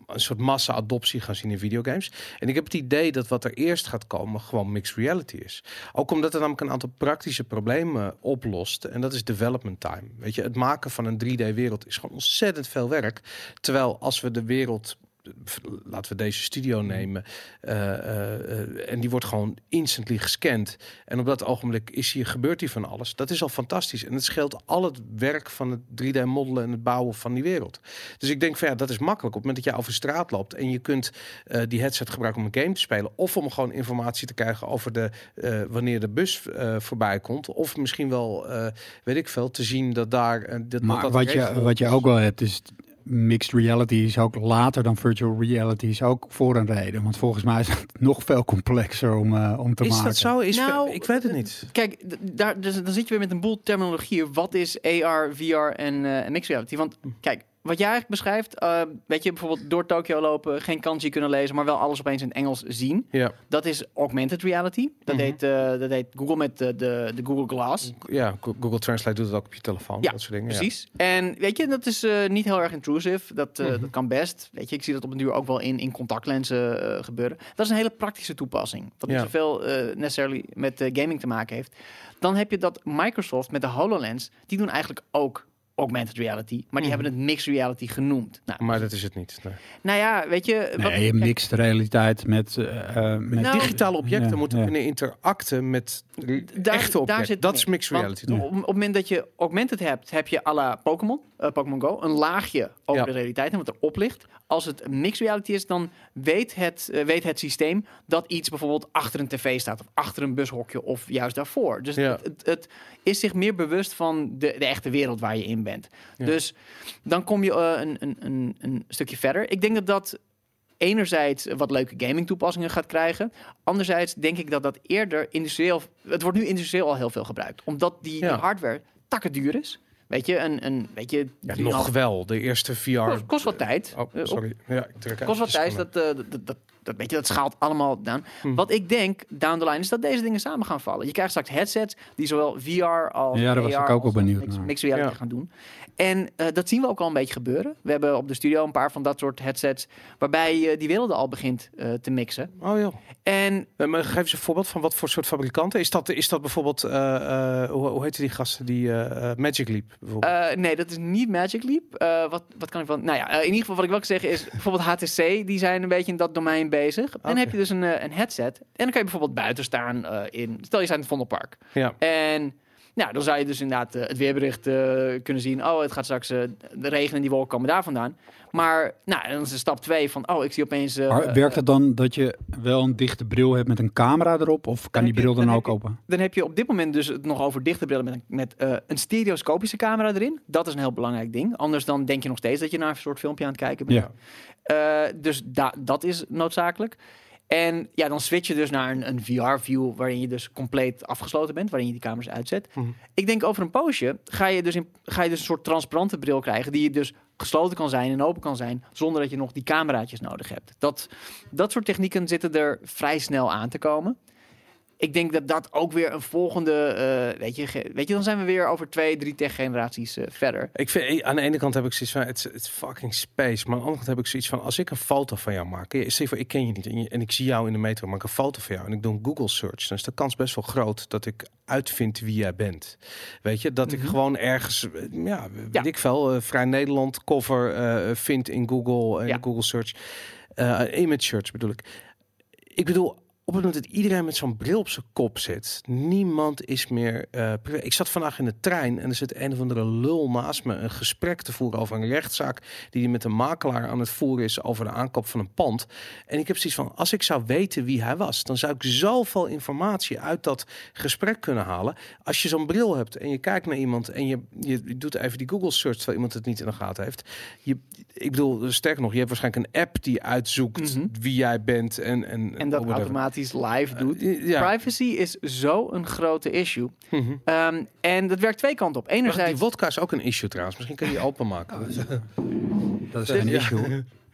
Speaker 2: een soort massa-adoptie gaan zien in videogames. En ik heb het idee dat wat er eerst gaat komen gewoon mixed reality is. Ook omdat het namelijk een aantal praktische problemen oplost. En dat is development time. Weet je, het maken van een drie D-wereld is gewoon ontzettend veel werk. Terwijl als we de wereld... laten we deze studio nemen. Uh, uh, uh, en die wordt gewoon instantly gescand. En op dat ogenblik is hier, gebeurt hier van alles. Dat is al fantastisch. En het scheelt al het werk van het drie D-modellen en het bouwen van die wereld. Dus ik denk van ja, dat is makkelijk. Op het moment dat je over straat loopt en je kunt uh, die headset gebruiken om een game te spelen. Of om gewoon informatie te krijgen over de uh, wanneer de bus uh, voorbij komt. Of misschien wel, uh, weet ik veel, te zien dat daar... Uh, dat,
Speaker 3: maar
Speaker 2: dat
Speaker 3: wat, je, wat je ook wel hebt is... Mixed reality is ook later dan virtual reality is ook voor een reden. Want volgens mij is het nog veel complexer om, uh, om te
Speaker 2: is
Speaker 3: maken.
Speaker 2: Is dat zo? Is
Speaker 4: nou,
Speaker 2: ik weet het niet.
Speaker 4: Kijk, daar, dus, dan zit je weer met een boel terminologie. Wat is A R, V R en, uh, en mixed reality? Want kijk, wat jij eigenlijk beschrijft, uh, weet je, bijvoorbeeld door Tokio lopen, geen kanji kunnen lezen, maar wel alles opeens in het Engels zien.
Speaker 2: Ja.
Speaker 4: Dat is augmented reality. Dat,
Speaker 2: Mm-hmm.
Speaker 4: deed, uh, dat deed Google met de, de, de Google Glass.
Speaker 2: Ja, Google Translate doet het ook op je telefoon.
Speaker 4: Ja,
Speaker 2: dat soort dingen.
Speaker 4: precies. Ja. En weet je, dat is uh, niet heel erg intrusive. Dat, uh,
Speaker 2: Mm-hmm.
Speaker 4: dat kan best. Weet je, ik zie dat op een duur ook wel in, in contactlenzen uh, gebeuren. Dat is een hele praktische toepassing. Wat niet
Speaker 2: Ja.
Speaker 4: zoveel uh, necessarily met uh, gaming te maken heeft. Dan heb je dat Microsoft met de HoloLens, die doen eigenlijk ook augmented reality, maar die
Speaker 2: Mm.
Speaker 4: hebben het mixed reality genoemd. Nou,
Speaker 2: Maar dat is het niet. Nee.
Speaker 4: nou ja, weet je... Wat,
Speaker 3: Nee, je
Speaker 4: kijk,
Speaker 3: mixt realiteit met... Uh, uh, met
Speaker 4: Nou,
Speaker 2: Digitale objecten
Speaker 3: ja,
Speaker 2: moeten
Speaker 3: ja.
Speaker 2: kunnen interacten met
Speaker 4: Daar-
Speaker 2: echte
Speaker 4: daar
Speaker 2: objecten.
Speaker 4: zit
Speaker 2: Dat
Speaker 4: het
Speaker 2: is
Speaker 4: mee.
Speaker 2: mixed
Speaker 4: Want
Speaker 2: reality.
Speaker 3: Ja.
Speaker 2: toch?
Speaker 4: Op, op het moment dat je augmented hebt, heb je à la Pokémon, uh, Pokémon Go, een laagje over
Speaker 2: Ja.
Speaker 4: de realiteit en wat erop ligt. Als het mixed reality is, dan weet het, uh, weet het systeem dat iets bijvoorbeeld achter een tv staat, of achter een bushokje, of juist daarvoor. Dus
Speaker 2: Ja.
Speaker 4: het, het, het is zich meer bewust van de, de echte wereld waar je in bent.
Speaker 2: Ja.
Speaker 4: Dus dan kom je uh, een, een, een, een stukje verder. Ik denk dat dat enerzijds wat leuke gaming toepassingen gaat krijgen. Anderzijds denk ik dat dat eerder industrieel... Het wordt nu industrieel al heel veel gebruikt. Omdat die,
Speaker 2: Ja.
Speaker 4: die hardware takken duur is. Weet je, een, een weet je...
Speaker 2: Ja,
Speaker 4: die
Speaker 2: nog
Speaker 4: half-
Speaker 2: wel. De eerste V R...
Speaker 4: kost, kost wat tijd.
Speaker 2: Oh,
Speaker 4: Eh,
Speaker 2: sorry. Ja, ik trek
Speaker 4: kost wat
Speaker 2: eventjes
Speaker 4: tijd.
Speaker 2: van
Speaker 4: Dat, uh, dat, dat, dat, weet je, dat schaalt allemaal down.
Speaker 2: Hm.
Speaker 4: Wat ik denk, down the line, is dat deze dingen samen gaan vallen. Je krijgt straks headsets die zowel V R als
Speaker 3: Ja, daar was
Speaker 4: A R
Speaker 3: ik ook wel
Speaker 4: als
Speaker 3: benieuwd
Speaker 4: mixed,
Speaker 3: naar.
Speaker 4: mixed reality
Speaker 2: Ja.
Speaker 4: gaan doen. En uh, dat zien we ook al een beetje gebeuren. We hebben op de studio een paar van dat soort headsets waarbij je die werelden al begint uh, te mixen.
Speaker 2: Oh joh.
Speaker 4: En
Speaker 2: Eh, Maar geef eens een voorbeeld van wat voor soort fabrikanten. Is dat, is dat bijvoorbeeld... uh, uh, hoe, hoe heet die gasten? Die uh, uh, Magic Leap bijvoorbeeld.
Speaker 4: Uh, nee, dat is niet Magic Leap. Uh, wat, wat kan ik van... Nou ja, uh, in ieder geval wat ik wel kan zeggen is... bijvoorbeeld H T C, die zijn een beetje in dat domein bezig. Dan
Speaker 2: Oké.
Speaker 4: heb je dus een, uh, een headset. En dan kan je bijvoorbeeld buiten staan uh, in... Stel, je staat in het Vondelpark.
Speaker 2: ja.
Speaker 4: En nou, dan zou je dus inderdaad uh, het weerbericht uh, kunnen zien. Oh, het gaat straks uh, de regen en die wolken komen daar vandaan. Maar nou, dan is stap twee van... Oh, ik zie opeens... Uh,
Speaker 3: Maar werkt het dan dat je wel een dichte bril hebt met een camera erop? Of kan die
Speaker 4: heb je-
Speaker 3: bril dan,
Speaker 4: dan
Speaker 3: ook
Speaker 4: heb je-
Speaker 3: open?
Speaker 4: Dan heb je op dit moment dus het nog over dichte brillen met, een, met uh, een stereoscopische camera erin. Dat is een heel belangrijk ding. Anders dan denk je nog steeds dat je naar een soort filmpje aan het kijken bent.
Speaker 3: Ja.
Speaker 4: Uh, dus da- dat is noodzakelijk. En ja, dan switch je dus naar een, een V R-view waarin je dus compleet afgesloten bent, waarin je die camera's uitzet.
Speaker 2: Mhm.
Speaker 4: Ik denk over een poosje ga je, dus in, ga je dus een soort transparante bril krijgen die je dus gesloten kan zijn en open kan zijn, zonder dat je nog die cameraatjes nodig hebt. Dat, dat soort technieken zitten er vrij snel aan te komen. Ik denk dat dat ook weer een volgende, uh, weet, je, ge- weet je, dan zijn we weer over twee, drie tech-generaties uh, verder.
Speaker 2: Ik vind, aan de ene kant heb ik zoiets van, het is- het is fucking space. Maar aan de andere kant heb ik zoiets van, als ik een foto van jou maak. je- Stel je voor, ik ken je niet en, je- en ik zie jou in de metro, maak een foto van jou en ik doe een Google search. Dan is de kans best wel groot dat ik uitvind wie jij bent. Weet je, dat
Speaker 4: Mhm.
Speaker 2: ik gewoon ergens, eh, ja, weet
Speaker 4: Ja.
Speaker 2: ik veel, eh, Vrij Nederland cover eh, vind in Google en
Speaker 4: Ja.
Speaker 2: Google search. Eh, image search bedoel ik. Ik bedoel, op het moment dat iedereen met zo'n bril op zijn kop zit, niemand is meer eh, privé. Ik zat vandaag in de trein en er zit een of andere lul naast me een gesprek te voeren over een rechtszaak die hij met een makelaar aan het voeren is over de aankoop van een pand. En ik heb zoiets van, als ik zou weten wie hij was, dan zou ik zoveel informatie uit dat gesprek kunnen halen. Als je zo'n bril hebt en je kijkt naar iemand en je, je doet even die Google search terwijl iemand het niet in de gaten heeft. Je, ik bedoel, sterker nog, je hebt waarschijnlijk een app die uitzoekt
Speaker 4: Mhm.
Speaker 2: wie jij bent en en,
Speaker 4: En dat
Speaker 2: whatever.
Speaker 4: automatisch live doet.
Speaker 2: Uh, ja.
Speaker 4: Privacy is zo een grote issue.
Speaker 2: Mhm.
Speaker 4: Um, en dat werkt twee kanten op.
Speaker 2: Wacht,
Speaker 4: Enerzijds...
Speaker 2: die vodka is ook een issue trouwens. Misschien kun je die openmaken.
Speaker 3: Dat is
Speaker 4: Dus-
Speaker 3: een
Speaker 2: Ja.
Speaker 3: issue.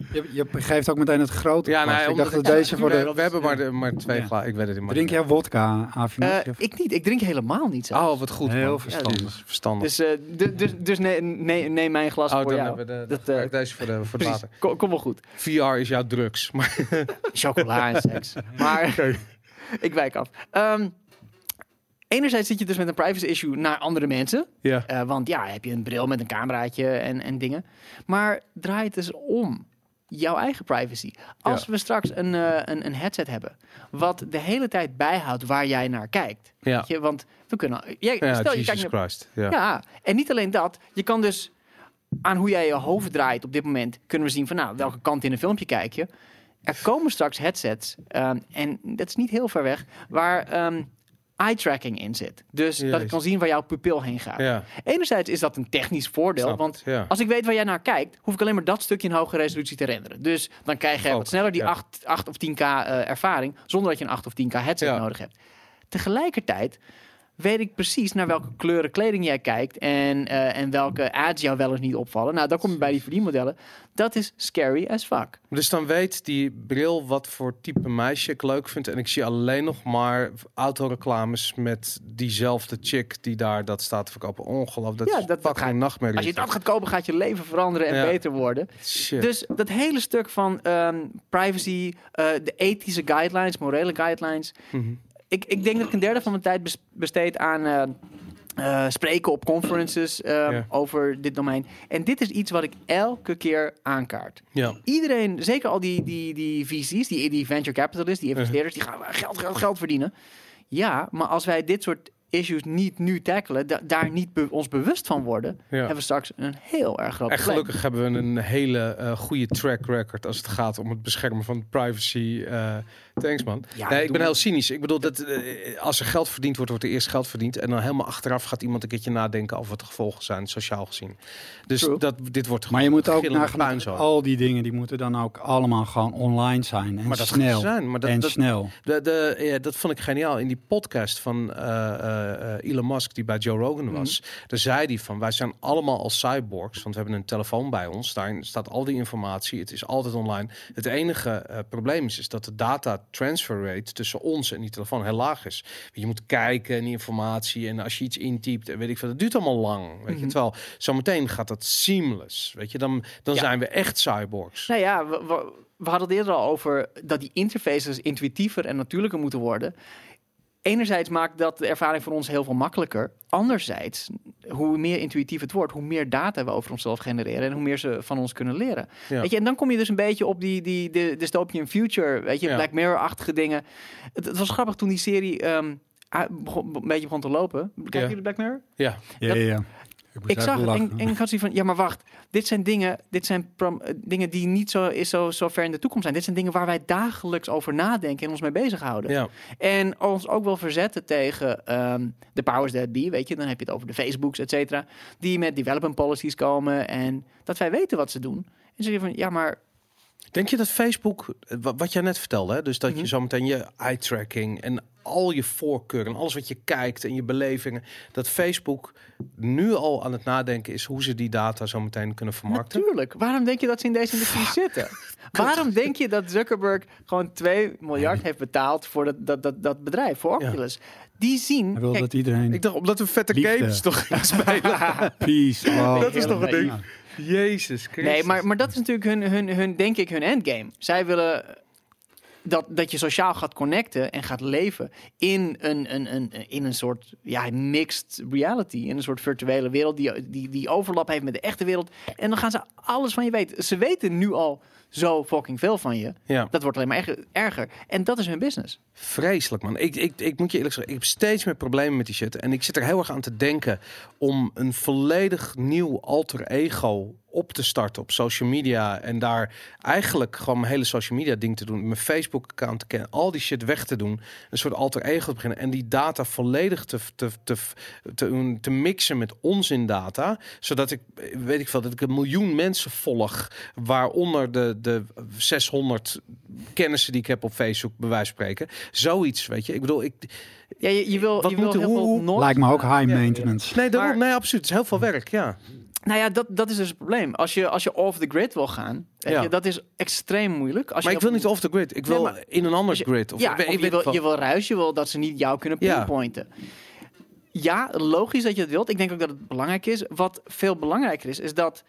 Speaker 3: Je, je geeft ook meteen het grote
Speaker 2: Ja,
Speaker 3: glas.
Speaker 2: nee,
Speaker 3: Ik dacht dat
Speaker 2: omdat
Speaker 3: deze voor de...
Speaker 2: We hebben maar, de, maar twee
Speaker 3: Ja.
Speaker 2: glazen. Ik weet het niet. Maar
Speaker 3: Drink jij wodka, Avinas?
Speaker 4: Uh, ik niet. Ik drink helemaal niet zo.
Speaker 2: Oh, wat goed.
Speaker 3: Heel
Speaker 2: man.
Speaker 3: verstandig.
Speaker 2: Ja, dus verstandig.
Speaker 4: Dus, uh, dus, dus, dus neem nee, nee mijn glas
Speaker 2: oh,
Speaker 4: voor
Speaker 2: dan
Speaker 4: jou.
Speaker 2: hebben we de,
Speaker 4: Dat,
Speaker 2: dat,
Speaker 4: uh,
Speaker 2: deze voor, de, voor het
Speaker 4: Precies.
Speaker 2: water.
Speaker 4: Kom, kom wel goed.
Speaker 2: V R is jouw drugs. Maar
Speaker 4: Chocola en seks. Maar
Speaker 2: okay.
Speaker 4: ik wijk af. Um, enerzijds zit je dus met een privacy issue naar andere mensen.
Speaker 2: ja.
Speaker 4: Uh, want ja, heb je een bril met een cameraatje en, en dingen. Maar draai het eens om. Jouw eigen privacy. Als
Speaker 2: Ja.
Speaker 4: we straks een, uh, een, een headset hebben, wat de hele tijd bijhoudt waar jij naar kijkt.
Speaker 2: Ja.
Speaker 4: Weet je? Want we kunnen... Jij,
Speaker 2: Ja,
Speaker 4: stel, je
Speaker 2: Jesus
Speaker 4: kijkt naar,
Speaker 2: Christ. Ja.
Speaker 4: ja, en niet alleen dat. Je kan dus aan hoe jij je hoofd draait op dit moment, kunnen we zien van nou, welke kant in een filmpje kijk je. Er komen straks headsets, um, en dat is niet heel ver weg, waar um, eye tracking in zit. Dus
Speaker 2: Jezus.
Speaker 4: dat ik kan zien waar jouw pupil heen gaat.
Speaker 2: Ja.
Speaker 4: Enerzijds is dat een technisch voordeel,
Speaker 2: Snap
Speaker 4: want
Speaker 2: het, ja.
Speaker 4: als ik weet waar jij naar kijkt, hoef ik alleen maar dat stukje in hoge resolutie te renderen. Dus dan krijg je
Speaker 2: Ook,
Speaker 4: wat sneller die
Speaker 2: ja.
Speaker 4: acht, acht of tien k uh, ervaring, zonder dat je een acht of tien k headset
Speaker 2: Ja.
Speaker 4: nodig hebt. Tegelijkertijd weet ik precies naar welke kleuren kleding jij kijkt en, uh, en welke ads jou wel eens niet opvallen. Nou, dan kom je bij die verdienmodellen. Dat is scary as fuck.
Speaker 2: Dus dan weet die bril wat voor type meisje ik leuk vind. En ik zie alleen nog maar autoreclames met diezelfde chick die daar dat staat te verkopen. Ongelooflijk. Dat
Speaker 4: Ja,
Speaker 2: is
Speaker 4: dat- dat
Speaker 2: fucking
Speaker 4: gaat-
Speaker 2: nachtmerrie.
Speaker 4: Als je dat gaat kopen, gaat je leven veranderen en
Speaker 2: Ja.
Speaker 4: beter worden.
Speaker 2: Shit.
Speaker 4: Dus dat hele stuk van um, privacy, uh, de ethische guidelines, morele guidelines.
Speaker 2: Mhm.
Speaker 4: Ik, ik denk dat ik een derde van mijn tijd bes- besteed aan uh, uh, spreken op conferences um,
Speaker 2: Ja.
Speaker 4: over dit domein. En dit is iets wat ik elke keer aankaart.
Speaker 2: Ja.
Speaker 4: Iedereen, zeker al die, die, die V C's, die, die venture capitalists, die investeerders, die gaan geld, geld, geld verdienen. Ja, maar als wij dit soort issues niet nu tackelen, da- daar niet be- ons bewust van worden,
Speaker 2: Ja.
Speaker 4: hebben we straks een heel erg groot
Speaker 2: En
Speaker 4: probleem.
Speaker 2: gelukkig hebben we een hele uh, goede track record als het gaat om het beschermen van privacy. Uh, thanks man.
Speaker 4: Ja,
Speaker 2: nee, ik
Speaker 4: doe-
Speaker 2: ben heel cynisch. Ik bedoel, dat uh, als er geld verdiend wordt, wordt er eerst geld verdiend. En dan helemaal achteraf gaat iemand een keertje nadenken over wat de gevolgen zijn, sociaal gezien. Dus
Speaker 4: True.
Speaker 2: dat, dit wordt
Speaker 3: Maar je moet ook
Speaker 2: gillende
Speaker 3: nagaan,
Speaker 2: puinzooi.
Speaker 3: al die dingen die moeten dan ook allemaal gewoon online zijn. En
Speaker 2: Maar dat
Speaker 3: snel.
Speaker 2: gaat zijn. Maar dat,
Speaker 3: en
Speaker 2: dat,
Speaker 3: snel.
Speaker 2: De, de, ja, dat vond ik geniaal. In die podcast van uh, uh, Elon Musk, die bij Joe Rogan was,
Speaker 4: Mhm.
Speaker 2: daar zei hij van, wij zijn allemaal als cyborgs, want we hebben een telefoon bij ons. Daarin staat al die informatie. Het is altijd online. Het enige uh, probleem is, is dat de data transfer rate tussen ons en die telefoon heel laag is. Je moet kijken en die informatie, en als je iets intypt, en weet ik veel, dat duurt allemaal lang. Weet
Speaker 4: Mhm.
Speaker 2: je, terwijl zometeen gaat dat seamless. Weet je, dan, dan
Speaker 4: Ja.
Speaker 2: zijn we echt cyborgs.
Speaker 4: Nou ja, we, we, we hadden het eerder al over dat die interfaces intuïtiever en natuurlijker moeten worden. Enerzijds maakt dat de ervaring voor ons heel veel makkelijker. Anderzijds, hoe meer intuïtief het wordt, hoe meer data we over onszelf genereren en hoe meer ze van ons kunnen leren.
Speaker 2: Ja.
Speaker 4: Weet je, en dan kom je dus een beetje op die, die de dystopian future, weet je,
Speaker 2: Ja.
Speaker 4: Black Mirror-achtige dingen. Het, het was grappig toen die serie um, begon, een beetje begon te lopen. Kijken
Speaker 2: Ja.
Speaker 4: jullie Black Mirror?
Speaker 2: Ja.
Speaker 3: Ja,
Speaker 4: Dat-
Speaker 3: ja, ja. moest
Speaker 4: Ik
Speaker 3: even
Speaker 4: zag het
Speaker 3: lachen.
Speaker 4: en, en ik had zoiets van, ja, maar wacht. Dit zijn dingen, dit zijn prom- eh, dingen die niet zo, is zo, zo ver in de toekomst zijn. Dit zijn dingen waar wij dagelijks over nadenken en ons mee bezighouden.
Speaker 2: Ja.
Speaker 4: En ons ook wel verzetten tegen ehm, de powers that be, weet je. Dan heb je het over de Facebooks, et cetera. Die met development policies komen en dat wij weten wat ze doen. En ze zeggen van, ja, maar
Speaker 2: Denk je dat Facebook, wa- wat jij net vertelde, hè? Dus dat
Speaker 4: Mhm.
Speaker 2: je zometeen je eye tracking en al je voorkeuren, alles wat je kijkt en je belevingen, dat Facebook nu al aan het nadenken is hoe ze die data zo meteen kunnen vermarkten?
Speaker 4: natuurlijk. Waarom denk je dat ze in deze industrie zitten? Waarom denk je dat Zuckerberg gewoon twee miljard heeft betaald voor dat, dat, dat, dat bedrijf, voor
Speaker 2: Ja.
Speaker 4: Oculus? Die zien...
Speaker 3: Hij wil
Speaker 4: kijk,
Speaker 3: dat iedereen
Speaker 2: Ik dacht, omdat we vette
Speaker 3: Liefde.
Speaker 2: games toch gaan spelen.
Speaker 3: peace, wow.
Speaker 2: Dat is toch een ding?
Speaker 3: Ja.
Speaker 2: Jezus Christus.
Speaker 4: Nee, maar, maar dat is natuurlijk hun, hun, hun, denk ik, hun endgame. Zij willen dat, dat je sociaal gaat connecten en gaat leven in een, een, een, in een soort ja, mixed reality. In een soort virtuele wereld die, die, die overlap heeft met de echte wereld. En dan gaan ze alles van je weten. Ze weten nu al zo fucking veel van je.
Speaker 2: Ja.
Speaker 4: Dat wordt alleen maar erger. erger. En dat is hun business.
Speaker 2: Vreselijk, man. Ik, ik, ik moet je eerlijk zeggen, ik heb steeds meer problemen met die shit. En ik zit er heel erg aan te denken om een volledig nieuw alter ego op te starten op social media. En daar eigenlijk gewoon mijn hele social media ding te doen. Mijn Facebook account te kennen. Al die shit weg te doen. Een soort alter ego te beginnen. En die data volledig te, te, te, te, te mixen met onzin data. Zodat ik, weet ik veel, dat ik een miljoen mensen volg. Waaronder de, de zeshonderd kennissen die ik heb op Facebook, bij wijze van spreken. Zoiets, weet je. Ik bedoel, ik...
Speaker 4: Ja, je, je wil,
Speaker 2: Wat
Speaker 4: je wil
Speaker 2: moet er-
Speaker 4: heel
Speaker 2: hoe-
Speaker 4: veel
Speaker 2: hoe-
Speaker 4: noise-
Speaker 3: Lijkt me ook high
Speaker 4: Ja, ja, ja.
Speaker 3: maintenance.
Speaker 2: Nee, daarom,
Speaker 4: Maar-
Speaker 2: nee, absoluut. Het is heel veel werk, ja.
Speaker 4: Nou ja, dat, dat is dus het probleem. Als je, als je off the grid wil gaan, weet
Speaker 2: Ja.
Speaker 4: je, dat is extreem moeilijk. Als
Speaker 2: Maar
Speaker 4: je
Speaker 2: ik wil
Speaker 4: op-
Speaker 2: niet off the grid. Ik wil
Speaker 4: Nee, maar
Speaker 2: in een ander
Speaker 4: als je-
Speaker 2: grid. Of,
Speaker 4: ja,
Speaker 2: ik weet-
Speaker 4: of
Speaker 2: ik
Speaker 4: je,
Speaker 2: weet
Speaker 4: wil,
Speaker 2: wel-
Speaker 4: je wil ruis, je wil dat ze niet jou kunnen
Speaker 2: Ja.
Speaker 4: pinpointen. Ja, logisch dat je het wilt. Ik denk ook dat het belangrijk is. Wat veel belangrijker is, is dat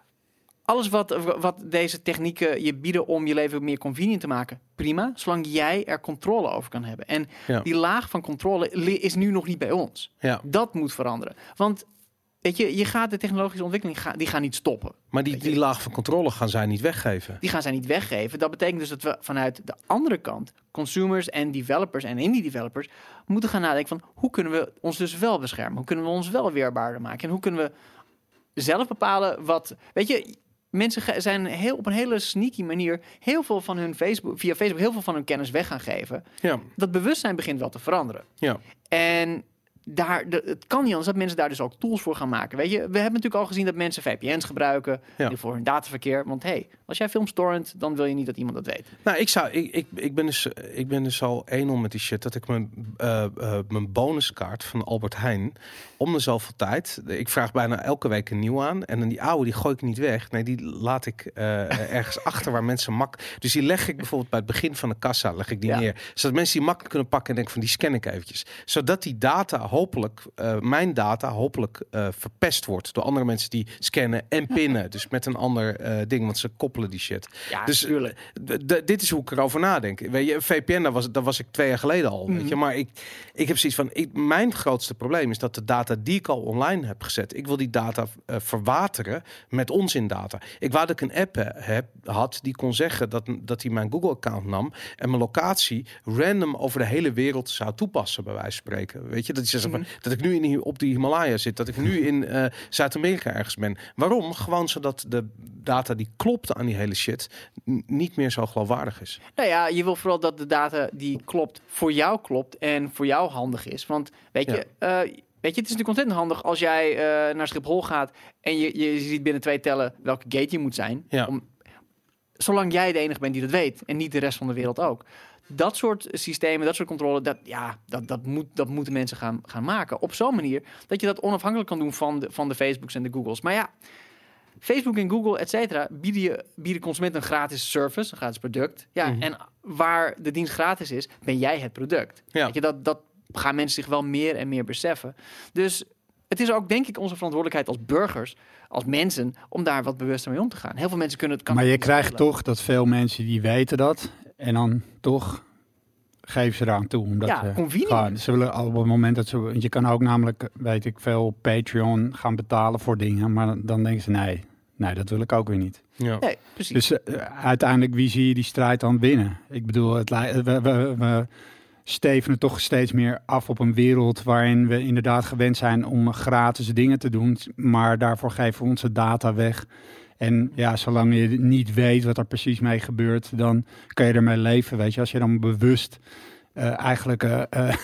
Speaker 4: alles wat, wat deze technieken je bieden om je leven meer convenient te maken, prima, zolang jij er controle over kan hebben. En
Speaker 2: Ja.
Speaker 4: die laag van controle li- is nu nog niet bij ons.
Speaker 2: Ja.
Speaker 4: Dat moet veranderen. Want weet je, je gaat de technologische ontwikkeling ga, die gaan niet stoppen.
Speaker 2: Maar die,
Speaker 4: Weet je-
Speaker 2: die laag van controle gaan zij niet weggeven.
Speaker 4: Die gaan zij niet weggeven. Dat betekent dus dat we vanuit de andere kant, consumers en developers en indie developers, moeten gaan nadenken van hoe kunnen we ons dus wel beschermen? Hoe kunnen we ons wel weerbaarder maken? En hoe kunnen we zelf bepalen wat... Weet je, mensen ge- zijn heel, op een hele sneaky manier heel veel van hun Facebook, via Facebook heel veel van hun kennis weg gaan geven.
Speaker 2: Ja,
Speaker 4: Dat bewustzijn begint wel te veranderen.
Speaker 2: ja.
Speaker 4: En daar, de, het kan niet anders dat mensen daar dus ook tools voor gaan maken. Weet je, we hebben natuurlijk al gezien dat mensen V P N's gebruiken
Speaker 2: Ja.
Speaker 4: voor hun dataverkeer. Want hey, als jij films torrent, dan wil je niet dat iemand dat weet.
Speaker 2: Nou, ik, zou, ik, ik, ik, ben dus, ik ben dus al één met die shit dat ik mijn, uh, uh, mijn bonuskaart van Albert Heijn om de zoveel tijd, ik vraag bijna elke week een nieuw aan. En dan die oude, die gooi ik niet weg. Nee, die laat ik uh, ergens achter waar mensen mak. Dus die leg ik bijvoorbeeld bij het begin van de kassa, leg ik die
Speaker 4: Ja.
Speaker 2: neer. Zodat mensen die makkelijk kunnen pakken en denken van die scan ik eventjes. Zodat die data hopelijk, uh, mijn data hopelijk uh, verpest wordt door andere mensen die scannen en pinnen. Dus met een ander uh, ding, want ze koppelen die shit.
Speaker 4: Ja,
Speaker 2: Dus
Speaker 4: tuurlijk.
Speaker 2: D- d- dit is hoe ik erover nadenk. Weet je, V P N, daar was, daar was ik twee jaar geleden al. Weet je, maar ik, ik heb zoiets van, ik, mijn grootste probleem is dat de data die ik al online heb gezet, ik wil die data uh, verwateren met onzindata. Ik wou dat ik een app he- heb, had die kon zeggen dat, dat hij mijn Google-account nam en mijn locatie random over de hele wereld zou toepassen, bij wijze van spreken. Weet je, dat, je zegt van, dat ik nu in, die- op die Himalaya zit, dat ik nu in uh, Zuid-Amerika ergens ben. Waarom? Gewoon zodat de data die klopt aan die hele shit n- niet meer zo geloofwaardig is.
Speaker 4: Nou ja, je wil vooral dat de data die klopt voor jou klopt en voor jou handig is. Want weet je,
Speaker 2: Ja.
Speaker 4: uh, weet je, het is natuurlijk ontzettend handig als jij uh, naar Schiphol gaat en je, je ziet binnen twee tellen welke gate je moet zijn.
Speaker 2: Ja.
Speaker 4: Om, zolang jij de enige bent die dat weet en niet de rest van de wereld ook. Dat soort systemen, dat soort controle, dat, ja, dat, dat, moet, dat moeten mensen gaan, gaan maken. Op zo'n manier dat je dat onafhankelijk kan doen van de, van de Facebooks en de Googles. Maar ja, Facebook en Google, et cetera, bieden, je, bieden consumenten een gratis service, een gratis product. Ja,
Speaker 2: Mhm.
Speaker 4: en waar de dienst gratis is, ben jij het product.
Speaker 2: Ja.
Speaker 4: Weet je, dat, dat gaan mensen zich wel meer en meer beseffen. Dus het is ook, denk ik, onze verantwoordelijkheid als burgers, als mensen, om daar wat bewuster mee om te gaan. Heel veel mensen kunnen het... kan
Speaker 3: Maar je
Speaker 4: niet
Speaker 3: krijgt
Speaker 4: schelen.
Speaker 3: toch dat veel mensen die weten dat en dan toch geven ze eraan toe. Omdat
Speaker 4: Ja,
Speaker 3: ze
Speaker 4: convenient.
Speaker 3: gaan, ze willen al op het moment dat ze, want je kan ook namelijk, weet ik veel, Patreon gaan betalen voor dingen, maar dan, dan denken ze nee, nee, dat wil ik ook weer niet.
Speaker 2: Ja.
Speaker 4: Nee, precies.
Speaker 3: Dus uh, uiteindelijk, wie zie je die strijd dan winnen? Ik bedoel, het, li- we, we, we stevenen toch steeds meer af op een wereld waarin we inderdaad gewend zijn om gratis dingen te doen, maar daarvoor geven we onze data weg. En ja, zolang je niet weet wat er precies mee gebeurt, dan kan je ermee leven, weet je. Als je dan bewust uh, eigenlijk uh, uh,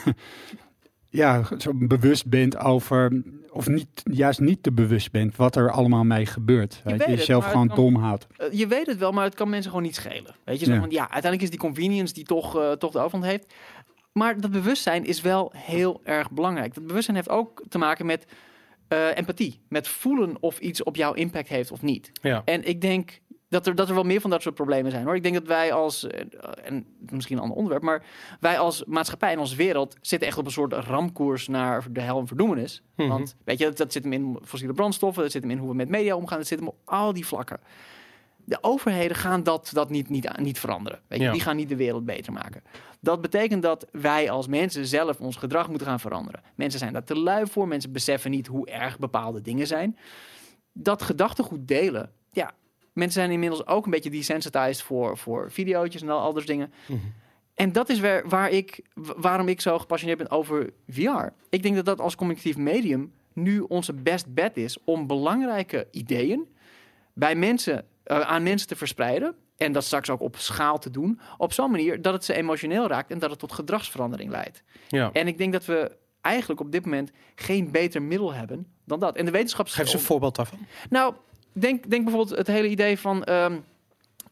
Speaker 3: ja, zo bewust bent over, of niet, juist niet te bewust bent wat er allemaal mee gebeurt. Weet je,
Speaker 4: weet het,
Speaker 3: jezelf
Speaker 4: maar
Speaker 3: gewoon
Speaker 4: het kan-
Speaker 3: dom houdt.
Speaker 4: Uh, je weet het wel, maar het kan mensen gewoon niet schelen. Weet je, zo
Speaker 3: Ja.
Speaker 4: van, ja, uiteindelijk is die convenience die toch, uh, toch de overhand heeft. Maar dat bewustzijn is wel heel erg belangrijk. Dat bewustzijn heeft ook te maken met uh, empathie. Met voelen of iets op jou impact heeft of niet.
Speaker 2: Ja.
Speaker 4: En ik denk dat er, dat er wel meer van dat soort problemen zijn, hoor. Ik denk dat wij als, uh, en misschien een ander onderwerp, maar wij als maatschappij en als wereld zitten echt op een soort ramkoers naar de hel en verdoemenis.
Speaker 2: Mhm.
Speaker 4: Want weet je, dat, dat zit hem in fossiele brandstoffen, dat zit hem in hoe we met media omgaan, dat zit hem op al die vlakken. De overheden gaan dat, dat niet, niet, niet veranderen. Weet je?
Speaker 2: Ja.
Speaker 4: Die gaan niet de wereld beter maken. Dat betekent dat wij als mensen zelf ons gedrag moeten gaan veranderen. Mensen zijn daar te lui voor. Mensen beseffen niet hoe erg bepaalde dingen zijn. Dat gedachtegoed delen. Ja, mensen zijn inmiddels ook een beetje desensitized voor, voor videootjes en al, al dat soort dingen.
Speaker 2: Mhm.
Speaker 4: En dat is waar, waar ik, waarom ik zo gepassioneerd ben over V R. Ik denk dat dat als communicatief medium nu onze best bet is om belangrijke ideeën bij mensen, uh, aan mensen te verspreiden. En dat straks ook op schaal te doen. Op zo'n manier dat het ze emotioneel raakt en dat het tot gedragsverandering leidt.
Speaker 2: Ja.
Speaker 4: En ik denk dat we eigenlijk op dit moment geen beter middel hebben dan dat. En de wetenschap...
Speaker 2: Geef eens een voorbeeld daarvan.
Speaker 4: Nou, denk, denk bijvoorbeeld het hele idee van... Um,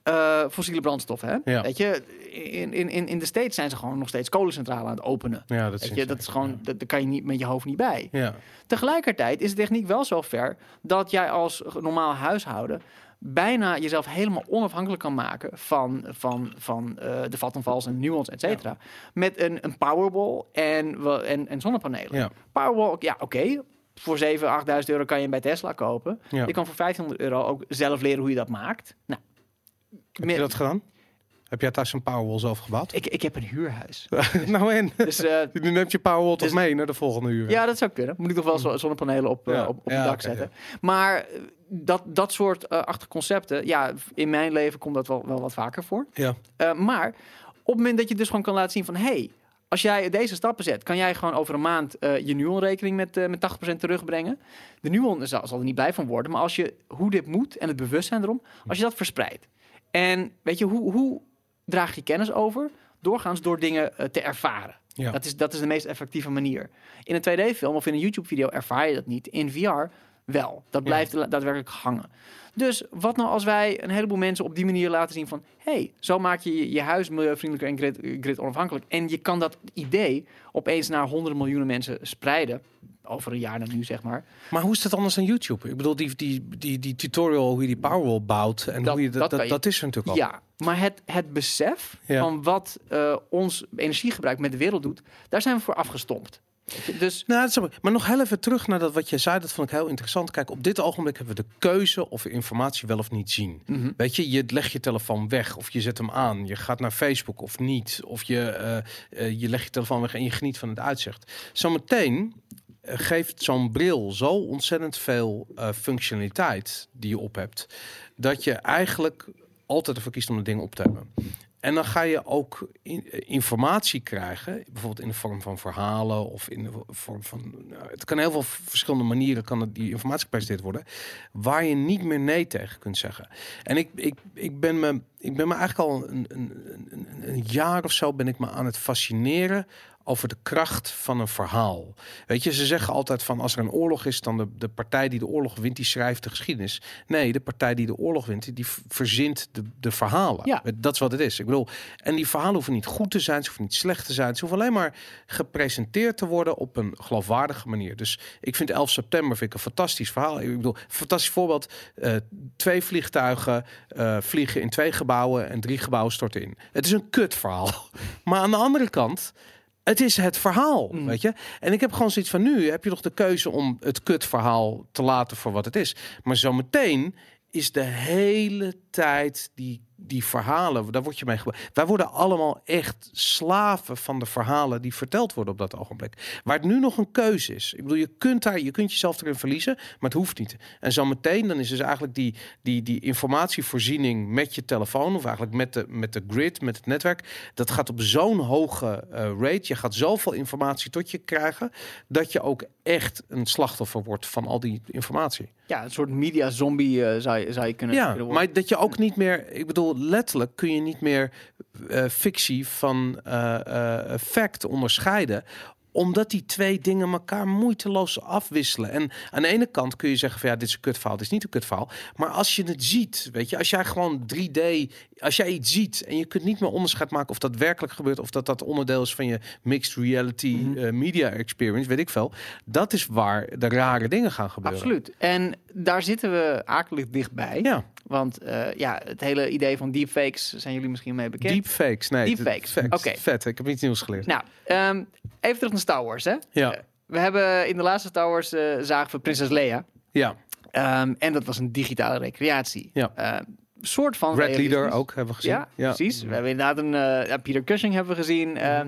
Speaker 4: uh, fossiele brandstoffen. Hè?
Speaker 2: Ja.
Speaker 4: Weet je, in, in, in de States zijn ze gewoon nog steeds kolencentralen aan het openen.
Speaker 2: Ja, dat,
Speaker 4: Weet je, dat is gewoon,
Speaker 2: ja.
Speaker 4: dat, daar kan je niet met je hoofd niet bij.
Speaker 2: Ja.
Speaker 4: Tegelijkertijd is de techniek wel zo ver dat jij als normaal huishouden bijna jezelf helemaal onafhankelijk kan maken van, van, van uh, de Vattenfalls en Nuons, et cetera. Ja. Met een, een Powerball en, en, en zonnepanelen. Ja. Powerball, ja, oké. Okay. Voor zevenduizend, achtduizend euro kan je hem bij Tesla kopen. Ja. Je kan voor vijftienhonderd euro ook zelf leren hoe je dat maakt. Nou,
Speaker 2: heb meer... je dat gedaan? Heb jij thuis een Powerwall zelf gebouwd?
Speaker 4: Ik, ik heb een huurhuis.
Speaker 2: nou en? Dus, uh, nu neemt je Powerwall dus, toch mee naar de volgende huur?
Speaker 4: Ja, dat zou kunnen. Moet ik toch wel zonnepanelen op, ja. uh, op, op ja, het dak okay, zetten. Ja. Maar dat, dat soort uh, achterconcepten, ja, in mijn leven komt dat wel, wel wat vaker voor.
Speaker 2: Ja.
Speaker 4: Uh, maar op het moment dat je dus gewoon kan laten zien van, hey, als jij deze stappen zet, kan jij gewoon over een maand uh, je Nuon-rekening met, uh, met tachtig procent terugbrengen. De Nuon zal, zal er niet blij van worden, maar als je hoe dit moet en het bewustzijn erom, als je dat verspreidt. En weet je, hoe, hoe draag je kennis over? Doorgaans door dingen uh, te ervaren. Ja. Dat is, dat is de meest effectieve manier. In een twee D-film of in een YouTube-video ervaar je dat niet. In V R wel. Dat blijft ja. daadwerkelijk hangen. Dus wat nou als wij een heleboel mensen op die manier laten zien van, hey, zo maak je je huis milieuvriendelijker en grid, grid onafhankelijk. En je kan dat idee opeens naar honderden miljoenen mensen spreiden. Over een jaar naar nu, zeg maar.
Speaker 2: Maar hoe is dat anders dan YouTube? Ik bedoel, die, die, die, die tutorial hoe je die Powerwall bouwt en dat, hoe je dat, dat, dat, je, dat is er natuurlijk al.
Speaker 4: Ja, maar het, het besef ja. van wat uh, ons energiegebruik met de wereld doet, daar zijn we voor afgestompt. Dus...
Speaker 2: Nou, dat is maar, maar nog heel even terug naar dat wat je zei, dat vond ik heel interessant. Kijk, op dit ogenblik hebben we de keuze of we informatie wel of niet zien. Mm-hmm. Weet je, je legt je telefoon weg of je zet hem aan. Je gaat naar Facebook of niet. Of je, uh, uh, je legt je telefoon weg en je geniet van het uitzicht. Zometeen geeft zo'n bril zo ontzettend veel uh, functionaliteit die je op hebt, dat je eigenlijk altijd ervoor kiest om de dingen op te hebben. En dan ga je ook in, informatie krijgen, bijvoorbeeld in de vorm van verhalen of in de vorm van, nou, het kan heel veel verschillende manieren kan het, die informatie gepresenteerd worden, waar je niet meer nee tegen kunt zeggen. En ik, ik, ik ben me, ik ben me eigenlijk al een, een, een, een jaar of zo ben ik me aan het fascineren over de kracht van een verhaal. Weet je, ze zeggen altijd van als er een oorlog is, dan de, de partij die de oorlog wint, die schrijft de geschiedenis. Nee, de partij die de oorlog wint, die verzint de, de verhalen. Ja. Dat is wat het is. Ik bedoel, en die verhalen hoeven niet goed te zijn, ze hoeven niet slecht te zijn. Ze hoeven alleen maar gepresenteerd te worden op een geloofwaardige manier. Dus ik vind elf september vind ik een fantastisch verhaal. Ik bedoel, een fantastisch voorbeeld. Uh, twee vliegtuigen uh, vliegen in twee gebouwen en drie gebouwen storten in. Het is een kut verhaal. Maar aan de andere kant, het is het verhaal, mm. weet je. En ik heb gewoon zoiets van, nu heb je nog de keuze om het kutverhaal te laten voor wat het is. Maar zometeen is de hele tijd die, die verhalen, daar word je mee gebruikt. Wij worden allemaal echt slaven van de verhalen die verteld worden op dat ogenblik. Waar het nu nog een keuze is. Ik bedoel, je kunt daar, je kunt jezelf erin verliezen, maar het hoeft niet. En zometeen, dan is dus eigenlijk die, die, die informatievoorziening met je telefoon, of eigenlijk met de, met de grid, met het netwerk, dat gaat op zo'n hoge uh, rate. Je gaat zoveel informatie tot je krijgen, dat je ook echt een slachtoffer wordt van al die informatie.
Speaker 4: Ja, een soort media zombie uh, zou, je, zou je kunnen,
Speaker 2: ja,
Speaker 4: kunnen worden.
Speaker 2: Maar dat je ook niet meer, ik bedoel, letterlijk kun je niet meer uh, fictie van uh, uh, fact onderscheiden, omdat die twee dingen elkaar moeiteloos afwisselen. En aan de ene kant kun je zeggen van ja, dit is een kutverhaal, dit is niet een kutverhaal. Maar als je het ziet, weet je, als jij gewoon drie D, als jij iets ziet en je kunt niet meer onderscheid maken of dat werkelijk gebeurt of dat dat onderdeel is van je mixed reality mm-hmm. uh, media experience, weet ik veel. Dat is waar de rare dingen gaan gebeuren.
Speaker 4: Absoluut. En daar zitten we akelig dichtbij.
Speaker 2: Ja.
Speaker 4: Want uh, ja, het hele idee van deepfakes zijn jullie misschien mee bekend.
Speaker 2: Deepfakes, nee.
Speaker 4: Deepfakes, oké. Okay.
Speaker 2: Vet, ik heb iets nieuws geleerd.
Speaker 4: Nou, um, even terug naar Star Wars, hè?
Speaker 2: Ja.
Speaker 4: Uh, we hebben in de laatste Star Wars uh, zagen we prinses Leia.
Speaker 2: Ja.
Speaker 4: Um, en dat was een digitale recreatie.
Speaker 2: Ja.
Speaker 4: Uh, soort van
Speaker 2: Red Leader ook hebben we gezien.
Speaker 4: Ja, ja. precies. We hebben inderdaad een uh, ja, Peter Cushing hebben we gezien. Uh,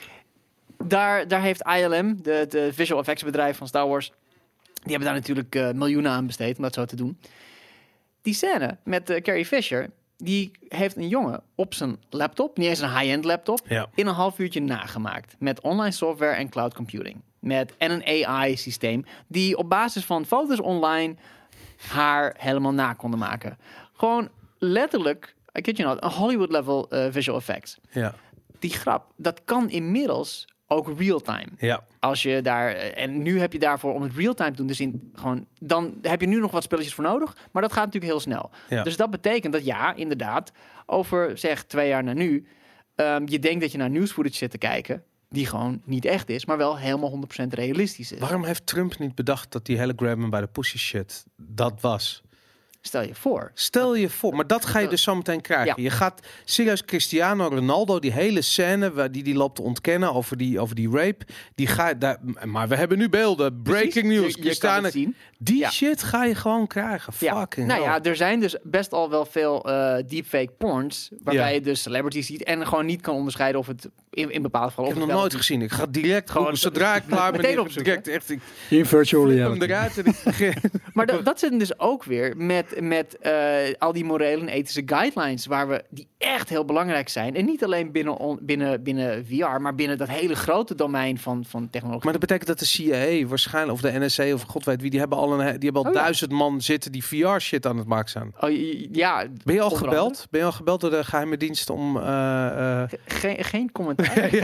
Speaker 4: daar, daar heeft I L M, de, de visual effects bedrijf van Star Wars, die hebben daar natuurlijk uh, miljoenen aan besteed om dat zo te doen. Die scène met uh, Carrie Fisher, die heeft een jongen op zijn laptop, niet eens een high-end laptop,
Speaker 2: ja.
Speaker 4: in een half uurtje nagemaakt. Met online software en cloud computing. Met, en een A I-systeem die op basis van foto's online haar helemaal na konden maken. Gewoon letterlijk, I kid you not, een Hollywood-level uh, visual effects.
Speaker 2: Ja.
Speaker 4: Die grap, dat kan inmiddels ook real-time.
Speaker 2: Ja.
Speaker 4: Als je daar, en nu heb je daarvoor om het real-time te doen, dus in, gewoon, dan heb je nu nog wat spelletjes voor nodig, maar dat gaat natuurlijk heel snel.
Speaker 2: Ja.
Speaker 4: Dus dat betekent dat ja, inderdaad, over zeg twee jaar naar nu, um, je denkt dat je naar nieuwsfootage zit te kijken, die gewoon niet echt is, maar wel helemaal honderd procent realistisch is.
Speaker 2: Waarom heeft Trump niet bedacht dat die hele grab me bij de pussy shit dat was?
Speaker 4: Stel je voor.
Speaker 2: Stel je voor, maar dat ga je dus zo meteen krijgen.
Speaker 4: Ja.
Speaker 2: Je gaat serieus Cristiano Ronaldo, die hele scène waar die die loopt te ontkennen over die, over die rape, die ga daar. Maar we hebben nu beelden, breaking
Speaker 4: Precies.
Speaker 2: news.
Speaker 4: Je, je kan
Speaker 2: Cristiano,
Speaker 4: het zien.
Speaker 2: die
Speaker 4: Ja.
Speaker 2: shit ga je gewoon krijgen.
Speaker 4: Ja.
Speaker 2: Fucking
Speaker 4: Nou
Speaker 2: hell.
Speaker 4: ja, er zijn dus best al wel veel uh, deepfake porns, waarbij
Speaker 2: Ja.
Speaker 4: je dus celebrities ziet en gewoon niet kan onderscheiden of het in, in bepaalde gevallen...
Speaker 2: Ik heb
Speaker 4: of
Speaker 2: nog
Speaker 4: het
Speaker 2: nooit gezien. Ik ga direct
Speaker 4: Gewoon-
Speaker 2: gewoon zodra ik klaar ben.
Speaker 4: Meteen
Speaker 2: ik
Speaker 4: opzoeken,
Speaker 2: direct echt. Ik
Speaker 3: In virtual
Speaker 2: flip hem
Speaker 3: reality.
Speaker 2: eruit en ik begin.
Speaker 4: Maar dat, dat zit dus ook weer met, met uh, al die morele en ethische guidelines, waar we, die echt heel belangrijk zijn. En niet alleen binnen, on, binnen, binnen V R, maar binnen dat hele grote domein van, van technologie.
Speaker 2: Maar dat betekent dat de C I A waarschijnlijk, of de N S A, of god weet wie, die hebben al, een, die hebben al
Speaker 4: Oh, ja.
Speaker 2: duizend man zitten die V R shit aan het maken zijn.
Speaker 4: Oh, j- ja,
Speaker 2: Ben je al
Speaker 4: onder
Speaker 2: gebeld? Ben je al gebeld door de geheime dienst om... eh, eh,
Speaker 4: Geen, geen commentaar.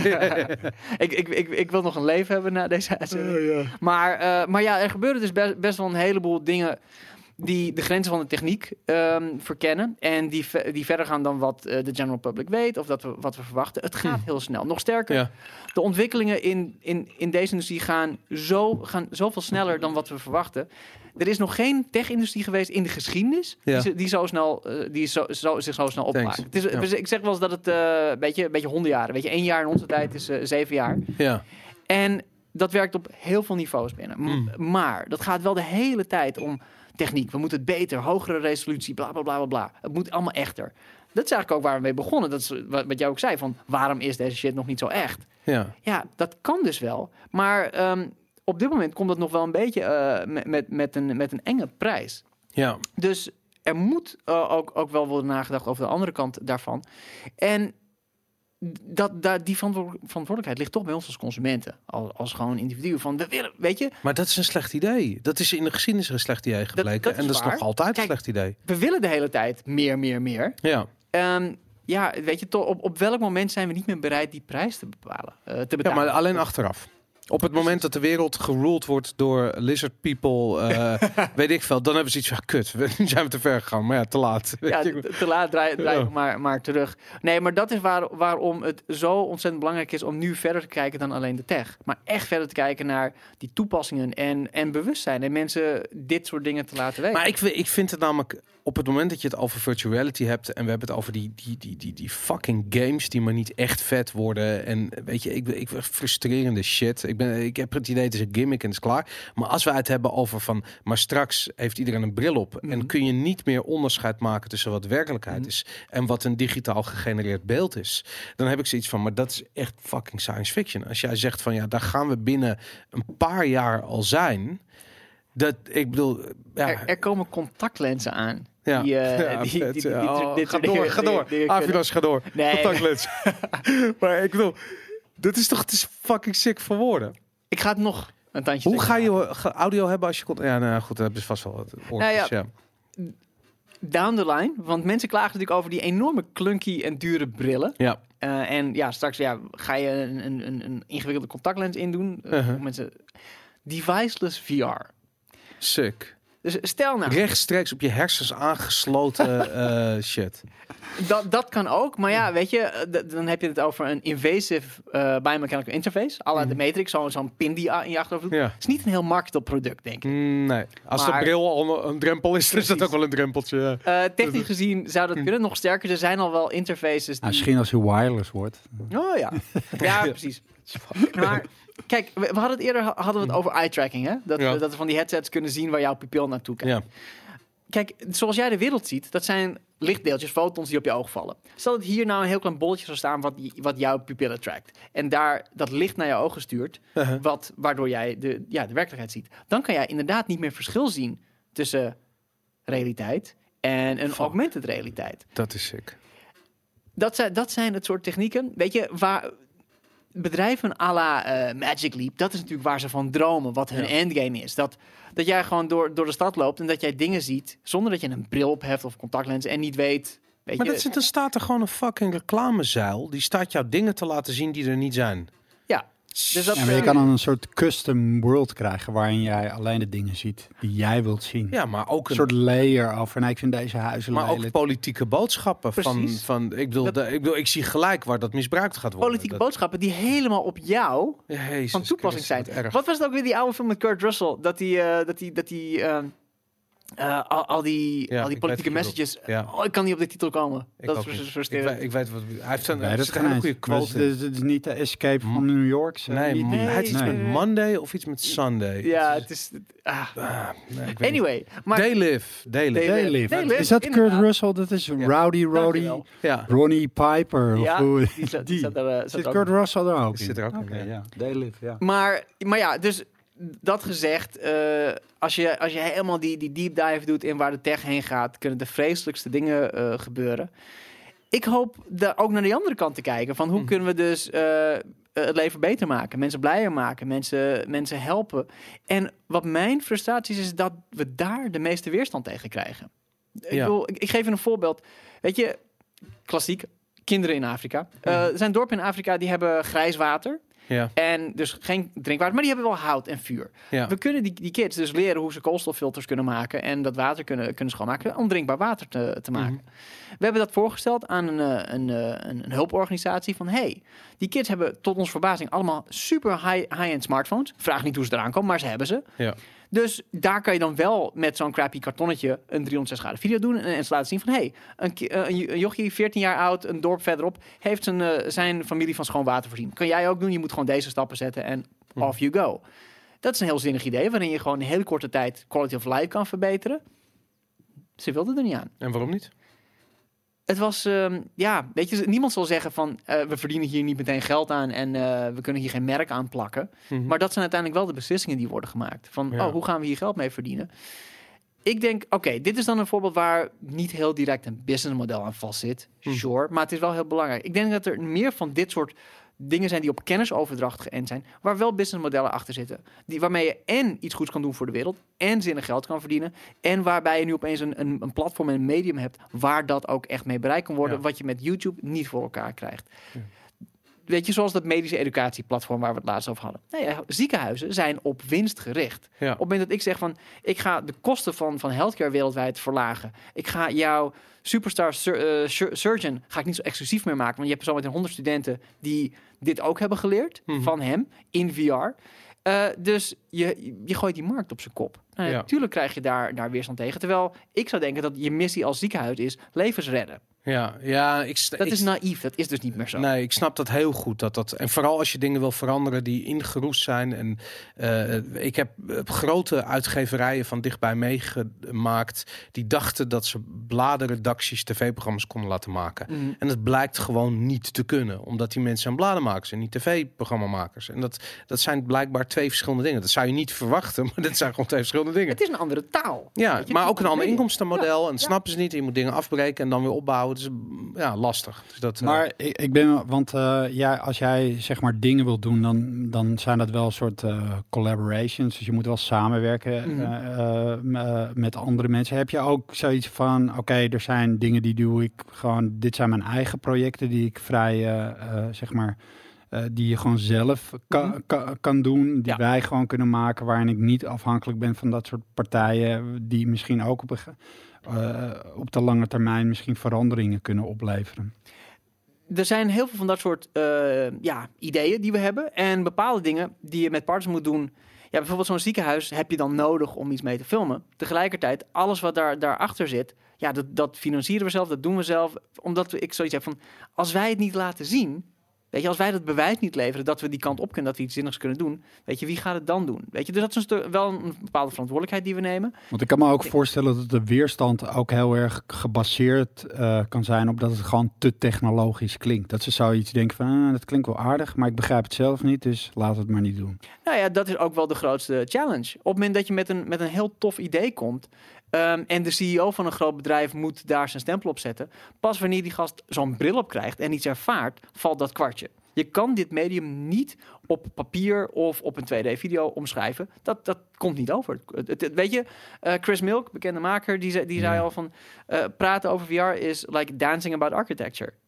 Speaker 4: ik, ik, ik, ik wil nog een leven hebben na deze uitzending. Maar, uh, maar ja, er gebeuren dus best, best wel een heleboel dingen die de grenzen van de techniek um, verkennen. En die, ve- die verder gaan dan wat uh, de general public weet. Of dat we, wat we verwachten. Het gaat
Speaker 2: Hm.
Speaker 4: heel snel. Nog sterker,
Speaker 2: ja.
Speaker 4: de ontwikkelingen in, in, in deze industrie gaan, zo, gaan zoveel sneller dan wat we verwachten. Er is nog geen tech-industrie geweest in de geschiedenis
Speaker 2: Ja.
Speaker 4: die, ze- die, zo snel, uh, die zo, zo, zich zo snel opmaakt.
Speaker 2: Thanks.
Speaker 4: Het is,
Speaker 2: Ja.
Speaker 4: dus Ik zeg wel eens dat het uh, een beetje, een beetje hondenjaren. Weet je, één jaar in onze tijd is uh, zeven jaar.
Speaker 2: ja.
Speaker 4: En dat werkt op heel veel niveaus binnen. M-
Speaker 2: Mm.
Speaker 4: Maar dat gaat wel de hele tijd om techniek. We moeten het beter, hogere resolutie, bla bla bla bla bla. Het moet allemaal echter. Dat is eigenlijk ook waar we mee begonnen. Dat is wat wat jij ook zei, van waarom is deze shit nog niet zo echt?
Speaker 2: ja.
Speaker 4: Ja, dat kan dus wel. Maar um, op dit moment komt dat nog wel een beetje uh, met, met, met, een, met een enge prijs.
Speaker 2: Ja.
Speaker 4: Dus er moet uh, ook, ook wel worden nagedacht over de andere kant daarvan. En dat, dat, die verantwo- verantwoordelijkheid ligt toch bij ons als consumenten. Als, als gewoon individuen. Van, we willen, weet je,
Speaker 2: Maar dat is een slecht idee. Dat is in de geschiedenis een slecht idee gebleken.
Speaker 4: dat is
Speaker 2: en dat is
Speaker 4: waar.
Speaker 2: nog altijd
Speaker 4: Kijk,
Speaker 2: een slecht idee.
Speaker 4: we willen de hele tijd meer, meer, meer.
Speaker 2: Ja.
Speaker 4: Um, ja, weet je, to, op, op welk moment zijn we niet meer bereid die prijs te bepalen? Uh, te
Speaker 2: ja,
Speaker 4: betalen?
Speaker 2: maar alleen achteraf. Op het moment dat de wereld geruled wordt door lizard people, uh, weet ik veel, dan hebben ze iets van, kut, we zijn we te ver gegaan. Maar ja, te laat. Weet
Speaker 4: Ja,
Speaker 2: je.
Speaker 4: te te laat, draai, draai
Speaker 2: Ja.
Speaker 4: maar, maar terug. Nee, maar dat is waar, waarom het zo ontzettend belangrijk is om nu verder te kijken dan alleen de tech. Maar echt verder te kijken naar die toepassingen en, en bewustzijn. En mensen dit soort dingen te laten weten.
Speaker 2: Maar ik, ik vind het namelijk, op het moment dat je het over virtual reality hebt en we hebben het over die, die, die, die, die fucking games die maar niet echt vet worden. En weet je, ik, ik frustrerende shit. Ik, ben, ik heb het idee, het is een gimmick en het is klaar. Maar als we het hebben over van, maar straks heeft iedereen een bril op
Speaker 4: Mhm.
Speaker 2: en kun je niet meer onderscheid maken tussen wat werkelijkheid
Speaker 4: Mhm.
Speaker 2: is en wat een digitaal gegenereerd beeld is. Dan heb ik zoiets van, maar dat is echt fucking science fiction. Als jij zegt van, ja, daar gaan we binnen een paar jaar al zijn. Dat, ik bedoel, ja.
Speaker 4: er, er komen contactlenzen aan.
Speaker 2: Ja.
Speaker 4: Die, uh,
Speaker 2: Ja,
Speaker 4: die, die,
Speaker 2: vet,
Speaker 4: die, die,
Speaker 2: ja.
Speaker 4: dit-
Speaker 2: Oh,
Speaker 4: dit
Speaker 2: ga
Speaker 4: soort
Speaker 2: door,
Speaker 4: dingen-
Speaker 2: ga door.
Speaker 4: dingen kunnen.
Speaker 2: Avidas, ga door.
Speaker 4: Nee.
Speaker 2: Contactlens. Maar ik bedoel, dat is toch, het is fucking sick voor woorden.
Speaker 4: Ik ga het nog een tandje
Speaker 2: Hoe ga
Speaker 4: tegenaan.
Speaker 2: je ge- audio hebben als je... Kon, ja, nou goed, dat hebben ze vast wel het oortjes,
Speaker 4: Nou ja.
Speaker 2: ja.
Speaker 4: Down the line, want mensen klagen natuurlijk over die enorme clunky en dure brillen.
Speaker 2: Ja.
Speaker 4: Uh, en ja, straks ja, ga je een, een, een, een ingewikkelde contactlens indoen. Uh,
Speaker 2: Uh-huh.
Speaker 4: voor mensen. Deviceless V R.
Speaker 2: Sick.
Speaker 4: Dus stel nou,
Speaker 2: Rechtstreeks op je hersens aangesloten eh, shit.
Speaker 4: dat, dat kan ook. Maar ja, weet je, eh, d- dan heb je het over een invasive uh, biomechanical interface. À la de Matrix, zo- zo'n pin die je in je achterhoofd doet.
Speaker 2: Ja.
Speaker 4: Het is niet een heel marketable product, denk ik.
Speaker 2: Mm, nee. Als
Speaker 4: Maar-
Speaker 2: de bril al een, een drempel is, dan is dat
Speaker 4: Precies.
Speaker 2: ook wel een drempeltje.
Speaker 4: Uh, technisch gezien zou dat kunnen. Nog sterker, er zijn al wel interfaces die...
Speaker 3: Nou, misschien als hij wireless wordt.
Speaker 4: Oh ja. Ja, precies. Maar kijk, we, we hadden het eerder hadden we het over eye tracking, hè? Dat,
Speaker 2: Ja.
Speaker 4: we, dat we van die headsets kunnen zien waar jouw pupil naartoe kijkt.
Speaker 2: Ja.
Speaker 4: Kijk, zoals jij de wereld ziet, dat zijn lichtdeeltjes, fotons die op je oog vallen. Stel dat hier nou een heel klein bolletje zou staan wat, die- wat jouw pupillen trackt. En daar dat licht naar je ogen stuurt,
Speaker 2: Uh-huh.
Speaker 4: wat, waardoor jij de, ja, de werkelijkheid ziet. Dan kan jij inderdaad niet meer verschil zien tussen realiteit en een
Speaker 2: Fuck.
Speaker 4: augmented realiteit.
Speaker 2: Dat is sick.
Speaker 4: Dat zijn, dat zijn het soort technieken, weet je, waar bedrijven à la eh, Magic Leap, dat is natuurlijk waar ze van dromen, wat hun
Speaker 2: Ja.
Speaker 4: endgame is. Dat, dat jij gewoon door, door de stad loopt en dat jij dingen ziet, zonder dat je een bril op hebt of contactlens en niet weet, weet
Speaker 2: Maar
Speaker 4: je...
Speaker 2: dat is, dan staat er gewoon een fucking reclamezuil. Die staat jou dingen te laten zien die er niet zijn.
Speaker 4: Ja. Dus dat,
Speaker 3: Ja, maar je
Speaker 4: uh,
Speaker 3: kan dan een soort custom world krijgen waarin jij alleen de dingen ziet die jij wilt zien.
Speaker 2: Ja, maar ook
Speaker 3: Een
Speaker 2: een
Speaker 3: soort layer over. Nee, ik vind deze huizen
Speaker 2: Maar ook
Speaker 3: lelijk.
Speaker 2: politieke boodschappen. Van,
Speaker 4: Precies.
Speaker 2: van, ik, bedoel,
Speaker 4: Dat-
Speaker 2: de, ik bedoel, ik zie gelijk waar dat misbruikt gaat worden.
Speaker 4: politieke
Speaker 2: dat,
Speaker 4: boodschappen die helemaal op jou
Speaker 2: Jezus
Speaker 4: van toepassing
Speaker 2: Christus,
Speaker 4: zijn.
Speaker 2: wat erg.
Speaker 4: Wat was het ook weer, die oude film met Kurt Russell? Dat die, uh, dat die, dat die uh, uh, al, al die,
Speaker 2: Ja,
Speaker 4: al die
Speaker 2: ik
Speaker 4: politieke
Speaker 2: weet wat je
Speaker 4: messages.
Speaker 2: Ja.
Speaker 4: Oh, ik kan niet op de titel komen.
Speaker 2: Ik
Speaker 4: dat
Speaker 2: ook
Speaker 4: is
Speaker 2: niet.
Speaker 4: vers-
Speaker 2: ik,
Speaker 4: frustrerend.
Speaker 2: weet, ik weet wat. Hij heeft een,
Speaker 3: Nee,
Speaker 2: er
Speaker 3: dat
Speaker 2: zit
Speaker 3: kan
Speaker 2: een hele
Speaker 3: niet.
Speaker 2: goede
Speaker 3: Maar
Speaker 2: quote
Speaker 3: het
Speaker 2: in.
Speaker 3: is, het is niet de Escape from New York. zo
Speaker 2: Nee,
Speaker 3: niet.
Speaker 2: m- hij heeft iets
Speaker 3: Nee.
Speaker 2: met Monday of iets met Sunday.
Speaker 4: Ja,
Speaker 2: Het
Speaker 4: het
Speaker 2: is-
Speaker 4: is... Ah.
Speaker 2: ah, nee, ik weet niet.
Speaker 4: Anyway, maar...
Speaker 2: They live. They live.
Speaker 4: They
Speaker 3: They Live.
Speaker 4: They Live,
Speaker 3: Is dat Kurt
Speaker 4: inderdaad.
Speaker 3: Russell? Dat is Rowdy Roddy,
Speaker 4: Dankjewel.
Speaker 2: Ja,
Speaker 3: Ronnie Piper. Of
Speaker 4: Ja,
Speaker 3: hoe-
Speaker 4: die zat, die
Speaker 3: die.
Speaker 4: zat er, uh, zat
Speaker 3: Zit
Speaker 4: er ook
Speaker 3: Kurt Russell er ook in?
Speaker 2: zit er ook in.
Speaker 3: Oké,
Speaker 2: ja.
Speaker 3: ja. They Live, ja.
Speaker 4: Maar, maar ja, dus dat gezegd, uh, als, je, als je helemaal die, die deep dive doet in waar de tech heen gaat, kunnen de vreselijkste dingen uh, gebeuren. Ik hoop daar ook naar die andere kant te kijken. Van hoe
Speaker 2: Mhm.
Speaker 4: kunnen we dus uh, het leven beter maken, mensen blijer maken, mensen, mensen helpen. En wat mijn frustratie is, is dat we daar de meeste weerstand tegen krijgen. Ik,
Speaker 2: Ja.
Speaker 4: wil, ik, ik geef je een voorbeeld. Weet je, klassiek, kinderen in Afrika. Uh,
Speaker 2: Mhm.
Speaker 4: er zijn dorpen in Afrika die hebben grijs water.
Speaker 2: Ja,
Speaker 4: En dus geen drinkwater, maar die hebben wel hout en vuur.
Speaker 2: ja.
Speaker 4: We kunnen die, die kids dus leren hoe ze koolstoffilters kunnen maken en dat water kunnen, kunnen schoonmaken om drinkbaar water te, te maken.
Speaker 2: Mhm.
Speaker 4: We hebben dat voorgesteld aan een, eh, een, eh, een, een hulporganisatie van hey, die kids hebben tot onze verbazing allemaal super high, high-end smartphones. Vraag niet hoe ze eraan komen, maar ze hebben ze.
Speaker 2: Ja.
Speaker 4: Dus daar kan je dan wel met zo'n crappy kartonnetje een driehonderdzestig graden video doen en, en ze laten zien van hey, een, ki- eh, een, een jochie, veertien jaar oud, een dorp verderop, heeft zijn, eh, zijn familie van schoon water voorzien. Kan jij ook doen, je moet gewoon deze stappen zetten en
Speaker 2: Mhm.
Speaker 4: off you go. Dat is een heel zinnig idee, waarin je gewoon in hele korte tijd quality of life kan verbeteren. Ze wilden er niet aan.
Speaker 2: En waarom niet?
Speaker 4: Het was, um, ja, weet je, niemand zal zeggen van uh, we verdienen hier niet meteen geld aan en uh, we kunnen hier geen merk aan plakken.
Speaker 2: Mhm.
Speaker 4: Maar dat zijn uiteindelijk wel de beslissingen die worden gemaakt. Van,
Speaker 2: Ja.
Speaker 4: oh, hoe gaan we hier geld mee verdienen? Ik denk, oké, okay, dit is dan een voorbeeld waar niet heel direct een businessmodel aan vast zit.
Speaker 2: Mhm.
Speaker 4: Sure, maar het is wel heel belangrijk. Ik denk dat er meer van dit soort dingen zijn die op kennisoverdracht geënt zijn, waar wel businessmodellen achter zitten. Die, waarmee je en iets goeds kan doen voor de wereld, en zinnig geld kan verdienen, en waarbij je nu opeens een, een, een platform en een medium hebt, waar dat ook echt mee bereikt kan worden,
Speaker 2: Ja.
Speaker 4: wat je met YouTube niet voor elkaar krijgt.
Speaker 2: Ja.
Speaker 4: Weet je, zoals dat medische educatieplatform waar we het laatst over hadden. Nee, ziekenhuizen zijn op winst gericht.
Speaker 2: Ja.
Speaker 4: Op het moment dat ik zeg van, ik ga de kosten van, van healthcare wereldwijd verlagen. Ik ga jouw superstar sur, uh, sur- surgeon ga ik niet zo exclusief meer maken. Want je hebt zo meteen honderd studenten die dit ook hebben geleerd
Speaker 2: Mhm.
Speaker 4: van hem in V R. Uh, dus je, je gooit die markt op zijn kop. Nou,
Speaker 2: Ja.
Speaker 4: Natuurlijk krijg je daar, daar weerstand tegen. Terwijl ik zou denken dat je missie als ziekenhuis is levens redden.
Speaker 2: Ja, ja, ik, st-
Speaker 4: Dat
Speaker 2: ik
Speaker 4: is naïef. Dat is dus niet meer zo.
Speaker 2: Nee, ik snap dat heel goed. Dat dat, en vooral als je dingen wil veranderen die ingeroest zijn. En uh, ik heb uh, grote uitgeverijen van dichtbij meegemaakt. Die dachten dat ze bladenredacties tv-programma's konden laten maken.
Speaker 4: Mhm.
Speaker 2: En dat blijkt gewoon niet te kunnen. Omdat die mensen zijn bladenmakers en niet tv-programmamakers. En dat, dat zijn blijkbaar twee verschillende dingen. Dat zou je niet verwachten, maar dat zijn gewoon twee verschillende dingen.
Speaker 4: Het is een andere taal.
Speaker 2: Ja,
Speaker 4: Weet je,
Speaker 2: maar
Speaker 4: het
Speaker 2: ook
Speaker 4: is
Speaker 2: een ander
Speaker 4: medium.
Speaker 2: inkomstenmodel. En
Speaker 4: Ja.
Speaker 2: snappen ze niet. Je moet dingen afbreken en dan weer opbouwen. Dus ja, lastig. Dus dat, uh,
Speaker 3: Maar ik, ik ben, want uh, ja, als jij zeg maar dingen wilt doen, dan, dan zijn dat wel een soort uh, collaborations. Dus je moet wel samenwerken
Speaker 4: Mhm.
Speaker 3: uh, uh, met andere mensen. Heb je ook zoiets van, oké, okay, er zijn dingen die doe ik gewoon, dit zijn mijn eigen projecten die ik vrij, uh, uh, zeg maar, uh, die je gewoon zelf ka-
Speaker 4: Mhm.
Speaker 3: ka- kan doen, die
Speaker 4: Ja.
Speaker 3: wij gewoon kunnen maken, waarin ik niet afhankelijk ben van dat soort partijen die misschien ook op een ge- Uh, op de lange termijn misschien veranderingen kunnen opleveren.
Speaker 4: Er zijn heel veel van dat soort uh, ja, ideeën die we hebben. En bepaalde dingen die je met partners moet doen. Ja, bijvoorbeeld zo'n ziekenhuis heb je dan nodig om iets mee te filmen. Tegelijkertijd, alles wat daar, daarachter zit, ja, dat, dat financieren we zelf, dat doen we zelf. Omdat we, ik zoiets heb van, als wij het niet laten zien, weet je, als wij dat bewijs niet leveren dat we die kant op kunnen, dat we iets zinnigs kunnen doen, weet je, wie gaat het dan doen? Weet je, dus dat is een stu- wel een bepaalde verantwoordelijkheid die we nemen.
Speaker 3: Want ik kan me ook voorstellen dat de weerstand ook heel erg gebaseerd uh, kan zijn op dat het gewoon te technologisch klinkt. Dat ze zoiets denken van, ah, dat klinkt wel aardig, maar ik begrijp het zelf niet, dus laat het maar niet doen.
Speaker 4: Nou ja, dat is ook wel de grootste challenge. Op het moment dat je met een, met een heel tof idee komt, Um, en de C E O van een groot bedrijf moet daar zijn stempel op zetten, pas wanneer die gast zo'n bril op krijgt en iets ervaart, valt dat kwartje. Je kan dit medium niet op papier of op een twee D-video omschrijven. Dat, dat komt niet over. Het, het, het, weet je, uh, Chris Milk, bekende maker, die, zei, die
Speaker 3: ja.
Speaker 4: zei al van, uh, praten over V R is like dancing about architecture.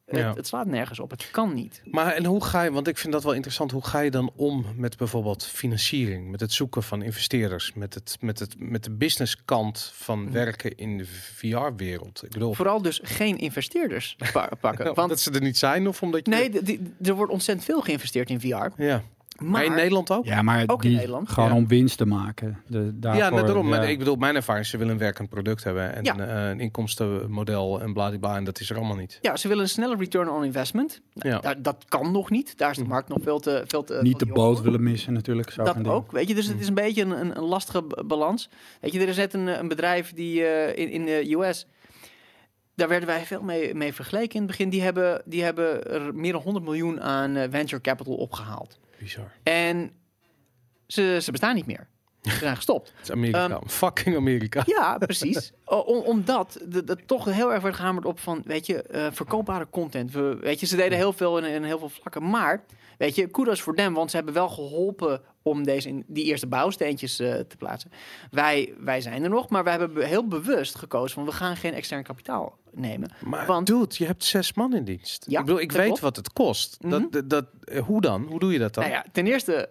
Speaker 2: Ja.
Speaker 4: Het, het slaat nergens op. Het kan niet.
Speaker 2: Maar en hoe ga je, want ik vind dat wel interessant, hoe ga je dan om met bijvoorbeeld financiering, met het zoeken van investeerders, met, het, met, het, met de businesskant van werken in de V R-wereld? Ik bedoel,
Speaker 4: Vooral dus geen investeerders pa- pakken.
Speaker 2: want
Speaker 4: Want
Speaker 2: dat ze er niet zijn of omdat je...
Speaker 4: nee, d- die- er wordt ontzettend veel geïnvesteerd in V R.
Speaker 2: Ja. Maar,
Speaker 4: Maar
Speaker 2: in Nederland ook?
Speaker 3: Ja, maar
Speaker 4: Ook in
Speaker 3: die
Speaker 4: Nederland.
Speaker 3: gewoon
Speaker 2: Ja.
Speaker 3: om winst te maken. De, daarvoor,
Speaker 2: Ja, nou, daarom.
Speaker 3: ja.
Speaker 2: Maar ik bedoel, mijn ervaring is, ze willen een werkend product hebben en
Speaker 4: Ja.
Speaker 2: eh, een inkomstenmodel en bladibla, en dat is er allemaal niet.
Speaker 4: Ja, ze willen een snelle return on investment. Nou,
Speaker 2: Ja.
Speaker 4: daar- dat kan nog niet. Daar is de markt nog veel te... Veel te
Speaker 3: Niet
Speaker 4: veel
Speaker 3: de
Speaker 4: te jong
Speaker 3: boot
Speaker 4: voor.
Speaker 3: willen missen natuurlijk. Zo
Speaker 4: Dat
Speaker 3: van dingen.
Speaker 4: ook, weet je. Dus het is een beetje een, een, een lastige b- balans. Weet je, er is net een, een bedrijf die eh, in, in de U S... Daar werden wij veel mee, mee vergeleken in het begin. Die hebben, die hebben er meer dan honderd miljoen aan eh, venture capital opgehaald.
Speaker 2: Bizar.
Speaker 4: En ze, ze bestaan niet meer. Ze zijn gestopt.
Speaker 2: Het is Amerika.
Speaker 4: Ehm,
Speaker 2: Fucking Amerika.
Speaker 4: Ja, precies. O- om- omdat de, de, toch heel erg werd gehamerd op van, weet je, eh, verkoopbare content. We, weet je, ze deden heel veel in, in heel veel vlakken. Maar, weet je, kudos voor them, want ze hebben wel geholpen om deze in die eerste bouwsteentjes eh, te plaatsen. Wij, wij zijn er nog, maar wij hebben be- heel bewust gekozen van, we gaan geen extern kapitaal nemen.
Speaker 2: Maar
Speaker 4: Want-
Speaker 2: dude, je hebt zes man in dienst.
Speaker 4: Ja,
Speaker 2: ik bedoel, ik
Speaker 4: dat
Speaker 2: weet
Speaker 4: klopt.
Speaker 2: wat het kost.
Speaker 4: Mhm.
Speaker 2: dat, dat, dat, eh, hoe dan? Hoe doe je dat dan?
Speaker 4: Nou ja, ten eerste,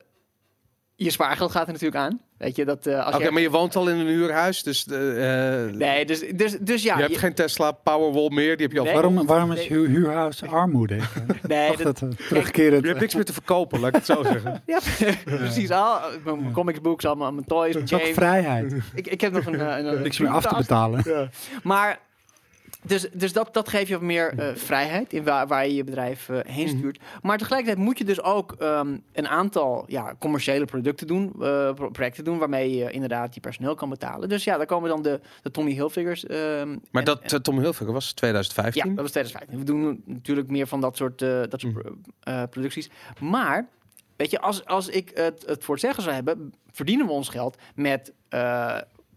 Speaker 4: je spaargeld gaat er natuurlijk aan. Weet je, dat eh, als
Speaker 2: Oké,
Speaker 4: je...
Speaker 2: maar je woont al in een huurhuis, dus eh, eh,
Speaker 4: Nee, dus, dus, dus ja.
Speaker 2: je hebt
Speaker 4: je-
Speaker 2: geen Tesla Powerwall meer. Die heb je al.
Speaker 4: Nee.
Speaker 3: Waarom, waarom is
Speaker 4: Nee.
Speaker 3: hu huurhuis armoede?
Speaker 4: nee,
Speaker 3: Toch
Speaker 4: dat-
Speaker 3: dat, eh, terugkerend.
Speaker 2: Je hebt niks meer te verkopen, laat ik het zo zeggen.
Speaker 4: ja, precies. Al, mijn comicsbooks, allemaal mijn toys, mijn
Speaker 3: Het is ook
Speaker 4: games.
Speaker 3: vrijheid.
Speaker 4: Ik, ik heb nog een... eh, een, een
Speaker 3: Niks meer af te
Speaker 4: Dreamcast.
Speaker 3: betalen.
Speaker 4: Maar, dus, dus dat, dat geeft je wat meer eh, vrijheid in waar, waar je je bedrijf eh, heen stuurt. Maar tegelijkertijd moet je dus ook ehm, een aantal ja, commerciële producten doen, eh, pro- projecten doen, waarmee je inderdaad je personeel kan betalen. Dus ja, daar komen dan de, de Tommy Hilfigers. ehm,
Speaker 2: Maar
Speaker 4: en-
Speaker 2: dat
Speaker 4: en-
Speaker 2: uh, Tom Hilfiger was twintig vijftien.
Speaker 4: ja, dat was twintig vijftien. We doen natuurlijk meer van dat soort, eh, dat soort pro- eh, producties. Maar, weet je, als, als ik het, het voor het zeggen zou hebben, verdienen we ons geld met eh,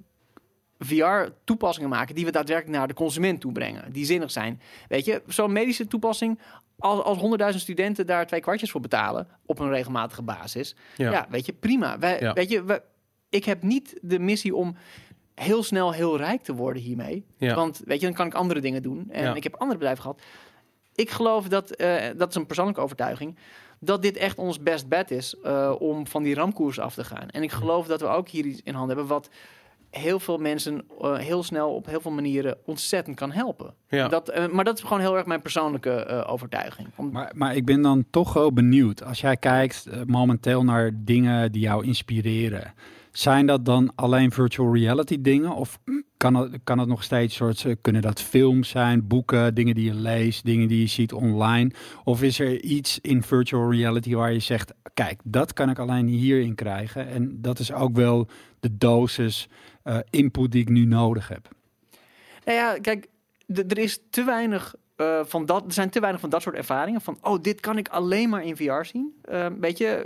Speaker 4: V R-toepassingen maken die we daadwerkelijk naar de consument toe brengen, die zinnig zijn. Weet je, zo'n medische toepassing, als, als honderdduizend studenten daar twee kwartjes voor betalen op een regelmatige basis, ja,
Speaker 2: Ja.
Speaker 4: weet je, prima. Wij,
Speaker 2: Ja.
Speaker 4: Weet je, wij, ik heb niet de missie om heel snel heel rijk te worden hiermee.
Speaker 2: Ja.
Speaker 4: Want weet je, dan kan ik andere dingen doen. En
Speaker 2: Ja.
Speaker 4: ik heb andere bedrijven gehad. Ik geloof dat, eh, dat is een persoonlijke overtuiging, dat dit echt ons best bet is uh, om van die ramkoers af te gaan. En ik geloof dat we ook hier iets in handen hebben wat heel veel mensen uh, heel snel op heel veel manieren ontzettend kan helpen.
Speaker 2: Ja.
Speaker 4: Dat, uh, maar dat is gewoon heel erg mijn persoonlijke uh, overtuiging. Om...
Speaker 3: Maar, maar ik ben dan toch wel benieuwd. Als jij kijkt uh, momenteel naar dingen die jou inspireren. Zijn dat dan alleen virtual reality dingen? Of kan het, kan het nog steeds soort, uh, kunnen dat films zijn, boeken, dingen die je leest, dingen die je ziet online? Of is er iets in virtual reality waar je zegt, kijk, dat kan ik alleen hierin krijgen. En dat is ook wel de dosis uh, input die ik nu nodig heb.
Speaker 4: Nou ja, kijk, d- er is te weinig uh, van dat. Er zijn te weinig van dat soort ervaringen. Van, oh, dit kan ik alleen maar in V R zien. Uh, weet je,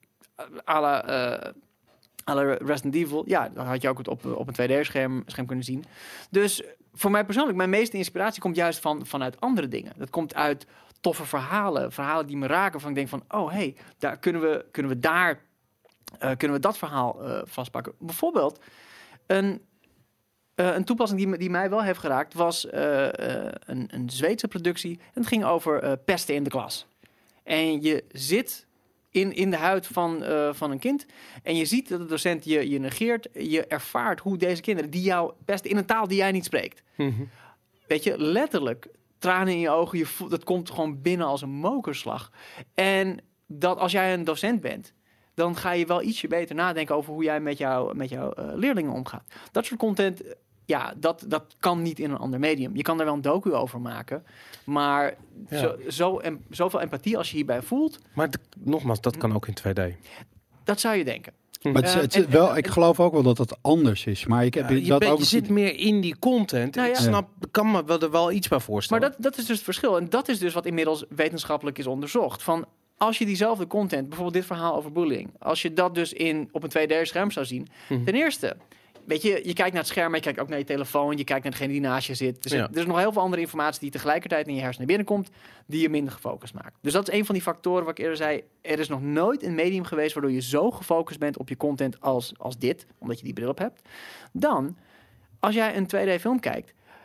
Speaker 4: à la, uh, à la Resident Evil. Ja, dan had je ook het op, op een twee D-scherm scherm kunnen zien. Dus voor mij persoonlijk, mijn meeste inspiratie komt juist van, vanuit andere dingen. Dat komt uit toffe verhalen, verhalen die me raken. Van ik denk van, oh, hey, daar kunnen we, kunnen we daar, uh, kunnen we dat verhaal uh, vastpakken. Bijvoorbeeld een. Uh, een toepassing die, die mij wel heeft geraakt was uh, uh, een, een Zweedse productie. En het ging over uh, pesten in de klas. En je zit in, in de huid van, uh, van een kind. En je ziet dat de docent je, je negeert. Je ervaart hoe deze kinderen die jou pesten in een taal die jij niet spreekt.
Speaker 2: Mm-hmm.
Speaker 4: Weet je, letterlijk tranen in je ogen. Je voelt, dat komt gewoon binnen als een mokerslag. En dat als jij een docent bent, dan ga je wel ietsje beter nadenken over hoe jij met, jou, met jouw uh, leerlingen omgaat. Dat soort content, ja, dat, dat kan niet in een ander medium. Je kan er wel een docu over maken, maar
Speaker 2: Ja.
Speaker 4: zo, zo em, zoveel empathie als je hierbij voelt,
Speaker 2: Maar de- nogmaals, dat kan ook in twee D.
Speaker 4: dat zou je denken.
Speaker 3: Maar het, is-
Speaker 4: Uh,
Speaker 3: het is
Speaker 4: en-
Speaker 3: wel,
Speaker 4: en-
Speaker 3: ik geloof ook wel dat het anders is. Maar ik heb
Speaker 2: Ja, je
Speaker 3: dat
Speaker 2: bent-
Speaker 3: ook
Speaker 2: je
Speaker 3: nog
Speaker 2: zit
Speaker 3: niet-
Speaker 2: meer in die content.
Speaker 4: Nou ja.
Speaker 2: Ik snap, kan me wel er wel iets bij
Speaker 4: Maar
Speaker 2: voorstellen.
Speaker 4: dat, dat is dus het verschil. En dat is dus wat inmiddels wetenschappelijk is onderzocht. Van als je diezelfde content, bijvoorbeeld dit verhaal over bullying, als je dat dus in, op een twee D-scherm zou zien.
Speaker 2: Mhm.
Speaker 4: Ten eerste, weet je, je kijkt naar het scherm, maar je kijkt ook naar je telefoon, je kijkt naar degene die naast je zit. Dus
Speaker 2: Ja.
Speaker 4: er is nog heel veel andere informatie die tegelijkertijd in je hersenen binnenkomt, die je minder gefocust maakt. Dus dat is een van die factoren waar ik eerder zei, er is nog nooit een medium geweest waardoor je zo gefocust bent op je content als, als dit, omdat je die bril op hebt. Dan, als jij een twee D-film kijkt,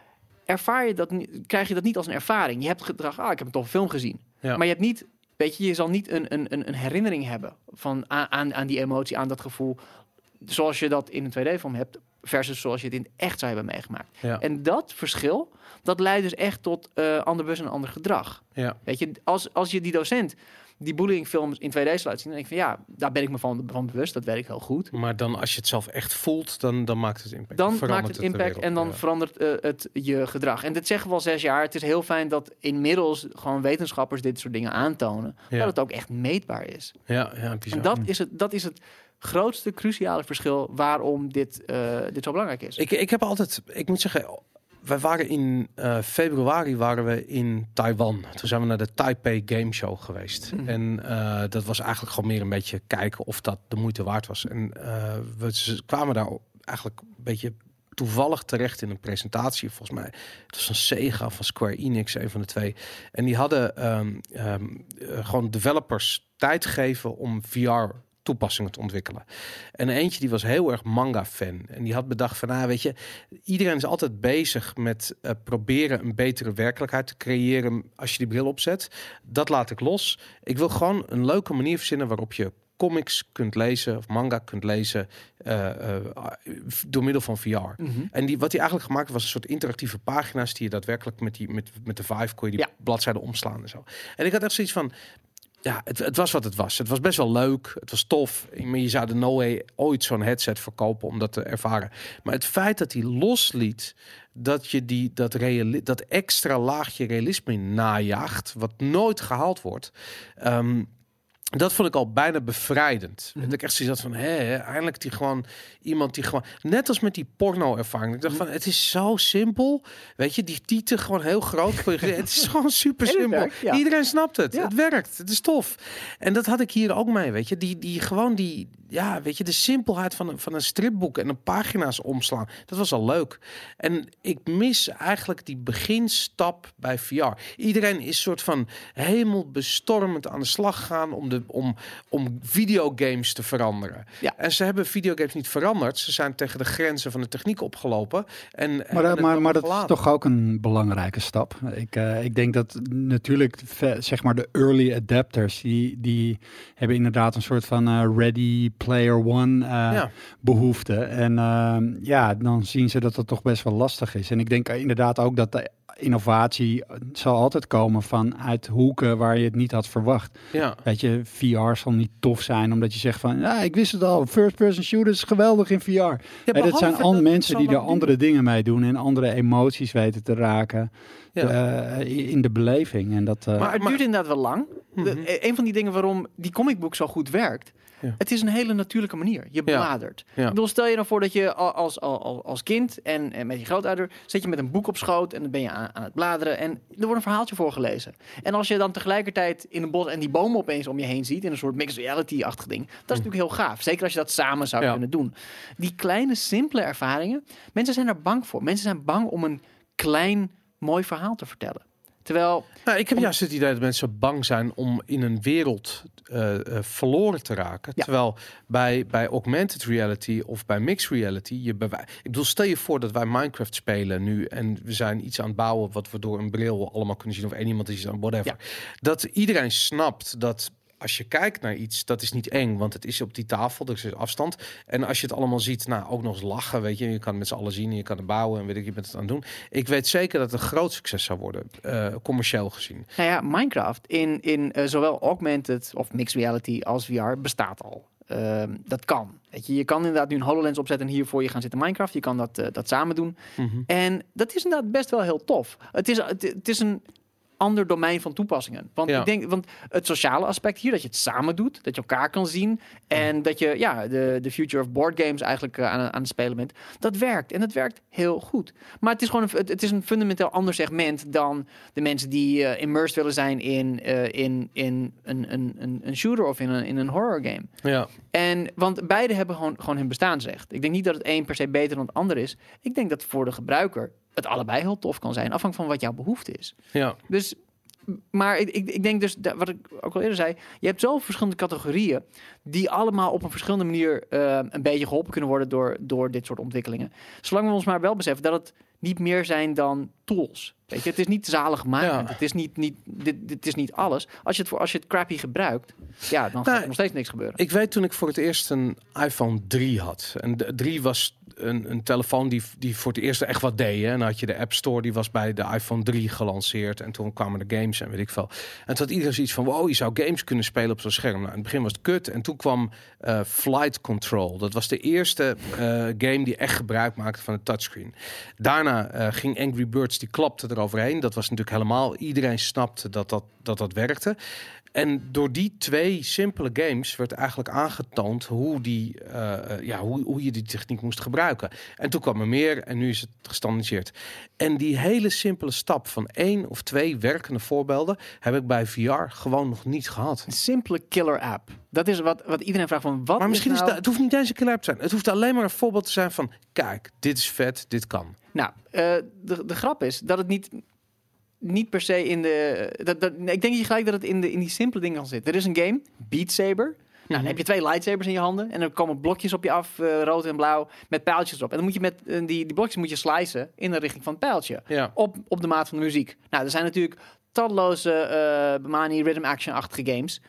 Speaker 4: ervaar je dat, ni- krijg je dat niet als een ervaring. Je hebt gedrag, ah, ik heb een toffe film gezien.
Speaker 2: Ja.
Speaker 4: Maar je hebt niet, weet je, je zal niet een, een, een, een herinnering hebben van, aan, aan, aan die emotie, aan dat gevoel, zoals je dat in een twee D-film hebt, versus zoals je het in het echt zou hebben meegemaakt.
Speaker 2: Ja.
Speaker 4: En dat verschil, dat leidt dus echt tot uh, ander bewust en ander gedrag.
Speaker 2: Ja.
Speaker 4: Weet je, als, als je die docent die bullyingfilms in twee D sluit zien, dan denk ik van ja, daar ben ik me van, van bewust, dat weet ik heel goed.
Speaker 2: Maar dan als je het zelf echt voelt, dan, dan maakt het impact.
Speaker 4: Dan
Speaker 2: Verandert
Speaker 4: maakt het
Speaker 2: de
Speaker 4: impact
Speaker 2: wereld,
Speaker 4: en dan
Speaker 2: ja.
Speaker 4: verandert uh, het je gedrag. En dit zeggen we al zes jaar. Het is heel fijn dat inmiddels gewoon wetenschappers dit soort dingen aantonen.
Speaker 2: Ja.
Speaker 4: Dat het ook echt meetbaar is.
Speaker 2: Ja, ja, bizar.
Speaker 4: En dat is het, dat is het grootste, cruciale verschil waarom dit, uh, dit zo belangrijk is.
Speaker 2: Ik, ik heb altijd, ik moet zeggen, wij waren in uh, februari waren we in Taiwan. Toen zijn we naar de Taipei Game Show geweest.
Speaker 4: Mhm.
Speaker 2: En uh, dat was eigenlijk gewoon meer een beetje kijken of dat de moeite waard was. En uh, we ze kwamen daar eigenlijk een beetje toevallig terecht in een presentatie, volgens mij. Het was een Sega of van Square Enix, een van de twee. En die hadden um, um, uh, gewoon developers tijd gegeven om V R toepassingen te ontwikkelen. En eentje die was heel erg manga-fan. En die had bedacht van, nou weet je, iedereen is altijd bezig met uh, proberen een betere werkelijkheid te creëren als je die bril opzet. Dat laat ik los. Ik wil gewoon een leuke manier verzinnen waarop je comics kunt lezen of manga kunt lezen uh, uh, door middel van V R.
Speaker 4: Mm-hmm.
Speaker 2: En die, wat hij eigenlijk gemaakt was een soort interactieve pagina's die je daadwerkelijk met, die, met, met de Vive kon je die
Speaker 4: ja.
Speaker 2: bladzijden omslaan en zo. En ik had echt zoiets van, ja, het, het was wat het was. Het was best wel leuk. Het was tof. Maar je zou de no way ooit zo'n headset verkopen om dat te ervaren. Maar het feit dat hij losliet dat je die, dat, reali- dat extra laagje realisme najaagt, wat nooit gehaald wordt, Um, dat vond ik al bijna bevrijdend.
Speaker 4: Mm-hmm.
Speaker 2: Dat ik echt zoiets had van, hé, eindelijk die gewoon iemand die gewoon, net als met die porno-ervaring. Ik dacht van, het is zo simpel. Weet je, die tieten gewoon heel groot. Het is gewoon super
Speaker 4: En het
Speaker 2: simpel.
Speaker 4: werkt, ja.
Speaker 2: Iedereen snapt het.
Speaker 4: Ja.
Speaker 2: Het werkt. Het is tof. En dat had ik hier ook mee, weet je. Die, die gewoon die, ja, weet je, de simpelheid van een, van een stripboek en een pagina's omslaan. Dat was al leuk. En ik mis eigenlijk die beginstap bij V R. Iedereen is soort van hemelbestormend aan de slag gegaan om de om, om videogames te veranderen.
Speaker 4: Ja.
Speaker 2: En ze hebben videogames niet veranderd. Ze zijn tegen de grenzen van de techniek opgelopen. En,
Speaker 3: Maar,
Speaker 2: en
Speaker 3: maar, maar dat is toch ook een belangrijke stap. Ik, uh, ik denk dat natuurlijk, zeg maar, de early adapters, die, die hebben inderdaad een soort van uh, ready player one uh,
Speaker 2: ja.
Speaker 3: behoefte. En uh, ja, dan zien ze dat het toch best wel lastig is. En ik denk inderdaad ook dat de innovatie zal altijd komen vanuit hoeken waar je het niet had verwacht.
Speaker 2: Ja.
Speaker 3: Weet je, V R zal niet tof zijn omdat je zegt van, ja, ik wist het al, first-person shooters is geweldig in V R. Ja, en dat zijn al mensen die er andere dingen mee doen en andere emoties weten te raken ja. uh, in de beleving. En dat, uh,
Speaker 4: maar het duurt
Speaker 2: maar,
Speaker 4: inderdaad wel lang.
Speaker 2: Mm-hmm.
Speaker 4: De, een van die dingen waarom die comicboek zo goed werkt, ja. Het is een hele natuurlijke manier. Je bladert. Ja. Ja. Ik bedoel, stel je nou voor dat je als, als, als kind en, en met je grootouder zit je met een boek op schoot en dan ben je aan, aan het bladeren en er wordt een verhaaltje voorgelezen. En als je dan tegelijkertijd in een bos en die bomen opeens om je heen ziet in een soort mixed reality-achtig ding, dat is mm. natuurlijk heel gaaf. Zeker als je dat samen zou ja. kunnen doen. Die kleine, simpele ervaringen, mensen zijn er bang voor. Mensen zijn bang om een klein, mooi verhaal te vertellen. Terwijl,
Speaker 2: nou, ik heb
Speaker 4: om...
Speaker 2: juist het idee dat mensen bang zijn om in een wereld uh, uh, verloren te raken. Ja. Terwijl bij, bij augmented reality of bij mixed reality, je bewijs... ik bedoel, stel je voor dat wij Minecraft spelen nu en we zijn iets aan het bouwen wat we door een bril allemaal kunnen zien of één iemand is aan whatever. Ja. Dat iedereen snapt dat als je kijkt naar iets, dat is niet eng, want het is op die tafel, er is afstand. En als je het allemaal ziet, nou, ook nog eens lachen, weet je. Je kan het met z'n allen zien, je kan het bouwen en weet ik, je bent het aan het doen. Ik weet zeker dat het een groot succes zou worden, uh, commercieel gezien.
Speaker 4: Nou ja, Minecraft in, in uh, zowel augmented of mixed reality als V R bestaat al. Uh, dat kan. Weet je, je kan inderdaad nu een HoloLens opzetten en hier voor je gaan zitten Minecraft. Je kan dat, uh, dat samen doen. Mm-hmm. En dat is inderdaad best wel heel tof. Het is, het, het is een ander domein van toepassingen. Want ja. ik denk, want het sociale aspect hier, dat je het samen doet, dat je elkaar kan zien en ja. dat je ja, de, de future of board games eigenlijk uh, aan, aan het spelen bent, dat werkt. En dat werkt heel goed. Maar het is gewoon een, het, het is een fundamenteel ander segment dan de mensen die uh, immersed willen zijn in, uh, in, in een, een, een, een shooter of in een, in een horror game.
Speaker 2: Ja.
Speaker 4: En, want beide hebben gewoon, gewoon hun bestaansrecht. Ik denk niet dat het een per se beter dan het ander is. Ik denk dat voor de gebruiker het allebei heel tof kan zijn, afhankelijk van wat jouw behoefte is.
Speaker 2: Ja.
Speaker 4: Dus, maar ik, ik, ik denk dus, wat ik ook al eerder zei, je hebt zoveel verschillende categorieën die allemaal op een verschillende manier uh, een beetje geholpen kunnen worden door, door dit soort ontwikkelingen. Zolang we ons maar wel beseffen dat het niet meer zijn dan tools. Weet je, het is niet zaligmakend.
Speaker 2: Ja.
Speaker 4: Het is niet, niet, dit, dit is niet alles. Als je het, voor, als je het crappy gebruikt, ja, dan gaat
Speaker 2: Nou,
Speaker 4: er nog steeds niks gebeuren.
Speaker 2: Ik weet toen ik voor het eerst een iPhone drie had. En de drie was een, een telefoon die, die voor het eerst echt wat deed. Hè. En dan had je de App Store, die was bij de iPhone drie gelanceerd. En toen kwamen de games en weet ik veel. En toen had iedereen zoiets van, wow, je zou games kunnen spelen op zo'n scherm. Nou, in het begin was het kut. En toen kwam uh, Flight Control. Dat was de eerste uh, game die echt gebruik maakte van het touchscreen. Daarna uh, ging Angry Birds, die klapte eroverheen. Dat was natuurlijk helemaal, iedereen snapte dat dat, dat, dat werkte. En door die twee simpele games werd eigenlijk aangetoond hoe, die, uh, ja, hoe, hoe je die techniek moest gebruiken. En toen kwam er meer en nu is het gestandardiseerd. En die hele simpele stap van één of twee werkende voorbeelden heb ik bij V R gewoon nog niet gehad.
Speaker 4: Een simpele killer app. Dat is wat, wat iedereen vraagt van, wat
Speaker 2: Maar misschien
Speaker 4: is
Speaker 2: is
Speaker 4: nou...
Speaker 2: dat, het hoeft niet eens een killer app te zijn. Het hoeft alleen maar een voorbeeld te zijn van, kijk, dit is vet, dit kan.
Speaker 4: Nou, uh, de, de grap is dat het niet... Niet per se in de... Dat, dat, ik denk je gelijk dat het in, de, in die simpele dingen kan zitten. Er is een game, Beat Saber. Nou, dan heb je twee lightsabers in je handen. En dan komen blokjes op je af, uh, rood en blauw, met pijltjes erop. En dan moet je met uh, die, die blokjes moet je slicen in de richting van het pijltje.
Speaker 2: Ja.
Speaker 4: Op, op de maat van de muziek. Nou, er zijn natuurlijk talloze uh, Bemani rhythm action-achtige games.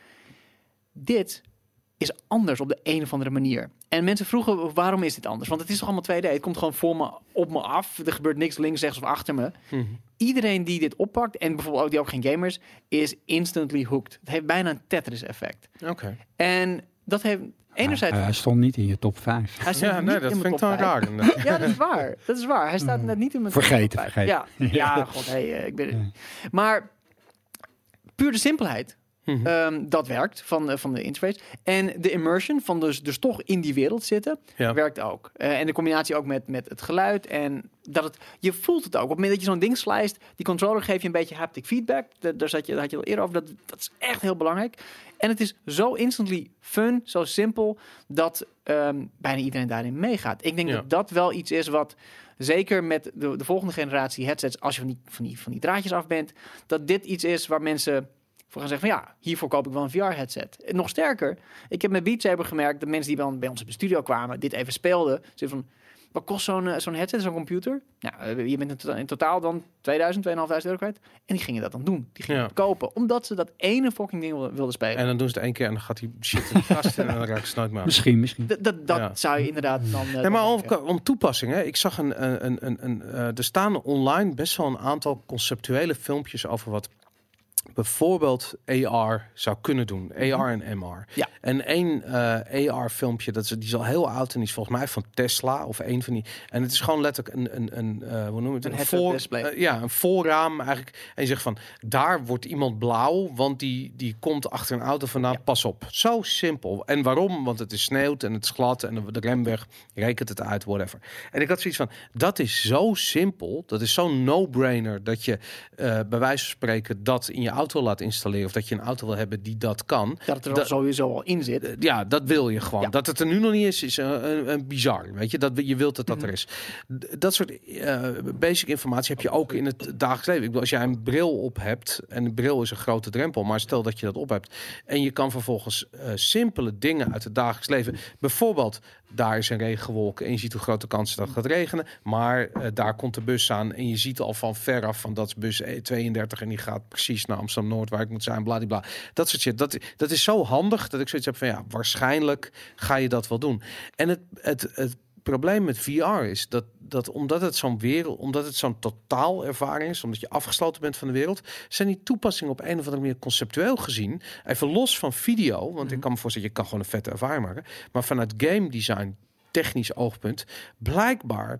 Speaker 4: Dit is anders op de een of andere manier. En mensen vroegen, waarom is dit anders? Want het is toch allemaal twee D? Het komt gewoon voor me, op me af. Er gebeurt niks links, rechts of achter me.
Speaker 2: Mm-hmm.
Speaker 4: Iedereen die dit oppakt, en bijvoorbeeld ook die ook geen gamers, is instantly hooked. Het heeft bijna een Tetris-effect.
Speaker 2: Oké. Okay.
Speaker 4: En dat heeft enerzijds...
Speaker 3: Hij, hij stond niet in je top vijf.
Speaker 4: Hij stond
Speaker 2: Ja,
Speaker 4: niet
Speaker 2: nee,
Speaker 4: in
Speaker 2: dat
Speaker 4: mijn
Speaker 2: vind ik
Speaker 4: top
Speaker 2: dan
Speaker 4: vijf.
Speaker 2: raar.
Speaker 4: Ja, dat is waar. Dat is waar. Hij staat net niet in mijn
Speaker 3: Vergeten,
Speaker 4: top vijf.
Speaker 3: vergeten.
Speaker 4: Ja, ja, god, hey, uh, ik ben... Ja. Maar puur de simpelheid.
Speaker 2: Mm-hmm.
Speaker 4: Um, dat werkt van, uh, van de interface. En de immersion van dus, dus toch in die wereld zitten,
Speaker 2: Ja.
Speaker 4: werkt ook. Uh, en de combinatie ook met, met het geluid. En dat het, je voelt het ook. Op het moment dat je zo'n ding slijst, die controller geeft je een beetje haptic feedback. Da- daar, zat je, daar had je al eerder over. Dat, dat is echt heel belangrijk. En het is zo instantly fun, zo simpel, dat um, bijna iedereen daarin meegaat. Ik denk
Speaker 2: Ja.
Speaker 4: dat dat wel iets is wat... Zeker met de, de volgende generatie headsets, als je van die, van, die, van die draadjes af bent, dat dit iets is waar mensen voor gaan zeggen van ja, hiervoor koop ik wel een V R-headset. En nog sterker, ik heb met Beat Saber gemerkt dat mensen die bij ons op de studio kwamen, dit even speelden, zeiden van, wat kost zo'n, uh, zo'n headset, zo'n computer? Nou, je bent in, to- in totaal dan tweeduizend, tweeduizend euro kwijt. En die gingen dat dan doen. Die gingen
Speaker 2: Ja.
Speaker 4: het kopen, omdat ze dat ene fucking ding wilden, wilden spelen.
Speaker 2: En dan doen ze het één keer en dan gaat die shit in de kast in en dan raakt ze nooit meer aan.
Speaker 3: Misschien, misschien.
Speaker 4: D- dat dat
Speaker 2: Ja.
Speaker 4: zou je inderdaad dan... Uh,
Speaker 2: Nee, maar
Speaker 4: dan
Speaker 2: om,
Speaker 4: denken.
Speaker 2: om toepassingen. Ik zag een, een, een, een uh, er staan online best wel een aantal conceptuele filmpjes over wat bijvoorbeeld A R zou kunnen doen. A R en M R.
Speaker 4: Ja.
Speaker 2: En één uh, A R-filmpje, dat is, die is al heel oud en die is volgens mij van Tesla of één van die. En het is gewoon letterlijk een, een, een uh, hoe noem je het?
Speaker 4: Een
Speaker 2: Een,
Speaker 4: head-up
Speaker 2: voor,
Speaker 4: display.
Speaker 2: uh, ja, een voorraam eigenlijk. En je zegt van, daar wordt iemand blauw, want die, die komt achter een auto vandaan.
Speaker 4: Ja.
Speaker 2: Pas op. Zo simpel. En waarom? Want het is sneeuwt en het is glad en de, de remweg rekent het uit, whatever. En ik had zoiets van, dat is zo simpel. Dat is zo'n no-brainer dat je uh, bij wijze van spreken dat in je auto laat installeren. Of dat je een auto wil hebben die dat kan.
Speaker 4: Dat het er
Speaker 2: dat-
Speaker 4: al sowieso al in zit.
Speaker 2: Uh, Ja, dat wil je gewoon.
Speaker 4: Ja.
Speaker 2: Dat het er nu nog niet is, is uh, een, een bizar. Weet je, dat je wilt dat dat
Speaker 4: Mhm.
Speaker 2: er is. D- dat soort uh, basic informatie heb je ook in het dagelijks leven. Ik bedoel, als jij een bril op hebt en de bril is een grote drempel, maar stel dat je dat op hebt en je kan vervolgens uh, simpele dingen uit het dagelijks leven. Bijvoorbeeld, daar is een regenwolk en je ziet hoe grote kans is dat het gaat regenen, maar uh, daar komt de bus aan en je ziet al van ver af van dat is bus tweeëndertig en die gaat precies naar Amsterdam Noord waar ik moet zijn, bladibla. Dat soort shit. Dat, dat is zo handig dat ik zoiets heb van ja, waarschijnlijk ga je dat wel doen. En het, het, het probleem met V R is dat, dat omdat het zo'n wereld, omdat het zo'n totaal ervaring is, omdat je afgesloten bent van de wereld, zijn die toepassingen op een of andere manier conceptueel gezien, even los van video, want
Speaker 4: Mm-hmm.
Speaker 2: ik kan me voorstellen, je kan gewoon een vette ervaring maken, maar vanuit game design, technisch oogpunt, blijkbaar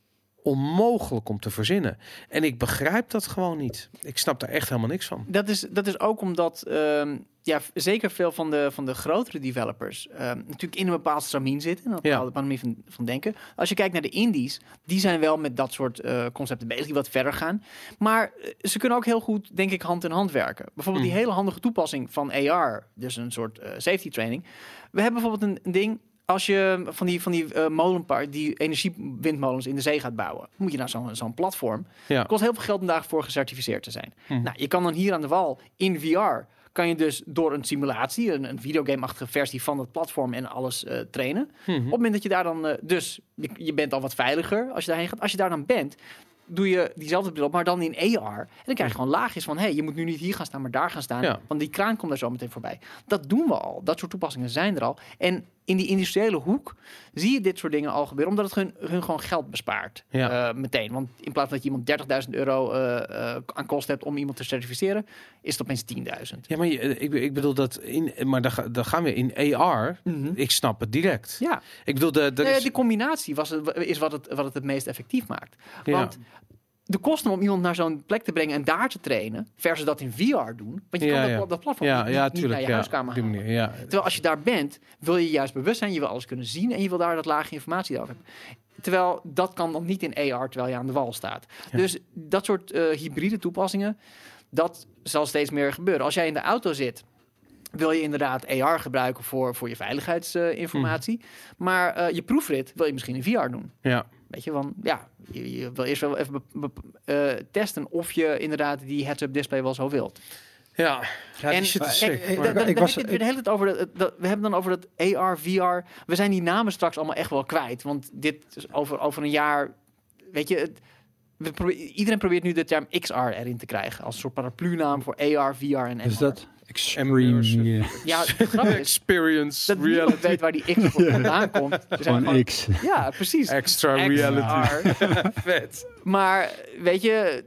Speaker 2: onmogelijk om te verzinnen. En ik begrijp dat gewoon niet. Ik snap daar echt helemaal niks van.
Speaker 4: Dat is, dat is ook omdat um, ja, v- zeker veel van de, van de grotere developers um, natuurlijk in een bepaald stramien zitten. En een
Speaker 2: Ja.
Speaker 4: bepaalde manier van, van denken. Als je kijkt naar de indies, die zijn wel met dat soort uh, concepten bezig die wat verder gaan. Maar uh, ze kunnen ook heel goed, denk ik, hand in hand werken. Bijvoorbeeld
Speaker 2: Mm.
Speaker 4: die hele handige toepassing van A R, dus een soort uh, safety training. We hebben bijvoorbeeld een, een ding. Als je van die, van die uh, molenpark, die energiewindmolens in de zee gaat bouwen, moet je naar zo'n zo'n platform.
Speaker 2: Ja.
Speaker 4: Het kost heel veel geld om daarvoor gecertificeerd te zijn.
Speaker 2: Mhm.
Speaker 4: Nou, je kan dan hier aan de wal in V R, kan je dus door een simulatie, een, een videogame-achtige versie van het platform en alles uh, trainen.
Speaker 2: Mhm.
Speaker 4: Op het moment dat je daar dan, uh, dus je, je bent al wat veiliger als je daarheen gaat. Als je daar dan bent, doe je diezelfde bril op, maar dan in A R. En dan krijg je gewoon laagjes van, hey, je moet nu niet hier gaan staan, maar daar gaan staan.
Speaker 2: Ja.
Speaker 4: Want die kraan komt daar zo meteen voorbij. Dat doen we al. Dat soort toepassingen zijn er al. En in die industriële hoek zie je dit soort dingen al gebeuren, omdat het hun, hun gewoon geld bespaart.
Speaker 2: Ja.
Speaker 4: Uh, meteen. Want in plaats van dat je iemand dertigduizend euro uh, uh, aan kosten hebt om iemand te certificeren, is het opeens tienduizend.
Speaker 2: Ja, maar je, ik, ik bedoel dat in, maar dan, ga- dan gaan we in A R.
Speaker 4: Mm-hmm.
Speaker 2: Ik snap het direct.
Speaker 4: Ja.
Speaker 2: Ik bedoel, de, de
Speaker 4: Nee,
Speaker 2: is,
Speaker 4: die combinatie was het, is wat het, wat het het meest effectief maakt.
Speaker 2: Ja.
Speaker 4: Want de kosten om iemand naar zo'n plek te brengen en daar te trainen, versus dat in V R doen. Want je
Speaker 2: Ja,
Speaker 4: kan
Speaker 2: ja.
Speaker 4: dat, dat platform
Speaker 2: ja,
Speaker 4: niet,
Speaker 2: ja,
Speaker 4: niet
Speaker 2: tuurlijk,
Speaker 4: naar je
Speaker 2: ja,
Speaker 4: huiskamer
Speaker 2: op die
Speaker 4: halen.
Speaker 2: manier, ja.
Speaker 4: Terwijl als je daar bent, wil je juist bewust zijn, je wil alles kunnen zien en je wil daar dat laagje informatie over hebben. Terwijl dat kan dan niet in A R terwijl je aan de wal staat.
Speaker 2: Ja.
Speaker 4: Dus dat soort uh, hybride toepassingen, dat zal steeds meer gebeuren. Als jij in de auto zit, wil je inderdaad A R gebruiken voor, voor je veiligheidsinformatie. Uh, mm. Maar uh, je proefrit wil je misschien in V R doen.
Speaker 2: Ja.
Speaker 4: Weet je, want ja, je, je wil eerst wel even be, be, uh, testen of je inderdaad die heads-up display wel zo wilt.
Speaker 2: Ja, ja
Speaker 4: en
Speaker 2: die shit is
Speaker 4: kijk,
Speaker 2: sick.
Speaker 4: da, da, da,
Speaker 3: ik
Speaker 4: da
Speaker 3: was-
Speaker 4: heb je het de hele tijd over dat, dat, we hebben dan over dat A R, V R. We zijn die namen straks allemaal echt wel kwijt, want dit is over over een jaar, weet je, het, we probeer, iedereen probeert nu de term X R erin te krijgen als een soort paraplu-naam voor A R, V R en M R.
Speaker 3: Dus dat extreme...
Speaker 2: Immersive.
Speaker 3: yeah.
Speaker 4: Ja, het grappige is
Speaker 2: Experience,
Speaker 4: dat niemand
Speaker 2: reality,
Speaker 4: weet waar die X voor vandaan komt. Er zijn
Speaker 3: Gewoon
Speaker 4: gewoon-
Speaker 3: X.
Speaker 4: Ja, precies.
Speaker 2: extra
Speaker 4: X R.
Speaker 2: reality. Vet.
Speaker 4: Maar weet je,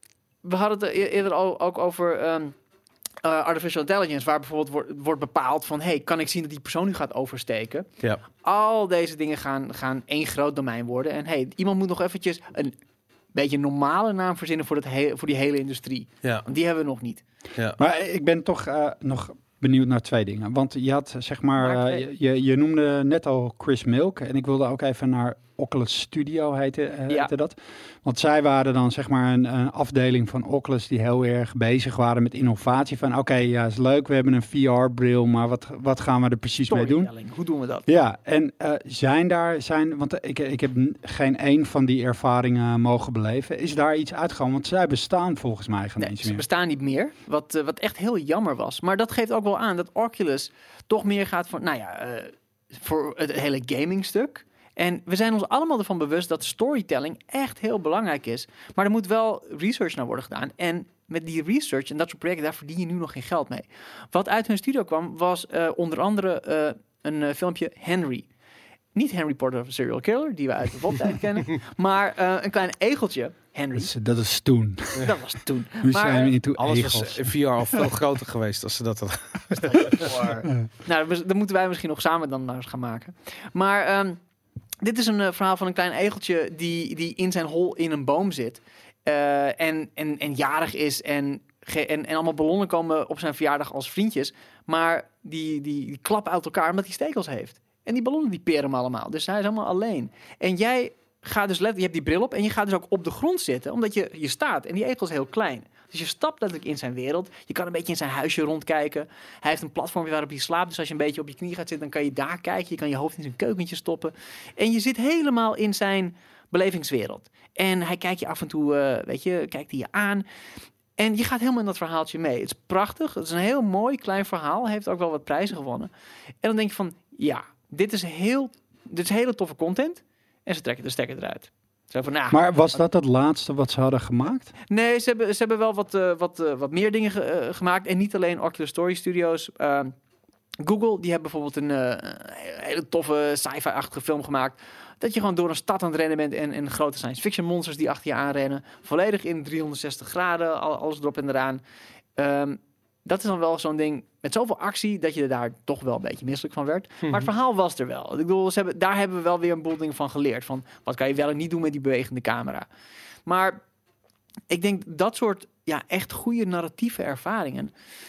Speaker 4: we hadden het er eerder al ook over um, uh, artificial intelligence, waar bijvoorbeeld wordt, wordt bepaald van, hey, kan ik zien dat die persoon nu gaat oversteken?
Speaker 2: Ja.
Speaker 4: Al deze dingen gaan, gaan één groot domein worden. En hey, iemand moet nog eventjes een beetje een normale naam verzinnen voor, dat he- voor die hele industrie.
Speaker 2: Ja.
Speaker 4: Want die hebben we nog niet.
Speaker 2: Ja.
Speaker 3: Maar ik ben toch uh, nog benieuwd naar twee dingen. Want je had, zeg maar,
Speaker 4: Maar
Speaker 3: uh,
Speaker 4: twee.
Speaker 3: je, je noemde net al Chris Milk. En ik wilde ook even naar Oculus Studio heette, uh,
Speaker 4: Ja.
Speaker 3: heette dat. Want zij waren dan, zeg maar, een, een afdeling van Oculus die heel erg bezig waren met innovatie. Van oké, okay, ja, is leuk, we hebben een V R-bril, maar wat, wat gaan we er precies mee doen?
Speaker 4: Storytelling, hoe doen we dat?
Speaker 3: Ja, en uh, zijn daar, zijn, want ik, ik heb n- geen één van die ervaringen mogen beleven. Is daar iets uitgekomen? Want zij bestaan volgens mij geen
Speaker 4: Nee,
Speaker 3: eens
Speaker 4: ze
Speaker 3: meer.
Speaker 4: bestaan niet meer. Wat, uh, wat echt heel jammer was. Maar dat geeft ook wel aan dat Oculus toch meer gaat voor, nou ja, uh, voor het hele gamingstuk. En we zijn ons allemaal ervan bewust dat storytelling echt heel belangrijk is. Maar er moet wel research naar worden gedaan. En met die research en dat soort projecten, daar verdien je nu nog geen geld mee. Wat uit hun studio kwam, was uh, onder andere uh, een uh, filmpje Henry. Niet Henry Porter of a Serial Killer, die we uit de Voltijd kennen. Maar uh, een klein egeltje, Henry.
Speaker 3: Dat is, dat is toen.
Speaker 4: Dat was toen.
Speaker 3: Nu
Speaker 4: Maar,
Speaker 3: zijn we
Speaker 4: uh,
Speaker 3: into
Speaker 2: Alles
Speaker 3: egels.
Speaker 2: was in V R al veel groter geweest als ze dat hadden.
Speaker 4: Nou, we- dat moeten wij misschien nog samen dan maar eens gaan maken. Maar um, dit is een uh, verhaal van een klein egeltje die, die in zijn hol in een boom zit. Uh, en, en, en jarig is en, ge- en, en allemaal ballonnen komen op zijn verjaardag als vriendjes. Maar die, die, die klappen uit elkaar omdat hij stekels heeft. En die ballonnen die peren hem allemaal. Dus hij is helemaal alleen. En jij gaat dus letterlijk, je hebt die bril op en je gaat dus ook op de grond zitten. Omdat je, je staat en die egel is heel klein. Dus je stapt letterlijk in zijn wereld. Je kan een beetje in zijn huisje rondkijken. Hij heeft een platform waarop je slaapt. Dus als je een beetje op je knie gaat zitten, dan kan je daar kijken. Je kan je hoofd in zijn keukentje stoppen. En je zit helemaal in zijn belevingswereld. En hij kijkt je af en toe, uh, weet je, kijkt hij je aan. En je gaat helemaal in dat verhaaltje mee. Het is prachtig. Het is een heel mooi klein verhaal. Hij heeft ook wel wat prijzen gewonnen. En dan denk je van, ja, dit is heel, dit is hele toffe content. En ze trekken de stekker eruit. Zo van, nou,
Speaker 3: Maar was dat het laatste wat ze hadden gemaakt?
Speaker 4: nee, ze hebben, ze hebben wel wat, uh, wat, uh, wat meer dingen ge- uh, gemaakt. En niet alleen Oculus Story Studios. Uh, Google, die hebben bijvoorbeeld een uh, hele toffe sci-fi-achtige film gemaakt. Dat je gewoon door een stad aan het rennen bent en, en grote science fiction monsters die achter je aanrennen. Volledig in driehonderdzestig graden, al, alles erop en eraan. Um, dat is dan wel zo'n ding met zoveel actie dat je er daar toch wel een beetje misselijk van werd.
Speaker 2: Mm-hmm.
Speaker 4: Maar het verhaal was er wel. Ik bedoel, ze hebben, daar hebben we wel weer een boel dingen van geleerd. Van wat kan je wel en niet doen met die bewegende camera. Maar ik denk dat soort ja, echt goede narratieve ervaringen,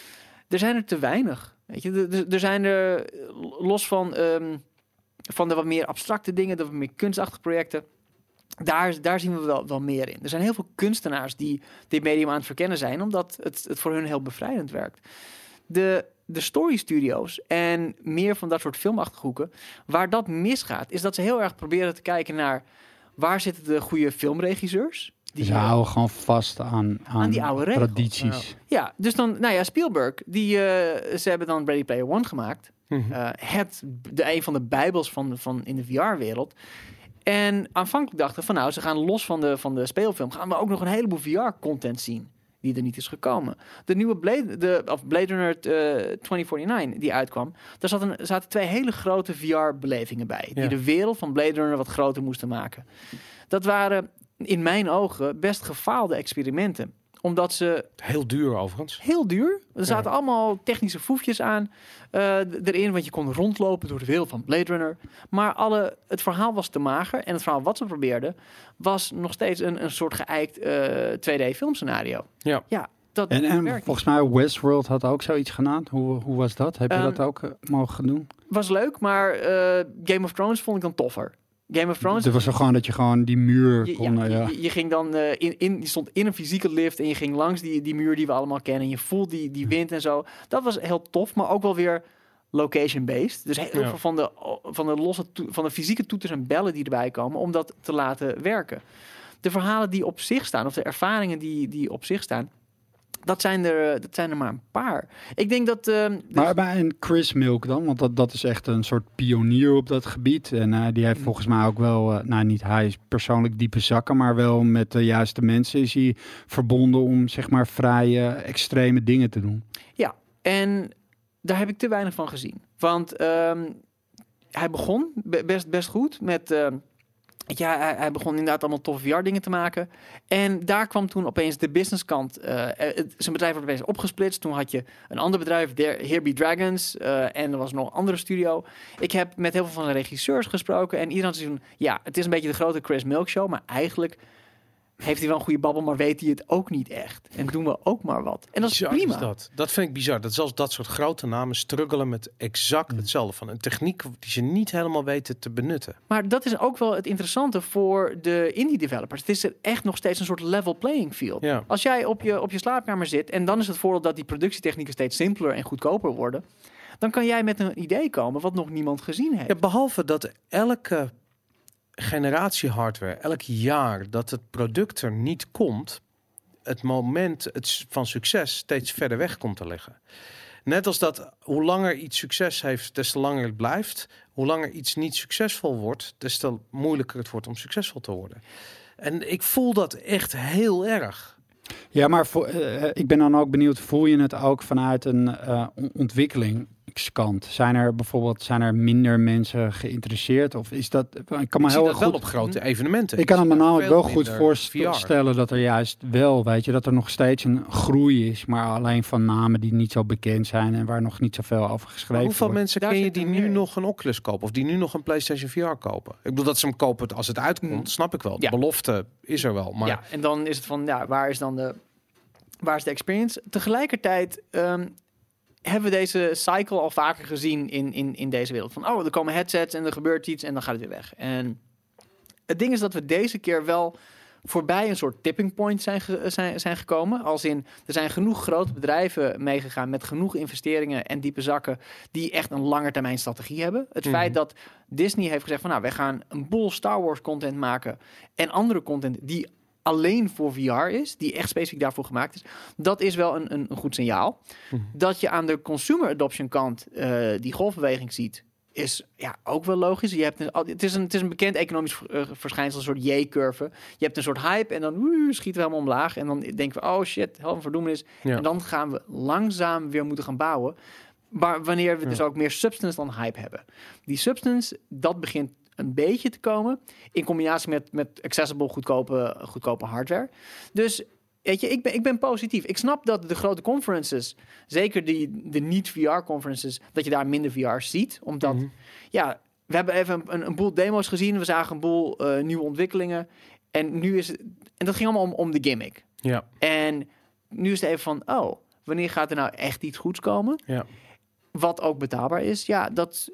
Speaker 4: er zijn er te weinig. Weet je, er, er zijn er los van, um, van de wat meer abstracte dingen, de wat meer kunstachtige projecten. Daar, daar zien we wel, wel meer in. Er zijn heel veel kunstenaars die dit medium aan het verkennen zijn, omdat het, het voor hun heel bevrijdend werkt. De, de story studio's en meer van dat soort filmachtige hoeken, waar dat misgaat, is dat ze heel erg proberen te kijken naar waar zitten de goede filmregisseurs. Die
Speaker 3: Ze houden gewoon vast aan, aan,
Speaker 4: Aan die oude regels.
Speaker 3: tradities.
Speaker 4: Ja, dus dan, nou ja, Spielberg, die, uh, ze hebben dan Ready Player One gemaakt.
Speaker 2: Mm-hmm.
Speaker 4: Uh, het, de, een van de bijbels van, van in de V R-wereld. En aanvankelijk dachten we van nou, ze gaan los van de, van de speelfilm, gaan we ook nog een heleboel V R-content zien die er niet is gekomen. De nieuwe Blade, de, of Blade Runner uh, twintig forty-nine die uitkwam, daar zat een, zaten twee hele grote V R-belevingen bij, die
Speaker 2: Ja.
Speaker 4: de wereld van Blade Runner wat groter moesten maken. Dat waren in mijn ogen best gefaalde experimenten, omdat ze
Speaker 2: Heel duur overigens.
Speaker 4: heel duur. Er zaten
Speaker 2: Ja.
Speaker 4: allemaal technische foefjes aan uh, erin, want je kon rondlopen door de wereld van Blade Runner. Maar alle, het verhaal was te mager en het verhaal wat ze probeerden was nog steeds een, een soort geëikt uh, twee D-filmscenario.
Speaker 2: Ja.
Speaker 4: Ja, dat
Speaker 3: En, en
Speaker 4: werkt
Speaker 3: volgens mij Westworld had ook zoiets gedaan. Hoe, hoe was dat? Heb je
Speaker 4: Um,
Speaker 3: dat ook uh, mogen doen?
Speaker 4: niet. Was leuk, maar uh, Game of Thrones vond ik dan toffer. Game of Thrones.
Speaker 3: Er was er gewoon dat je gewoon die muur
Speaker 4: Je,
Speaker 3: kon...
Speaker 4: ja,
Speaker 3: uh, ja.
Speaker 4: je, je ging dan uh, in, in, je stond in een fysieke lift en je ging langs die, die muur die we allemaal kennen. En je voelt die, die wind en zo. Dat was heel tof, maar ook wel weer location-based. Dus heel
Speaker 2: Ja.
Speaker 4: veel van de, van de losse to- van de fysieke toeters en bellen die erbij komen om dat te laten werken. De verhalen die op zich staan, of de ervaringen die, die op zich staan, dat zijn er, dat zijn er maar een paar. Ik denk dat... Uh, dus
Speaker 3: Maar bij een Chris Milk dan? Want dat, dat is echt een soort pionier op dat gebied. En uh, die heeft volgens mij ook wel... Uh, nou, niet hij is persoonlijk diepe zakken... maar wel met de juiste mensen is hij verbonden... om zeg maar vrij uh, extreme dingen te doen.
Speaker 4: Ja, en daar heb ik te weinig van gezien. Want um, hij begon be- best, best goed met... Uh, ja, hij, hij begon inderdaad allemaal toffe V R-dingen te maken. En daar kwam toen opeens de businesskant. Uh, het, zijn bedrijf wordt opeens opgesplitst. Toen had je een ander bedrijf, There, Here Be Dragons. Uh, en er was nog een andere studio. Ik heb met heel veel van de regisseurs gesproken. En iedereen zei van, ja, het is een beetje de grote Chris Milk Show. Maar eigenlijk heeft hij wel een goede babbel, maar weet hij het ook niet echt. En doen we ook maar wat. En dat is
Speaker 2: Bizar
Speaker 4: prima.
Speaker 2: is dat. dat vind ik bizar. Dat zelfs dat soort grote namen struggelen met exact
Speaker 3: Mm.
Speaker 2: hetzelfde. Van een techniek die ze niet helemaal weten te benutten.
Speaker 4: Maar dat is ook wel het interessante voor de indie developers. Het is er echt nog steeds een soort level playing field.
Speaker 2: Ja.
Speaker 4: Als jij op je, op je slaapkamer zit en dan is het voordeel dat die productietechnieken steeds simpeler en goedkoper worden, dan kan jij met een idee komen wat nog niemand gezien heeft.
Speaker 2: Ja, behalve dat elke generatie hardware, elk jaar dat het product er niet komt, het moment het s- van succes steeds verder weg komt te liggen. Net als dat hoe langer iets succes heeft, des te langer het blijft. Hoe langer iets niet succesvol wordt, des te moeilijker het wordt om succesvol te worden. En ik voel dat echt heel erg.
Speaker 3: Ja, maar voor, uh, ik ben dan ook benieuwd, voel je het ook vanuit een uh, on- ontwikkelingskant? Zijn er bijvoorbeeld zijn er minder mensen geïnteresseerd? Of is dat... Ik kan me
Speaker 2: Ik zie
Speaker 3: heel
Speaker 2: dat
Speaker 3: goed...
Speaker 2: wel op grote evenementen.
Speaker 3: Ik kan het me
Speaker 2: zie daar
Speaker 3: namelijk
Speaker 2: veel
Speaker 3: wel goed
Speaker 2: minder
Speaker 3: voorstellen dat er juist wel, weet je, dat er nog steeds een groei is, maar alleen van namen die niet zo bekend zijn en waar nog niet zoveel over geschreven
Speaker 2: Maar hoeveel
Speaker 3: wordt.
Speaker 2: mensen
Speaker 4: Daar
Speaker 2: ken je
Speaker 4: zit
Speaker 2: die
Speaker 4: er
Speaker 2: nu
Speaker 4: meer in.
Speaker 2: nog een Oculus kopen? Of die nu nog een PlayStation V R kopen? Ik bedoel dat ze hem kopen als het uitkomt,
Speaker 4: Mm.
Speaker 2: snap ik wel. De
Speaker 4: Ja.
Speaker 2: belofte is er wel. Maar
Speaker 4: Ja, en dan is het van, ja, waar is dan de, waar is de experience? Tegelijkertijd um, hebben we deze cycle al vaker gezien in, in, in deze wereld. Van, oh, er komen headsets en er gebeurt iets en dan gaat het weer weg. En het ding is dat we deze keer wel voorbij een soort tipping point zijn, ge- zijn, zijn gekomen. Als in, er zijn genoeg grote bedrijven meegegaan met genoeg investeringen en diepe zakken die echt een langetermijn strategie hebben. Het
Speaker 2: Mhm.
Speaker 4: feit dat Disney heeft gezegd van, nou, wij gaan een boel Star Wars content maken en andere content die alleen voor V R is, die echt specifiek daarvoor gemaakt is, dat is wel een, een, een goed signaal.
Speaker 2: Mhm.
Speaker 4: Dat je aan de consumer adoption kant uh, die golfbeweging ziet, is ja ook wel logisch. Je hebt een, het, is een, het is een bekend economisch uh, verschijnsel, een soort J-curve. Je hebt een soort hype en dan woe, schieten we helemaal omlaag. En dan denken we, oh shit, hel van verdoemenis.
Speaker 2: Ja.
Speaker 4: En dan gaan we langzaam weer moeten gaan bouwen. Maar wanneer we
Speaker 2: Ja.
Speaker 4: dus ook meer substance dan hype hebben. Die substance, dat begint een beetje te komen. In combinatie met, met accessible, goedkope, goedkope hardware. Dus weet je, ik ben, ik ben positief. Ik snap dat de grote conferences, zeker die, de niet-V R-conferences, dat je daar minder V R ziet. Omdat,
Speaker 2: Mhm.
Speaker 4: ja, we hebben even een, een boel demo's gezien. We zagen een boel uh, nieuwe ontwikkelingen. En nu is het, en dat ging allemaal om, om de gimmick.
Speaker 2: Ja,
Speaker 4: En nu is het even van, oh, wanneer gaat er nou echt iets goeds komen?
Speaker 2: ja.
Speaker 4: Wat ook betaalbaar is. Ja, dat...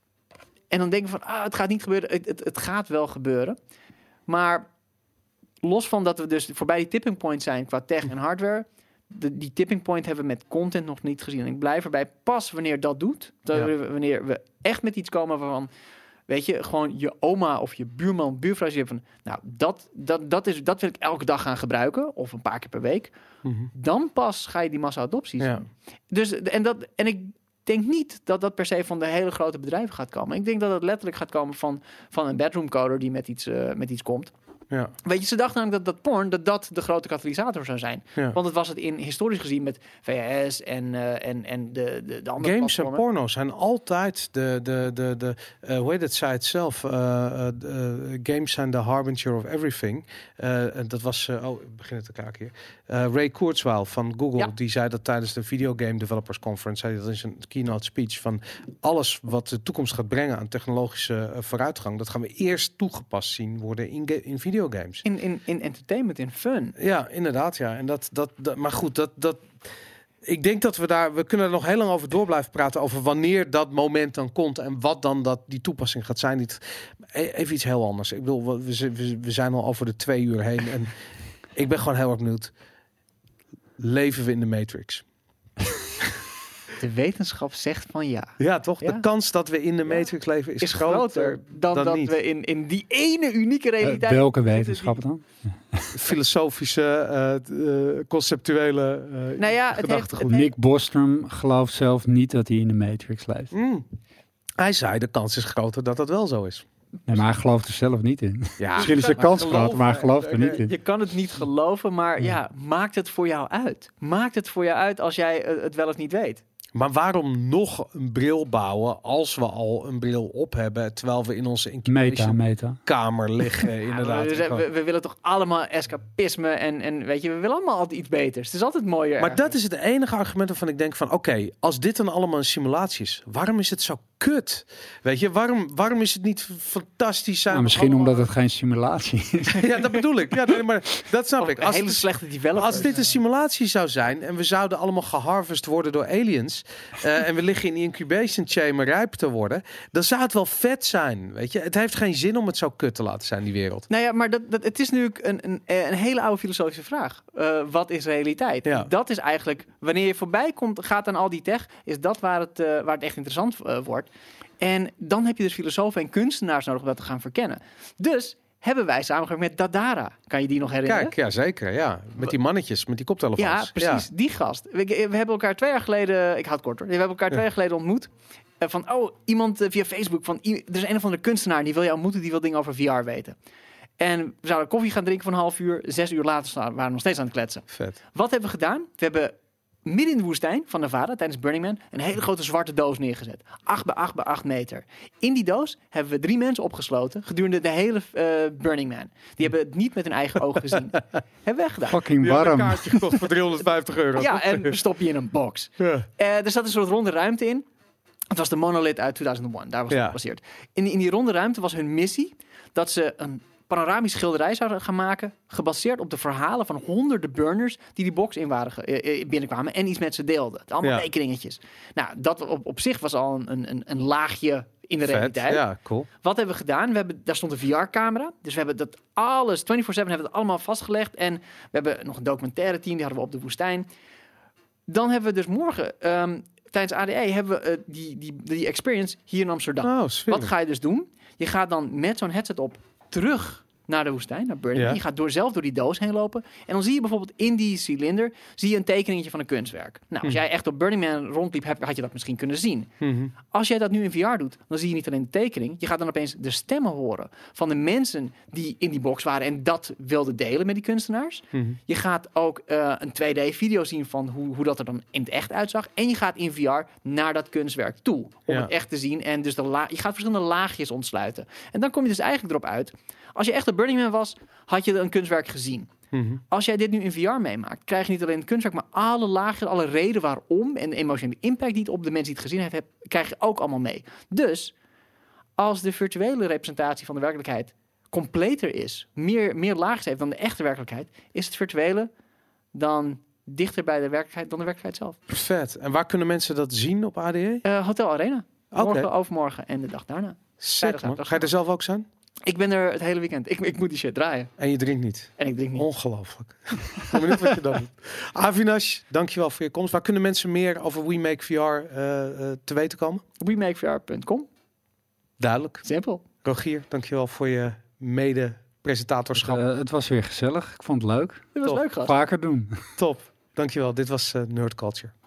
Speaker 4: En dan denken we van, ah, het gaat niet gebeuren. Het, het, het gaat wel gebeuren. Maar los van dat we dus voorbij die tipping point zijn qua tech en hardware, de, die tipping point hebben we met content nog niet gezien. En ik blijf erbij, pas wanneer dat doet, dat
Speaker 2: Ja.
Speaker 4: we, wanneer we echt met iets komen waarvan, weet je, gewoon je oma of je buurman, buurvrouw zegt van, nou, dat, dat, dat, is, dat wil ik elke dag gaan gebruiken, of een paar keer per week.
Speaker 2: Mhm.
Speaker 4: Dan pas ga je die massa-adoptie zien.
Speaker 2: Ja.
Speaker 4: Dus, en, dat, en ik, denk niet dat dat per se van de hele grote bedrijven gaat komen. Ik denk dat het letterlijk gaat komen van, van een bedroom coder die met iets, uh, met iets komt.
Speaker 2: Ja.
Speaker 4: Weet je, ze dachten namelijk dat, dat porn dat dat de grote katalysator zou zijn.
Speaker 2: Ja.
Speaker 4: Want het was het in historisch gezien met V H S en, uh, en, en de, de, de andere
Speaker 2: Games en
Speaker 4: platformen.
Speaker 2: porno zijn altijd de, de, de, de uh, hoe heet het, zei het zelf, uh, uh, uh, games zijn the harbinger of everything. Uh, en dat was, uh, oh, ik begin het te kraken hier. Uh, Ray Kurzweil van Google,
Speaker 4: Ja.
Speaker 2: die zei dat tijdens de Video Game Developers Conference, zei dat in zijn keynote speech, van alles wat de toekomst gaat brengen aan technologische uh, vooruitgang, dat gaan we eerst toegepast zien worden in, ga- in videogames.
Speaker 4: In, in, in entertainment, in fun.
Speaker 2: Ja, inderdaad, ja. En dat, dat, dat, maar goed, dat, dat, ik denk dat we daar, we kunnen er nog heel lang over door blijven praten over wanneer dat moment dan komt en wat dan dat die toepassing gaat zijn. Niet, even iets heel anders. Ik bedoel, we, we, we zijn al over de twee uur heen en ik ben gewoon heel erg benieuwd. Leven we in de Matrix?
Speaker 4: De wetenschap zegt van ja.
Speaker 2: Ja, toch?
Speaker 4: Ja.
Speaker 2: De kans dat we in de
Speaker 4: Ja.
Speaker 2: Matrix leven is,
Speaker 4: Is
Speaker 2: groter,
Speaker 4: groter dan,
Speaker 2: dan
Speaker 4: dat
Speaker 2: niet.
Speaker 4: we in, in die ene unieke
Speaker 3: Uh,
Speaker 4: realiteit...
Speaker 3: welke wetenschap dan?
Speaker 2: Filosofische, uh, uh, conceptuele uh,
Speaker 4: Nou ja, het
Speaker 2: gedachtegoed.
Speaker 4: heeft-
Speaker 3: Nick Bostrom gelooft zelf niet dat hij in de Matrix leeft.
Speaker 2: Mm. Hij zei, de kans is groter dat dat wel zo is.
Speaker 3: Nee, maar hij gelooft er zelf niet in.
Speaker 2: Ja,
Speaker 3: Misschien is de
Speaker 2: maar
Speaker 3: kans
Speaker 2: geloof-
Speaker 3: groot, maar hij gelooft er
Speaker 2: Oké.
Speaker 3: niet in.
Speaker 4: Je kan het niet geloven, maar ja, maakt het voor jou uit. Maakt het voor jou uit als jij uh, het wel of niet weet.
Speaker 2: Maar waarom nog een bril bouwen als we al een bril op hebben, terwijl we in onze incubation
Speaker 3: Meta, meta.
Speaker 2: kamer liggen,
Speaker 4: Ja,
Speaker 2: inderdaad.
Speaker 4: we, we, we willen toch allemaal escapisme en, en weet je, we willen allemaal altijd iets beters. Het is altijd mooier.
Speaker 2: Maar dat is het enige argument waarvan ik denk van, oké, als dit dan allemaal een simulatie is, waarom is het zo kut? Weet je, waarom, waarom is het niet fantastisch zijn?
Speaker 3: Nou, misschien omdat het geen simulatie is.
Speaker 2: Ja, dat bedoel ik. Ja, nee, maar dat snap ik.
Speaker 4: een
Speaker 2: Als
Speaker 4: hele
Speaker 2: het-
Speaker 4: slechte developer.
Speaker 2: Als dit een simulatie zou zijn en we zouden allemaal geharvest worden door aliens uh, en we liggen in die incubation chamber rijp te worden, dan zou het wel vet zijn, weet je. Het heeft geen zin om het zo kut te laten zijn, die wereld.
Speaker 4: Nou ja, maar dat, dat, het is nu een, een, een hele oude filosofische vraag. Uh, wat is realiteit?
Speaker 2: Ja.
Speaker 4: Dat is eigenlijk, wanneer je voorbij komt, gaat aan al die tech, is dat waar het, uh, waar het echt interessant uh, wordt. En dan heb je dus filosofen en kunstenaars nodig om dat te gaan verkennen. Dus hebben wij samengewerkt met Dadara. Kan je die nog herinneren?
Speaker 2: Kijk, ja, zeker, ja. Met die mannetjes, met die koptelefoons.
Speaker 4: Ja, precies. Die gast. We, we hebben elkaar twee jaar geleden... Ik houd het kort hoor. We hebben elkaar twee
Speaker 2: Ja.
Speaker 4: jaar geleden ontmoet. Uh, van, oh, iemand uh, via Facebook. Van, i- er is een of andere kunstenaar die wil je ontmoeten. Die wil dingen over V R weten. En we zouden koffie gaan drinken van een half uur. Zes uur later staan, waren we nog steeds aan het kletsen.
Speaker 2: Vet.
Speaker 4: Wat hebben we gedaan? We hebben midden in de woestijn van Nevada, tijdens Burning Man, een hele grote zwarte doos neergezet. acht bij acht bij acht meter. In die doos hebben we drie mensen opgesloten gedurende de hele uh, Burning Man. Die hebben het niet met hun eigen ogen gezien. Hebben we gedaan.
Speaker 3: Fucking
Speaker 2: Die had een
Speaker 3: warm.
Speaker 2: kaartje gekocht voor driehonderdvijftig euro.
Speaker 4: Ja, en stop je in een box.
Speaker 2: Ja.
Speaker 4: Uh, er zat een soort ronde ruimte in. Het was de Monolith uit tweeduizend één. Daar was het
Speaker 2: Ja.
Speaker 4: gebaseerd. In, in die ronde ruimte was hun missie dat ze een panoramisch schilderij zouden gaan maken, gebaseerd op de verhalen van honderden burners die die box in waren ge- eh, binnenkwamen en iets met ze deelden. Het allemaal
Speaker 2: Ja.
Speaker 4: tekeningetjes. Nou, dat op, op zich was al een, een, een laagje in de
Speaker 2: Vet.
Speaker 4: realiteit.
Speaker 2: Ja, cool.
Speaker 4: Wat hebben we gedaan? We hebben, daar stond een V R-camera. Dus we hebben dat alles, vierentwintig zeven, hebben we het allemaal vastgelegd. En we hebben nog een documentaire team, die hadden we op de woestijn. Dan hebben we dus morgen, ehm, tijdens A D E, hebben we uh, die, die, die experience hier in Amsterdam.
Speaker 2: Oh, sfeer.
Speaker 4: Wat ga je dus doen? Je gaat dan met zo'n headset op terug naar de woestijn, naar Burning Man.
Speaker 2: Ja.
Speaker 4: Je gaat door, zelf door die doos heen lopen. En dan zie je bijvoorbeeld in die cilinder zie je een tekeningetje van een kunstwerk. Nou, als
Speaker 2: Hm.
Speaker 4: jij echt op Burning Man rondliep, heb, had je dat misschien kunnen zien.
Speaker 2: Mhm.
Speaker 4: Als jij dat nu in V R doet, dan zie je niet alleen de tekening. Je gaat dan opeens de stemmen horen van de mensen die in die box waren en dat wilden delen met die kunstenaars.
Speaker 2: Mhm.
Speaker 4: Je gaat ook uh, een twee D-video zien van hoe, hoe dat er dan in het echt uitzag. En je gaat in V R naar dat kunstwerk toe om
Speaker 2: Ja.
Speaker 4: het echt te zien. En dus de la- je gaat verschillende laagjes ontsluiten. En dan kom je dus eigenlijk erop uit. Als je echt op Burning Man was, had je een kunstwerk gezien.
Speaker 2: Mhm.
Speaker 4: Als jij dit nu in V R meemaakt, krijg je niet alleen het kunstwerk, maar alle lagen, alle reden waarom en de emotionele impact die het op de mensen die het gezien hebben, krijg je ook allemaal mee. Dus als de virtuele representatie van de werkelijkheid completer is, meer, meer laagjes heeft dan de echte werkelijkheid, is het virtuele dan dichter bij de werkelijkheid dan de werkelijkheid zelf.
Speaker 2: Vet. En waar kunnen mensen dat zien op A D E?
Speaker 4: Uh, Hotel Arena.
Speaker 2: Oké.
Speaker 4: Morgen, overmorgen en de dag daarna.
Speaker 2: Sick, man. Ga je er zelf ook zijn?
Speaker 4: Ik ben er het hele weekend. Ik, ik moet die shit draaien.
Speaker 2: En je drinkt niet?
Speaker 4: En ik drink niet.
Speaker 2: Ongelooflijk. Ik ben benieuwd wat je dan doet. Avinash, dankjewel voor je komst. Waar kunnen mensen meer over We Make V R uh, uh, te weten komen?
Speaker 4: we make v r punt com.
Speaker 2: Duidelijk.
Speaker 4: Simpel.
Speaker 2: Rogier, dankjewel voor je mede-presentatorschap.
Speaker 3: Uh, het was weer gezellig. Ik vond het leuk.
Speaker 4: Dit was
Speaker 2: Top.
Speaker 4: leuk, gast.
Speaker 3: Vaker doen.
Speaker 2: Top. Dankjewel. Dit was uh, Nerd Culture.